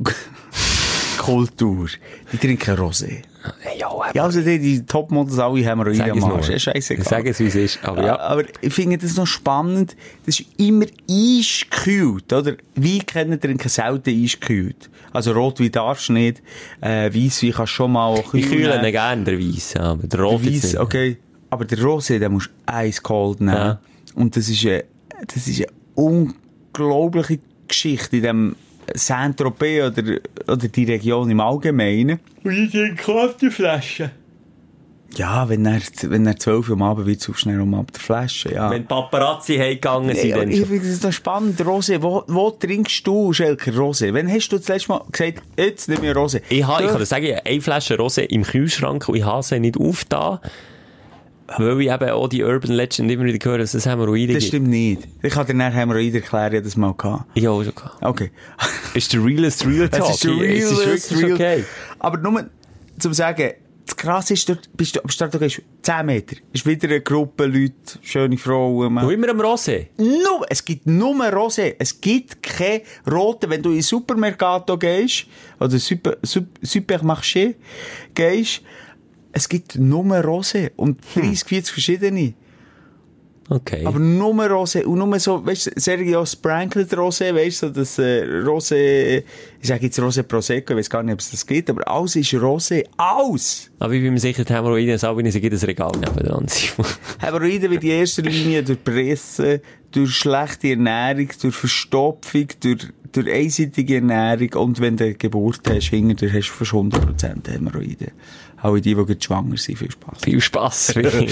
Kultur. Die trinken Rosé. Ja, also die Topmodels alle haben wir Sag es am nur. Arsch. Scheissegal. Sag es, wie es ist. Aber ja. Aber ich finde das noch spannend. Das ist immer eiskühlt, oder? Wein trinken selten eiskühlt. Also Rotwein darfst du nicht. Weisswein kannst du schon mal Ich kühle ihn gerne, der Weiss. Aber der Rot jetzt nicht. Okay. Aber der Rosé, den musst du eiskalt nehmen. Ja. Und das ist eine unglaubliche Geschichte in dem Saint-Tropez oder die Region im Allgemeinen. Und ich trinke die Flasche. Ja, wenn er 12 Uhr am Abend wird, suchst du schnell ab der Flasche, ja. Wenn Paparazzi heimgegangen sind, dann Ich finde das noch spannend. Rosé, wo trinkst du, Schelker, Rosé? Wann hast du das letzte Mal gesagt, jetzt nimm mir Rosé? Ich kann dir sagen, ich habe eine Flasche Rosé im Kühlschrank und ich habe sie nicht aufgetan. Weil ich eben auch die Urban Legend immer wieder höre, dass es Hämorrhoiden gibt. Das stimmt nicht. Ich kann dir nachher Hämorrhoiden erklären, ich habe das mal gehabt. Ich habe auch schon gehabt. Okay. Ist der realest real Talk? Es ist der Es ist realest wirklich real. okay. Aber nur, zum sagen, das Krasse ist, dort bist du am Start, du gehst 10 Meter. Ist wieder eine Gruppe Leute, schöne Frauen. Und immer am Rosé. Es gibt nur Rosé. Es gibt keine rote. Wenn du in Supermercato gehst, oder Supermarché gehst, es gibt nur Rosé. Und 30, 40 verschiedene. Okay. Aber nur Rosé. Und nur so, weißt du, Sergio Sprankled Rosé, weißt du, so das Rosé, ich sage jetzt Rosé Prosecco, ich weiß gar nicht, ob es das gibt, aber alles ist Rosé. Alles! Aber ich bin mir sicher, die Hämorrhoiden, auch wenn ich ein Regal nebenan. Hämorrhoiden wird in erster Linie durch Presse, durch schlechte Ernährung, durch Verstopfung, durch durch einseitige Ernährung und wenn du eine Geburt hast, hinterher hast du fast 100% Hämorrhoiden. Alle die schwanger sind, viel Spass. Viel Spass.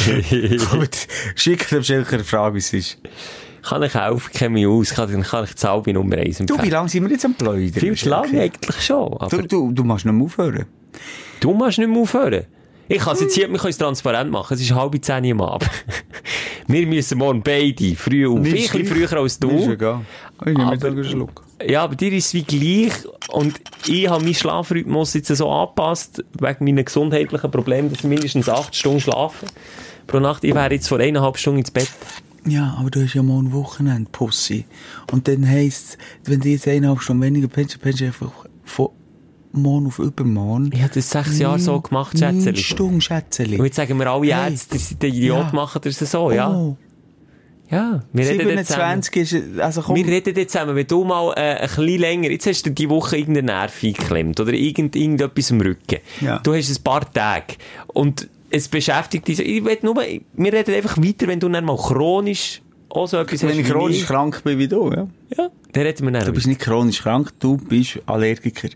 Gut, schickt dem Schelker eine Frage, wie es ist. Kann ich helfen, kenne mich aus, kann ich die Albi Nummer 1 empfehlen. Du, wie lange sind wir jetzt am Pläudern? Viel zu lange eigentlich schon. Aber Du machst nicht mehr aufhören. du musst nicht mehr aufhören. Ich kann es jetzt hier, wir können es transparent machen, es ist 9:30 am Abend. Wir müssen morgen beide früh auf. Ich ein bisschen früher als du. Ist egal. Ich nehme mir da einen Schluck. Ja, aber dir ist es wie gleich. Und ich habe meinen Schlafrhythmus jetzt so angepasst, wegen meiner gesundheitlichen Probleme, dass ich mindestens 8 Stunden schlafe pro Nacht. Ich wäre jetzt vor 1,5 Stunden ins Bett. Ja, aber du hast ja morgen Wochenende, Pussy. Und dann heisst es, wenn du jetzt 1,5 Stunden weniger pennst du einfach von morgen auf übermorgen. Ich habe das 6 Jahre so gemacht, Schätzeli. 9 Stunden, Schätzeli. Und jetzt sagen wir alle Ärzte, der Idiot machen das so, ja. Oh. Ja, wir reden jetzt zusammen. 27 ist, also komm. Wir reden jetzt zusammen, wenn du mal ein bisschen länger, jetzt hast du die Woche irgendeinen Nerv eingeklemmt oder irgendetwas im Rücken. Ja. Du hast ein paar Tage und es beschäftigt dich. Wir reden einfach weiter, wenn du dann mal chronisch auch so etwas hast. Wenn ich chronisch krank bin wie du, ja. Ja, dann reden wir dann Du bist nicht chronisch krank, du bist Allergiker.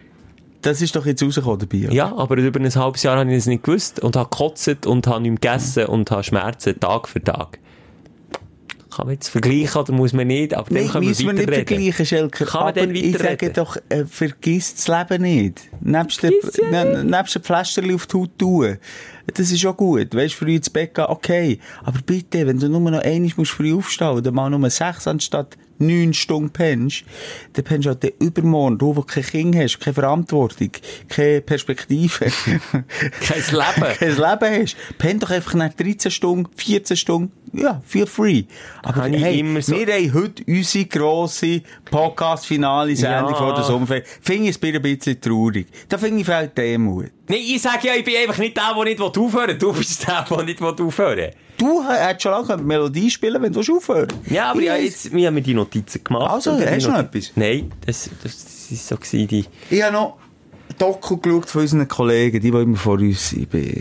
Das ist doch jetzt rausgekommen dabei, oder? Ja, aber über ein halbes Jahr habe ich das nicht gewusst und habe gekotzt und habe nicht mehr gegessen und habe Schmerzen Tag für Tag. Kann man jetzt vergleichen oder muss man nicht? Aber dann können wir müssen wir nicht weiterreden. vergleichen, Schelker. Kann man aber dann ich weiterreden? sage doch, vergiss das Leben nicht. Nebst dem Pflasterli auf die Haut tun. Das ist auch gut. Weißt, früh ins Bett gehen, okay. Aber bitte, wenn du nur noch einmal früh aufstehen musst, oder mal nur 6 anstatt 9 Stunden pennst, dann pennst du halt übermorgen, du, wo kein Kind hast, keine Verantwortung, keine Perspektive. Kein Leben. Kein Leben hast. Penn doch einfach nach 13 Stunden, 14 Stunden, ja, feel free. Aber Habe ich hey, immer so- wir haben heute unsere grosse Podcast-Finale-Sendung Ja. vor der Sommerferien. Finde ich es ein bisschen traurig. Da finde ich fehlt Demut. Nein, ich sage ja, ich bin einfach nicht der nicht aufhören will. Du bist der nicht aufhören will. Du hättest schon lange eine Melodie spielen, wenn du aufhören willst. Ja, aber wir haben mir die Notizen gemacht. Also, Und die hast du noch Notizen- etwas? Nein, das ist so gewesen, die... Ich habe noch Doku geschaut von unseren Kollegen, die immer vor uns sind bei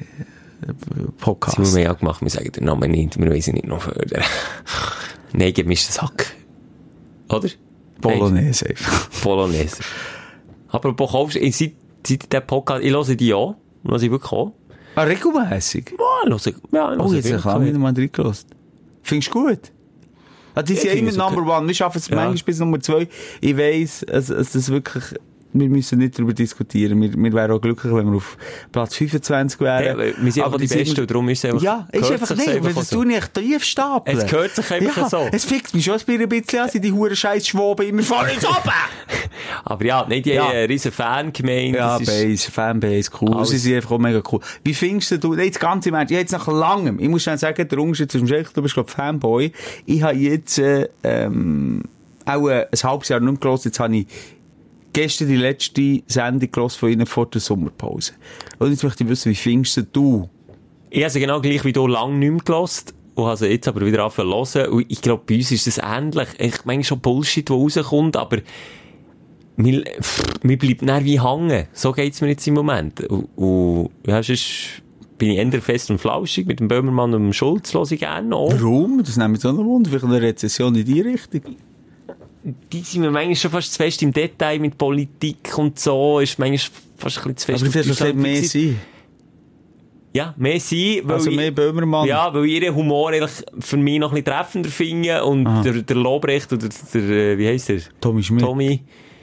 Podcasts. Das haben wir ja gemacht, wir sagen den Namen nicht, wir wissen nicht noch fördern. Nein, gib mir den Sack. Oder? Bolognese einfach. Bolognese. Aber seit diesem Podcast, ich höre die auch. Höre ich wirklich auch. Ah, regelmässig? Ja, höre ich. Ja, Oh, jetzt wirklich. habe ich wieder mal reingelassen. Findest du gut? Ah, die sind ja immer finde es Number One. Wir schaffen es Ja. manchmal bis Nummer 2. Ich weiss, es das wirklich, wir müssen nicht darüber diskutieren. Wir wären auch glücklich, wenn wir auf Platz 25 wären. Ja, wir sind einfach die Besten und darum ist es einfach... Ja, ist gehört einfach sich's nicht, weil einfach das so. tue ich tief stapeln. Es gehört sich einfach so. Es fickt mich schon ein bisschen an, sind die huren scheiß Schwaben immer vor uns oben. Aber ja, nicht die Ja. riesen Fangemeinde. Ja, das ist- Base, Fanbase, cool. Alles. Sie sind einfach auch mega cool. Wie findest du, jetzt ganz im Ernst, ich habe jetzt nach langem, ich muss schnell sagen, der Unterschied zwischen Schelker, du bist, glaub Fanboy. Ich habe jetzt, auch ein halbes Jahr nicht mehr gehört, jetzt habe ich gestern die letzte Sendung gehört von Ihnen vor der Sommerpause. Und jetzt möchte ich wissen, wie findest du? Ich habe sie genau gleich wie du lange nicht mehr gehört und habe sie jetzt aber wieder angefangen zu hören. Und ich glaube, bei uns ist das ähnlich. Ich meine schon Bullshit, der rauskommt, aber mir bleibt nicht wie hängen. So geht's mir jetzt im Moment. Und ja, sonst bin ich eher fest und flauschig mit dem Böhmermann und dem Schulz, höre ich gerne noch. Warum? Das nimmt mich so noch Wunder. Vielleicht eine Rezession in die Richtung. Die sind mir manchmal schon fast zu fest im Detail mit Politik und so. Ist manchmal fast ein bisschen zu fest. Aber auf vielleicht Deutschland mehr fixiert. sein. Ja, mehr sein. Weil Also mehr Böhmermann. Ja, weil ihre Humor eigentlich für mich noch ein bisschen treffender finden und der Lobrecht oder der, wie heisst der? Tommy Schmidt. Tommy.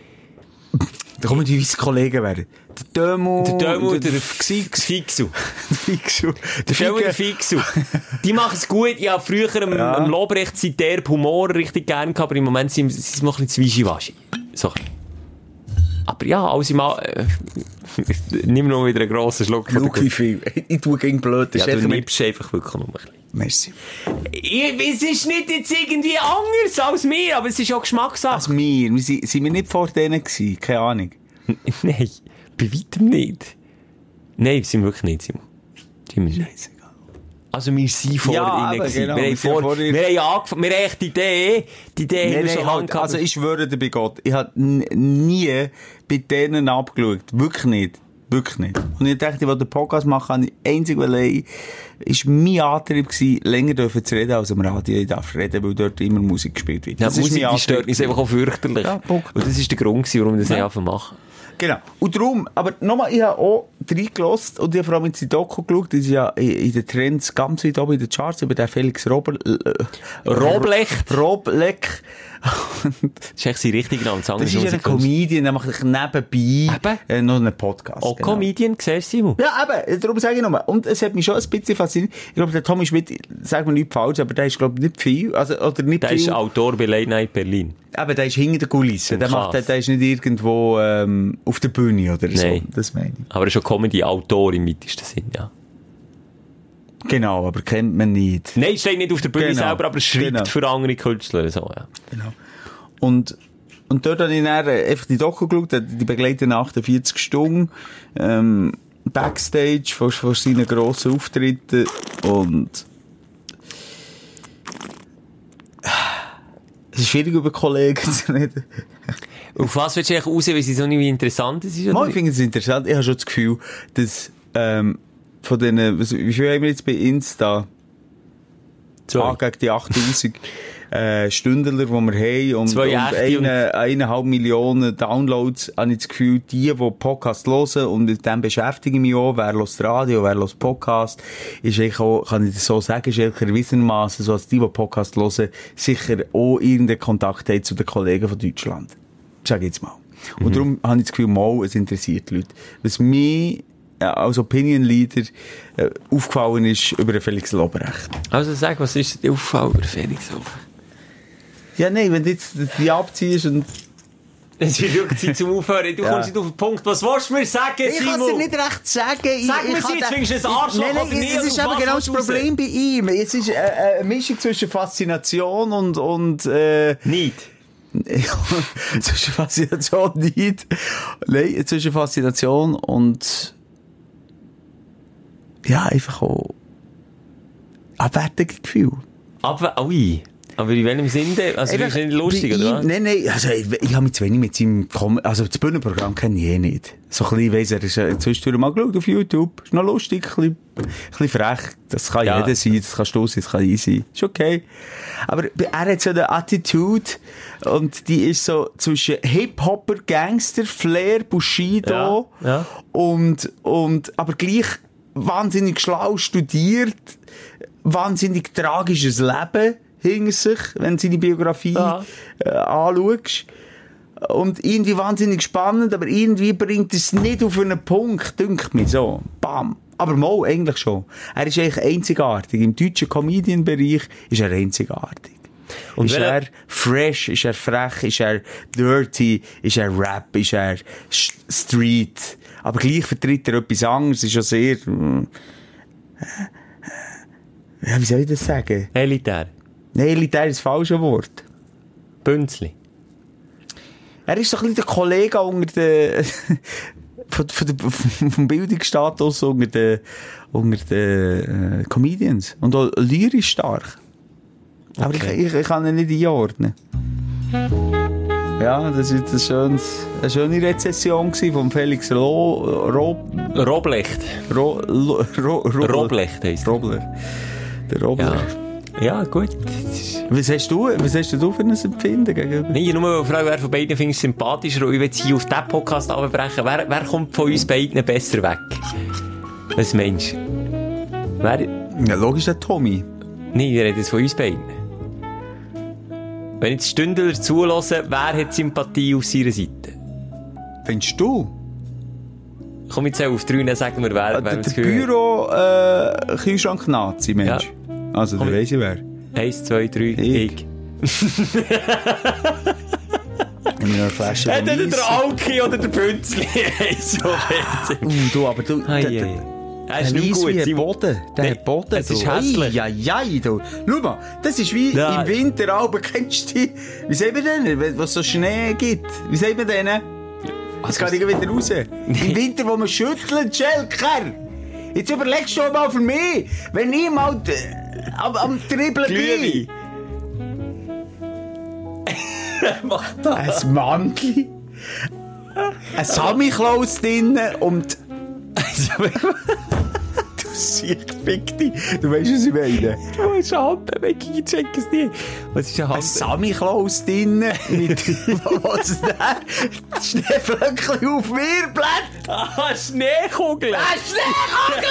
Da kommen die weißen Kollegen werden. Der Dömo. Der Xix. Fixu. Fixu. Der Fixu. Die machen es gut. Ich habe früher am Lobrecht sein derb Humor richtig gern gehabt, aber im Moment sind sie noch ein bisschen zu wischiwaschi. So. Aber ja, alles im All, nimm noch wieder einen grossen Schluck von der Schau wie viel. Ich tue gegen blöd. Ja, du nimmst einfach wirklich noch ein bisschen. Merci. Es ist nicht jetzt irgendwie anders als mir, aber es ist auch Geschmackssache. Also wir sind wir nicht vor denen gewesen? Keine Ahnung. Nein, bei weitem nicht. Nein, sind wir wirklich nicht, Simon. Sind wir nicht. Scheißegal. Also wir sind vor Ja, ihnen aber gewesen. genau, wir haben wir sind vor ihnen. wir haben angefangen, wir haben echt die Idee haben wir schon lange gehabt. Also ich schwöre dir bei Gott, ich habe nie bei denen abgeschaut. Wirklich nicht. Wirklich nicht. Und ich dachte, ich wollte den Podcast machen, habe ich einzig allein, ist mein Antrieb gewesen, länger dürfen zu reden als am Radio. Ich darf reden, weil dort immer Musik gespielt wird. Ja, Das ist Musik, mein die stört Antrieb. mich einfach auch fürchterlich. Ja, Punkt. Und das ist der Grund gewesen, warum wir das einfach machen. Genau. Und darum, aber nochmal, ich habe auch reingelassen und ich habe vor allem jetzt die Doku geschaut, die ist ja in den Trends ganz weit oben in den Charts, über den Felix Roblecht. Das ist echt sein richtiger Name. Das ist ja ein Comedian, der macht sich nebenbei noch einen Podcast. Auch genau. Comedian, siehst du, Simon? Ja, eben, darum sage ich nochmal. Und es hat mich schon ein bisschen fasziniert. Ich glaube, der Tommy Schmidt, sag mir nicht falsch, aber der ist, glaube ich, nicht viel. Also, oder nicht der viel. ist Autor bei Late Night Berlin. Eben, der ist hinter der Kulisse. Der ist nicht irgendwo auf der Bühne oder so. Nein. Das meine ich. Aber er ist schon Comedy-Autor im weitesten Sinn, ja. Genau, aber kennt man nicht. Nein, steht nicht auf der Bühne selber, aber er schreibt für andere Künstler. So, ja. Genau. Und dort habe ich dann einfach die Doku geschaut, die begleiten 48 Stunden, Backstage von seinen grossen Auftritten und es ist schwierig, über Kollegen zu reden. Auf was willst du eigentlich raus, weil sie so nicht wie interessant ist? Ich finde es interessant. Ich habe schon das Gefühl, dass von denen, wie viel haben wir jetzt bei Insta? Gegen die 8000 Stündler, die wir haben. Und 1,5 Millionen Downloads, habe ich das Gefühl, die Podcast hören und mit dem beschäftige ich mich auch. Wer hört Radio, wer hört Podcast, ist eigentlich auch, kann ich das so sagen, ist eigentlich erwiesenermassen so, als die Podcast hören, sicher auch irgendeinen Kontakt haben zu den Kollegen von Deutschland. Sag ich jetzt mal. Und darum habe ich das Gefühl, es interessiert die Leute. Was mich als Opinion Leader aufgefallen ist über den Felix Lobrecht. Also sag, was ist dir aufgefallen über Felix Lobrecht? Ja, nein, wenn du jetzt die abziehst und... Es wird wirklich Zeit zum Aufhören. Du kommst nicht auf den Punkt. Was willst du mir sagen, Simon? Ich kann es dir nicht recht sagen. Sag mir jetzt, findest du ein Arschloch oder nicht? Es ist aber genau das Problem bei ihm. Es ist eine Mischung zwischen Faszination und nicht. Zwischen Faszination nicht. Nein, zwischen Faszination und ja, einfach auch abwertiges Gefühl. Ui. Aber in welchem Sinne? Also, ist nicht lustig, oder was? Nein, also, ich habe mich zu wenig mit seinem also, das Bühnenprogramm kenne ich nicht. So ein bisschen, weiss er, ist zwischendurch mal geschaut auf YouTube. Ist noch lustig, ein bisschen frech. Das kann jeder sein, das kannst du sein, das kann ich sein. Ist okay. Aber er hat so eine Attitude, und die ist so zwischen Hip-Hopper, Gangster, Flair, Bushido, und, aber gleich wahnsinnig schlau studiert, wahnsinnig tragisches Leben hinter sich, wenn du seine Biografie anschaust. Und irgendwie wahnsinnig spannend, aber irgendwie bringt es nicht auf einen Punkt, dünkt mir so. Bam. Aber mal, eigentlich schon. Er ist eigentlich einzigartig. Im deutschen Comedian-Bereich ist er einzigartig. Und ist er fresh, ist er frech, ist er dirty, ist er Rap, ist er Street. Aber gleich vertritt er etwas anderes, ist ja sehr... Ja, wie soll ich das sagen? Elitär. Nein, elitär ist das falsche Wort. Bünzli. Er ist doch ein bisschen der Kollege unter den... vom Bildungsstatus unter den Comedians. Und auch lyrisch stark. Aber ich kann ihn nicht einordnen. Ja, das war eine schöne Rezession von Felix Roblecht. Roblecht heisst Robler. Der Robler. Ja, gut. Was hast du für ein Empfinden gegenüber? Nee, nur eine Frage, wer von beiden findest du sympathischer? Und ich will jetzt hier auf diesen Podcast abbrechen. Wer kommt von uns beiden besser weg? Was meinst du? Ja, logisch der Tommy. Nein, wir reden jetzt von uns beiden. Wenn jetzt Stündler zulassen, wer hat Sympathie auf seiner Seite? Findest du? Komm jetzt auf 3, dann sagen wir, wer der Büro-Kühlschrank-Nazi, Mensch. Ja. Also, da weiss ich wer. 1, 2, 3, ich. Eine Flasche Entweder der Alki oder der Bünzli. Du, aber du... Er ist nicht gut. Der Boden. Der Boden. Es ist hässlich. Ja, du. Schau mal, das ist wie im Winter, aber kennst du die... Wie sagt man denn, wenn es so Schnee gibt? Wie sagt man denn? Jetzt kann ich wieder raus. Im Winter, wo man schüttelt, Schelker. Jetzt überlegst du mal für mich, wenn ich mal am Dribbeln bin. Mach das. Ein Mantel, ein Samichlaus drinnen und Du siehst, fick dich. Du weißt, was ich meine. Was ist eine Handbewegung? Ich check es nicht. Was ist eine Ein Handbewegung? Samichlaus drinnen. Was ist das? Schneeflöckchen auf mir blätt. Ah, Schneekugel! Schneekugel!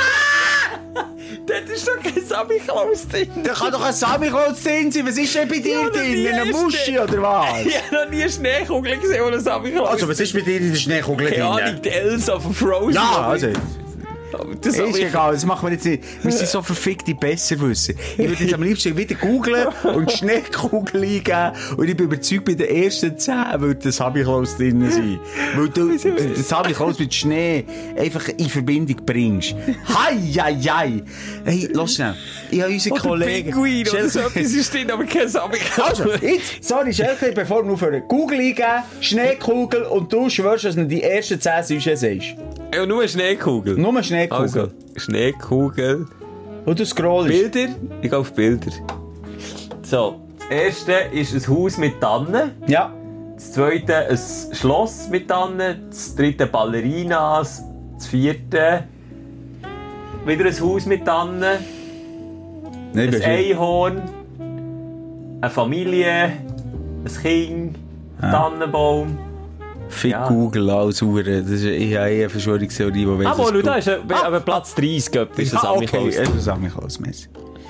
Das ist doch kein Samichlaus drin. Da kann doch ein Samichlaus drin sein. Was ist denn bei dir drin? Eine Muschi oder was? Ich habe noch nie eine Schneekugel gesehen, ohne Samichlaus. Also, was ist bei dir in der Schneekugel Keine Ahnung, drin? die Elsa von Frozen. Ja, also... Das Ist egal, das machen wir jetzt nicht. Wir sind so verfickte Besserwisser. Ich würde jetzt am liebsten wieder googlen und Schneekugel eingeben. Und ich bin überzeugt, bei den ersten 10 würde das Samichlaus drin sein. Weil du das Samichlaus mit Schnee einfach in Verbindung bringst. Hei, hei, hei. Hey, lass schnell. Ich habe unsere Kollegen... Pinguin oder so etwas ist drin, aber kein Samichlaus. Also, jetzt, sorry, Schelke, bevor wir aufhören. Google eingeben, Schneekugel und du schwörst, dass du die ersten 10 Süße sagst. Ja, nur eine Schneekugel. Nur eine Schneekugel. Also, Schneekugel. Und du scrollst. Bilder? Ich gehe auf Bilder. So, das erste ist ein Haus mit Tannen. Ja. Das zweite ein Schloss mit Tannen. Das dritte Ballerinas. Das vierte wieder ein Haus mit Tannen. Nein, Ein Einhorn. Eine Familie. Ein Kind. Ein Tannenbaum. Fick Ja. Google als Uhren. Das ist eine Verschwörungstheorie, die Aber schau, da ist aber Platz 30. Ist das okay. Samichlaus. Das ist Samichlaus, merci.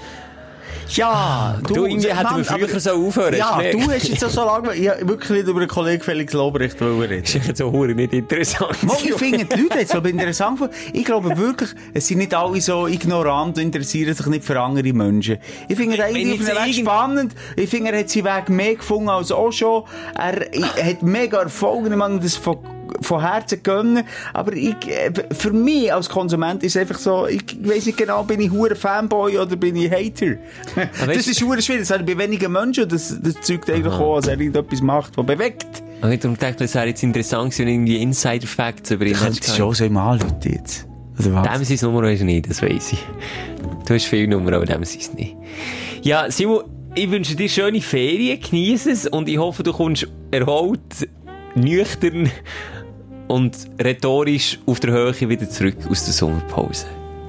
Ja, Du, irgendwie hätten wir früher so aufhören. Ja, Schnee- du hast jetzt so lange... Ich habe wirklich nicht über den Kollegen Felix Lobrecht reden. Das ist jetzt so hure nicht interessant. Mal, ich finde die Leute jetzt aber interessant. Ich glaube wirklich, es sind nicht alle so ignorant und interessieren sich nicht für andere Menschen. Ich finde das eigentlich auf einem Weg spannend. Ich finde, er hat seinen Weg mehr gefunden als auch schon. Er hat mega Erfolg, ich meine das von Herzen gönnen. Aber für mich als Konsument ist es einfach so, ich weiss nicht genau, bin ich hure Fanboy oder bin ich Hater? Das ist hure schwierig. Das habe ich bei wenigen Menschen. Das zeugt eigentlich auch, dass er irgendetwas macht, was bewegt. Und ich dachte, es wäre jetzt interessant, wenn irgendwie Insider-Facts über ihn Kannst du schon so mal anrufen jetzt? Oder was? Dem sein Nummer ist nicht, das weiss ich. Du hast viele Nummer, aber dem ist nicht. Ja, Simon, ich wünsche dir schöne Ferien, genieße es und ich hoffe, du kommst erholt, nüchtern und rhetorisch auf der Höhe wieder zurück aus der Sommerpause.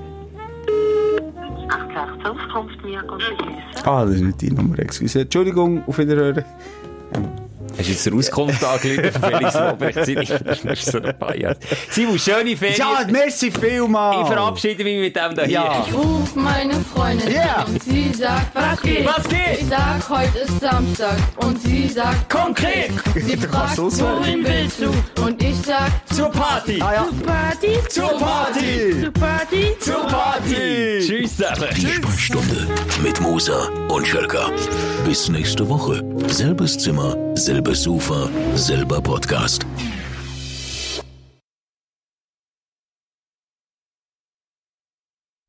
885 kommt mir und begrüßen. Ah, das ist nicht die Nummer, excuse. Entschuldigung, auf Wiederhören. Hast du jetzt eine Auskunft angelegt von Felix Lobrecht? Das ist so ein paar Jahre. Simon, schöne Ferien. Ja, merci vielmals. Ich verabschiede mich mit dem da hier. Ja. Ich ruf meine Freundin Ja. an und sie sagt, was geht? Was geht? Ich sag, heute ist Samstag und sie sagt, Konkret! Sie Du kannst fragt, so sagen. wohin willst du? Und ich sag, Zur Party! Ah ja. zur Party, Zur Party! zur Party, Zur Party! Tschüss zusammen! Die Sprechstunde mit Musa und Schelka. Bis nächste Woche. Selbes Zimmer, selbes Sofa, selber Podcast.